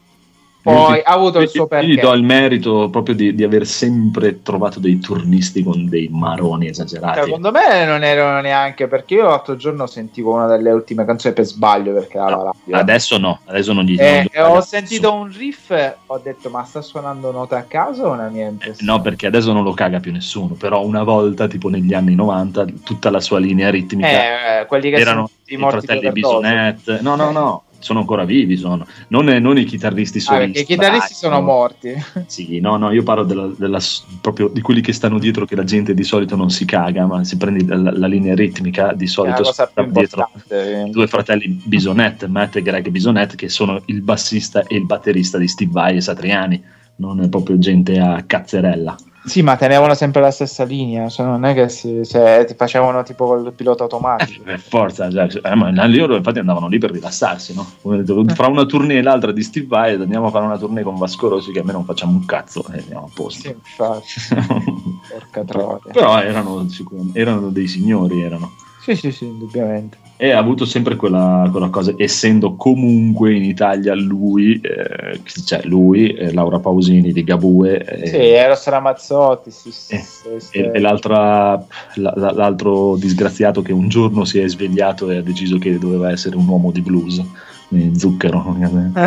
poi ha avuto il suo perché. Io gli do il merito proprio di, di aver sempre trovato dei turnisti con dei maroni esagerati. Secondo me non erano neanche, perché io l'altro giorno sentivo una delle ultime canzoni per sbaglio perché era no, la adesso no, adesso non gli eh, non ho sentito un riff, ho detto ma sta suonando note a caso o una mia impressione? No, perché adesso non lo caga più nessuno, però una volta tipo negli anni novanta tutta la sua linea ritmica eh, quelli che erano i fratelli Bisonet, no no no sono ancora vivi, sono non, non i chitarristi solisti. Ah, perché i chitarristi dai, sono no. morti. Sì, no, no, io parlo della, della, proprio di quelli che stanno dietro, che la gente di solito non si caga, ma si prende la, la linea ritmica, di solito sta dietro due fratelli Bisonet, Matt e Greg Bisonet, che sono il bassista e il batterista di Steve Vai e Satriani, non è proprio gente a cazzerella. Sì, ma tenevano sempre la stessa linea, cioè non è che si, cioè, ti facevano tipo col pilota automatico. Per forza, cioè, eh, ma loro infatti andavano lì per rilassarsi, no? Fra una tournée e l'altra di Steve Vai andiamo a fare una tournée con Vasco Rossi che a me non facciamo un cazzo e andiamo a posto. Sì, infatti. Porca troia. Però erano, erano dei signori, erano. Sì, sì, sì, indubbiamente. E ha avuto sempre quella, quella cosa, essendo comunque in Italia lui, eh, cioè lui, eh, Laura Pausini di Gabue, eh, sì, Eros Ramazzotti, sì, sì, eh, sì, sì. E, e l'altra, la, l'altro disgraziato che un giorno si è svegliato e ha deciso che doveva essere un uomo di blues, Zucchero.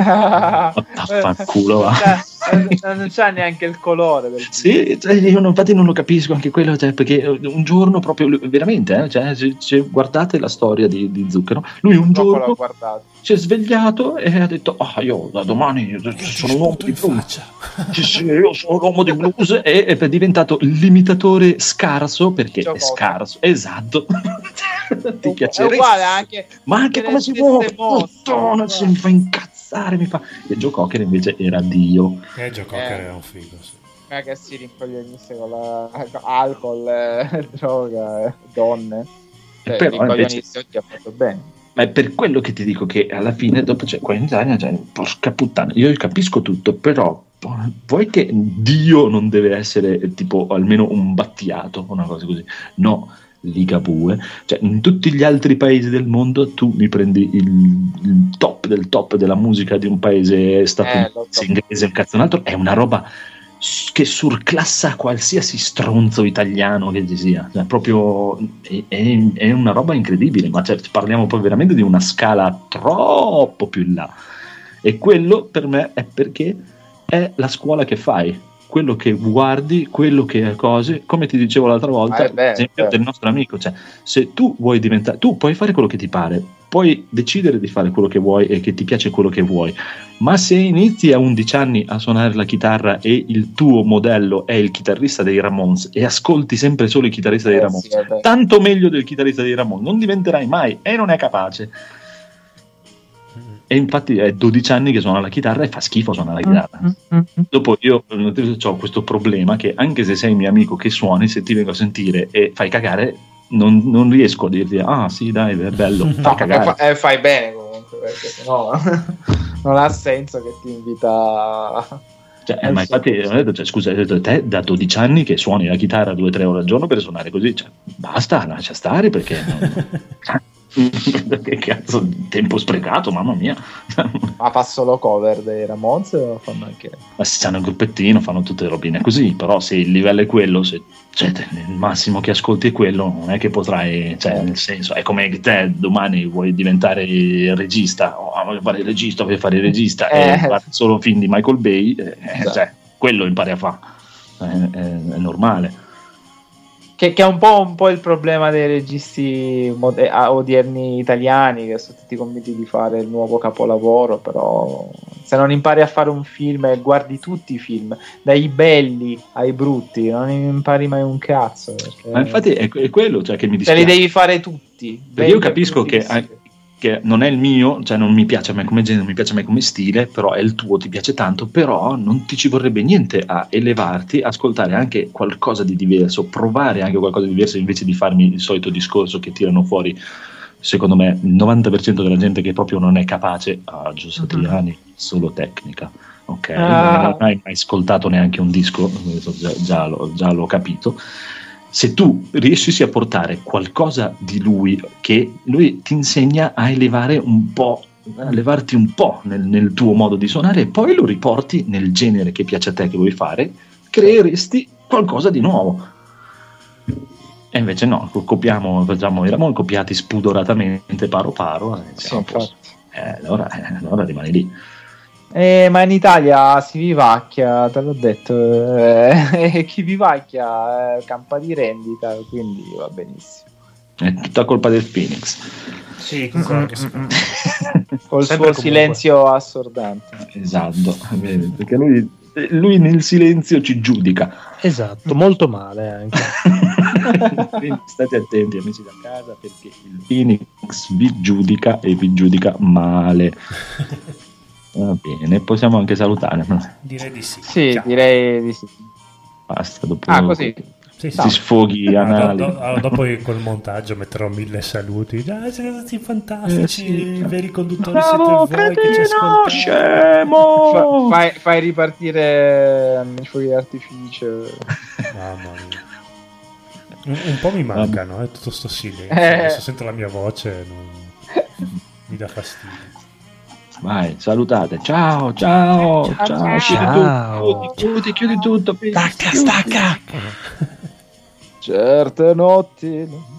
Affanculo, va. Non c'ha neanche il colore del sì, cioè, io non, infatti non lo capisco anche quello, cioè, perché un giorno proprio veramente eh, cioè, cioè, guardate la storia di, di Zucchero, lui un giorno si è svegliato e ha detto ah, io da domani sono un uomo di blues, sì, sì, io sono un uomo di blues e è diventato l'imitatore scarso perché è scarso, esatto. Ti piacerebbe, è uguale anche, ma anche come si muove, puttana, si mi fa incazzare, mi fa. E Joe Cocker invece era Dio. E Joe Cocker eh. era un figo, sì. Eh, che si rincoglionisse con la alcol, eh, droga, eh, donne. Cioè, però invece ti ha fatto bene. Ma è per quello che ti dico che alla fine dopo c'è qua in Italia, cioè, porca puttana, io capisco tutto, però vuoi che Dio non deve essere tipo almeno un Battiato, una cosa così? No, Ligabue, cioè in tutti gli altri paesi del mondo tu mi prendi il, il top del top della musica di un paese statunitense, eh, inglese, un cazzo un altro, è una roba che surclassa qualsiasi stronzo italiano che ci sia, cioè, proprio è, è, è una roba incredibile, ma cioè, parliamo poi veramente di una scala troppo più in là, e quello per me è perché è la scuola che fai, quello che guardi, quello che cose, come ti dicevo l'altra volta, ah, beh, esempio beh. del nostro amico, cioè se tu vuoi diventare, tu puoi fare quello che ti pare, puoi decidere di fare quello che vuoi e che ti piace quello che vuoi, ma se inizi a undici anni a suonare la chitarra e il tuo modello è il chitarrista dei Ramones e ascolti sempre solo il chitarrista dei eh, Ramones, sì, tanto meglio del chitarrista dei Ramones non diventerai mai e non è capace. E infatti è dodici anni che suona la chitarra e fa schifo suonare la chitarra. Mm-hmm. Dopo io ho questo problema che anche se sei mio amico che suoni, se ti vengo a sentire e fai cagare, non, non riesco a dirti ah sì dai è bello, fai no, cagare. Fa, eh, fai bene comunque, perché sennò non ha senso che ti invita. Cioè, eh, ma infatti ho detto, cioè, scusa, ho detto, te da dodici anni che suoni la chitarra due o tre ore al giorno per suonare così, cioè, basta, lascia stare perché non... che cazzo di tempo sprecato, mamma mia. Ma fa solo cover dei Ramones o fanno anche, ma se hanno il gruppettino fanno tutte le robine così, però se il livello è quello, se cioè, il massimo che ascolti è quello, non è che potrai, cioè, nel senso è come te domani vuoi diventare regista, oh, voglio fare il regista, voglio fare il regista eh. e fare solo film di Michael Bay, eh, esatto. Cioè, quello impari a fare, è, è, è normale. Che, che è un po', un po' il problema dei registi mod- odierni italiani, che sono tutti convinti di fare il nuovo capolavoro, però se non impari a fare un film e guardi tutti i film, dai belli ai brutti, non impari mai un cazzo. Perché... Ma infatti è, è quello, cioè, che mi dispiace. Te li devi fare tutti. Perché io capisco che, che non è il mio, cioè non mi piace a me come genere, non mi piace a me come stile, però è il tuo, ti piace tanto, però non ti ci vorrebbe niente a elevarti, ascoltare anche qualcosa di diverso, provare anche qualcosa di diverso invece di farmi il solito discorso che tirano fuori, secondo me, il novanta per cento della gente che proprio non è capace, a Gio Satriani, uh-huh. Solo tecnica, ok? Ah. Non hai mai ascoltato neanche un disco, già, già, l'ho, già l'ho capito. Se tu riesci a portare qualcosa di lui, che lui ti insegna a elevare un po', a levarti un po' nel, nel tuo modo di suonare, e poi lo riporti nel genere che piace a te, che vuoi fare, creeresti qualcosa di nuovo. E invece no, copiamo, facciamo i Ramon copiati spudoratamente paro paro, e sì, eh, allora, eh, allora rimani lì. Eh, ma in Italia si vivacchia, te l'ho detto, eh, chi vivacchia eh, campa di rendita, quindi va benissimo. È tutta colpa del Phoenix. Sì, concordo. Col suo silenzio assordante. Esatto, perché lui, lui nel silenzio ci giudica. Esatto, molto male anche. Quindi state attenti amici da casa, perché il Phoenix vi giudica e vi giudica male. Va bene, possiamo anche salutare. Direi di sì. Sì, Ciao. direi di sì. Basta, dopo Ah, così. Sì, ti sfoghi no, anali. do, do, dopo col montaggio metterò mille saluti. Ah, siete stati fantastici, Eh, sì. i veri conduttori Bravo, siete voi che ci cretino, ascoltate. scemo! Fa- fai, fai ripartire um, i fuochi d'artificio. Mamma mia. Un, un po' mi mancano, eh, tutto sto silenzio. Eh. Adesso sento la mia voce, non... mi dà fastidio. Vai, salutate. Ciao, ciao, ciao. Ciao. Chiudi Ciao. tutto, chiudi, chiudi tutto. Stacca, stacca. Certe notti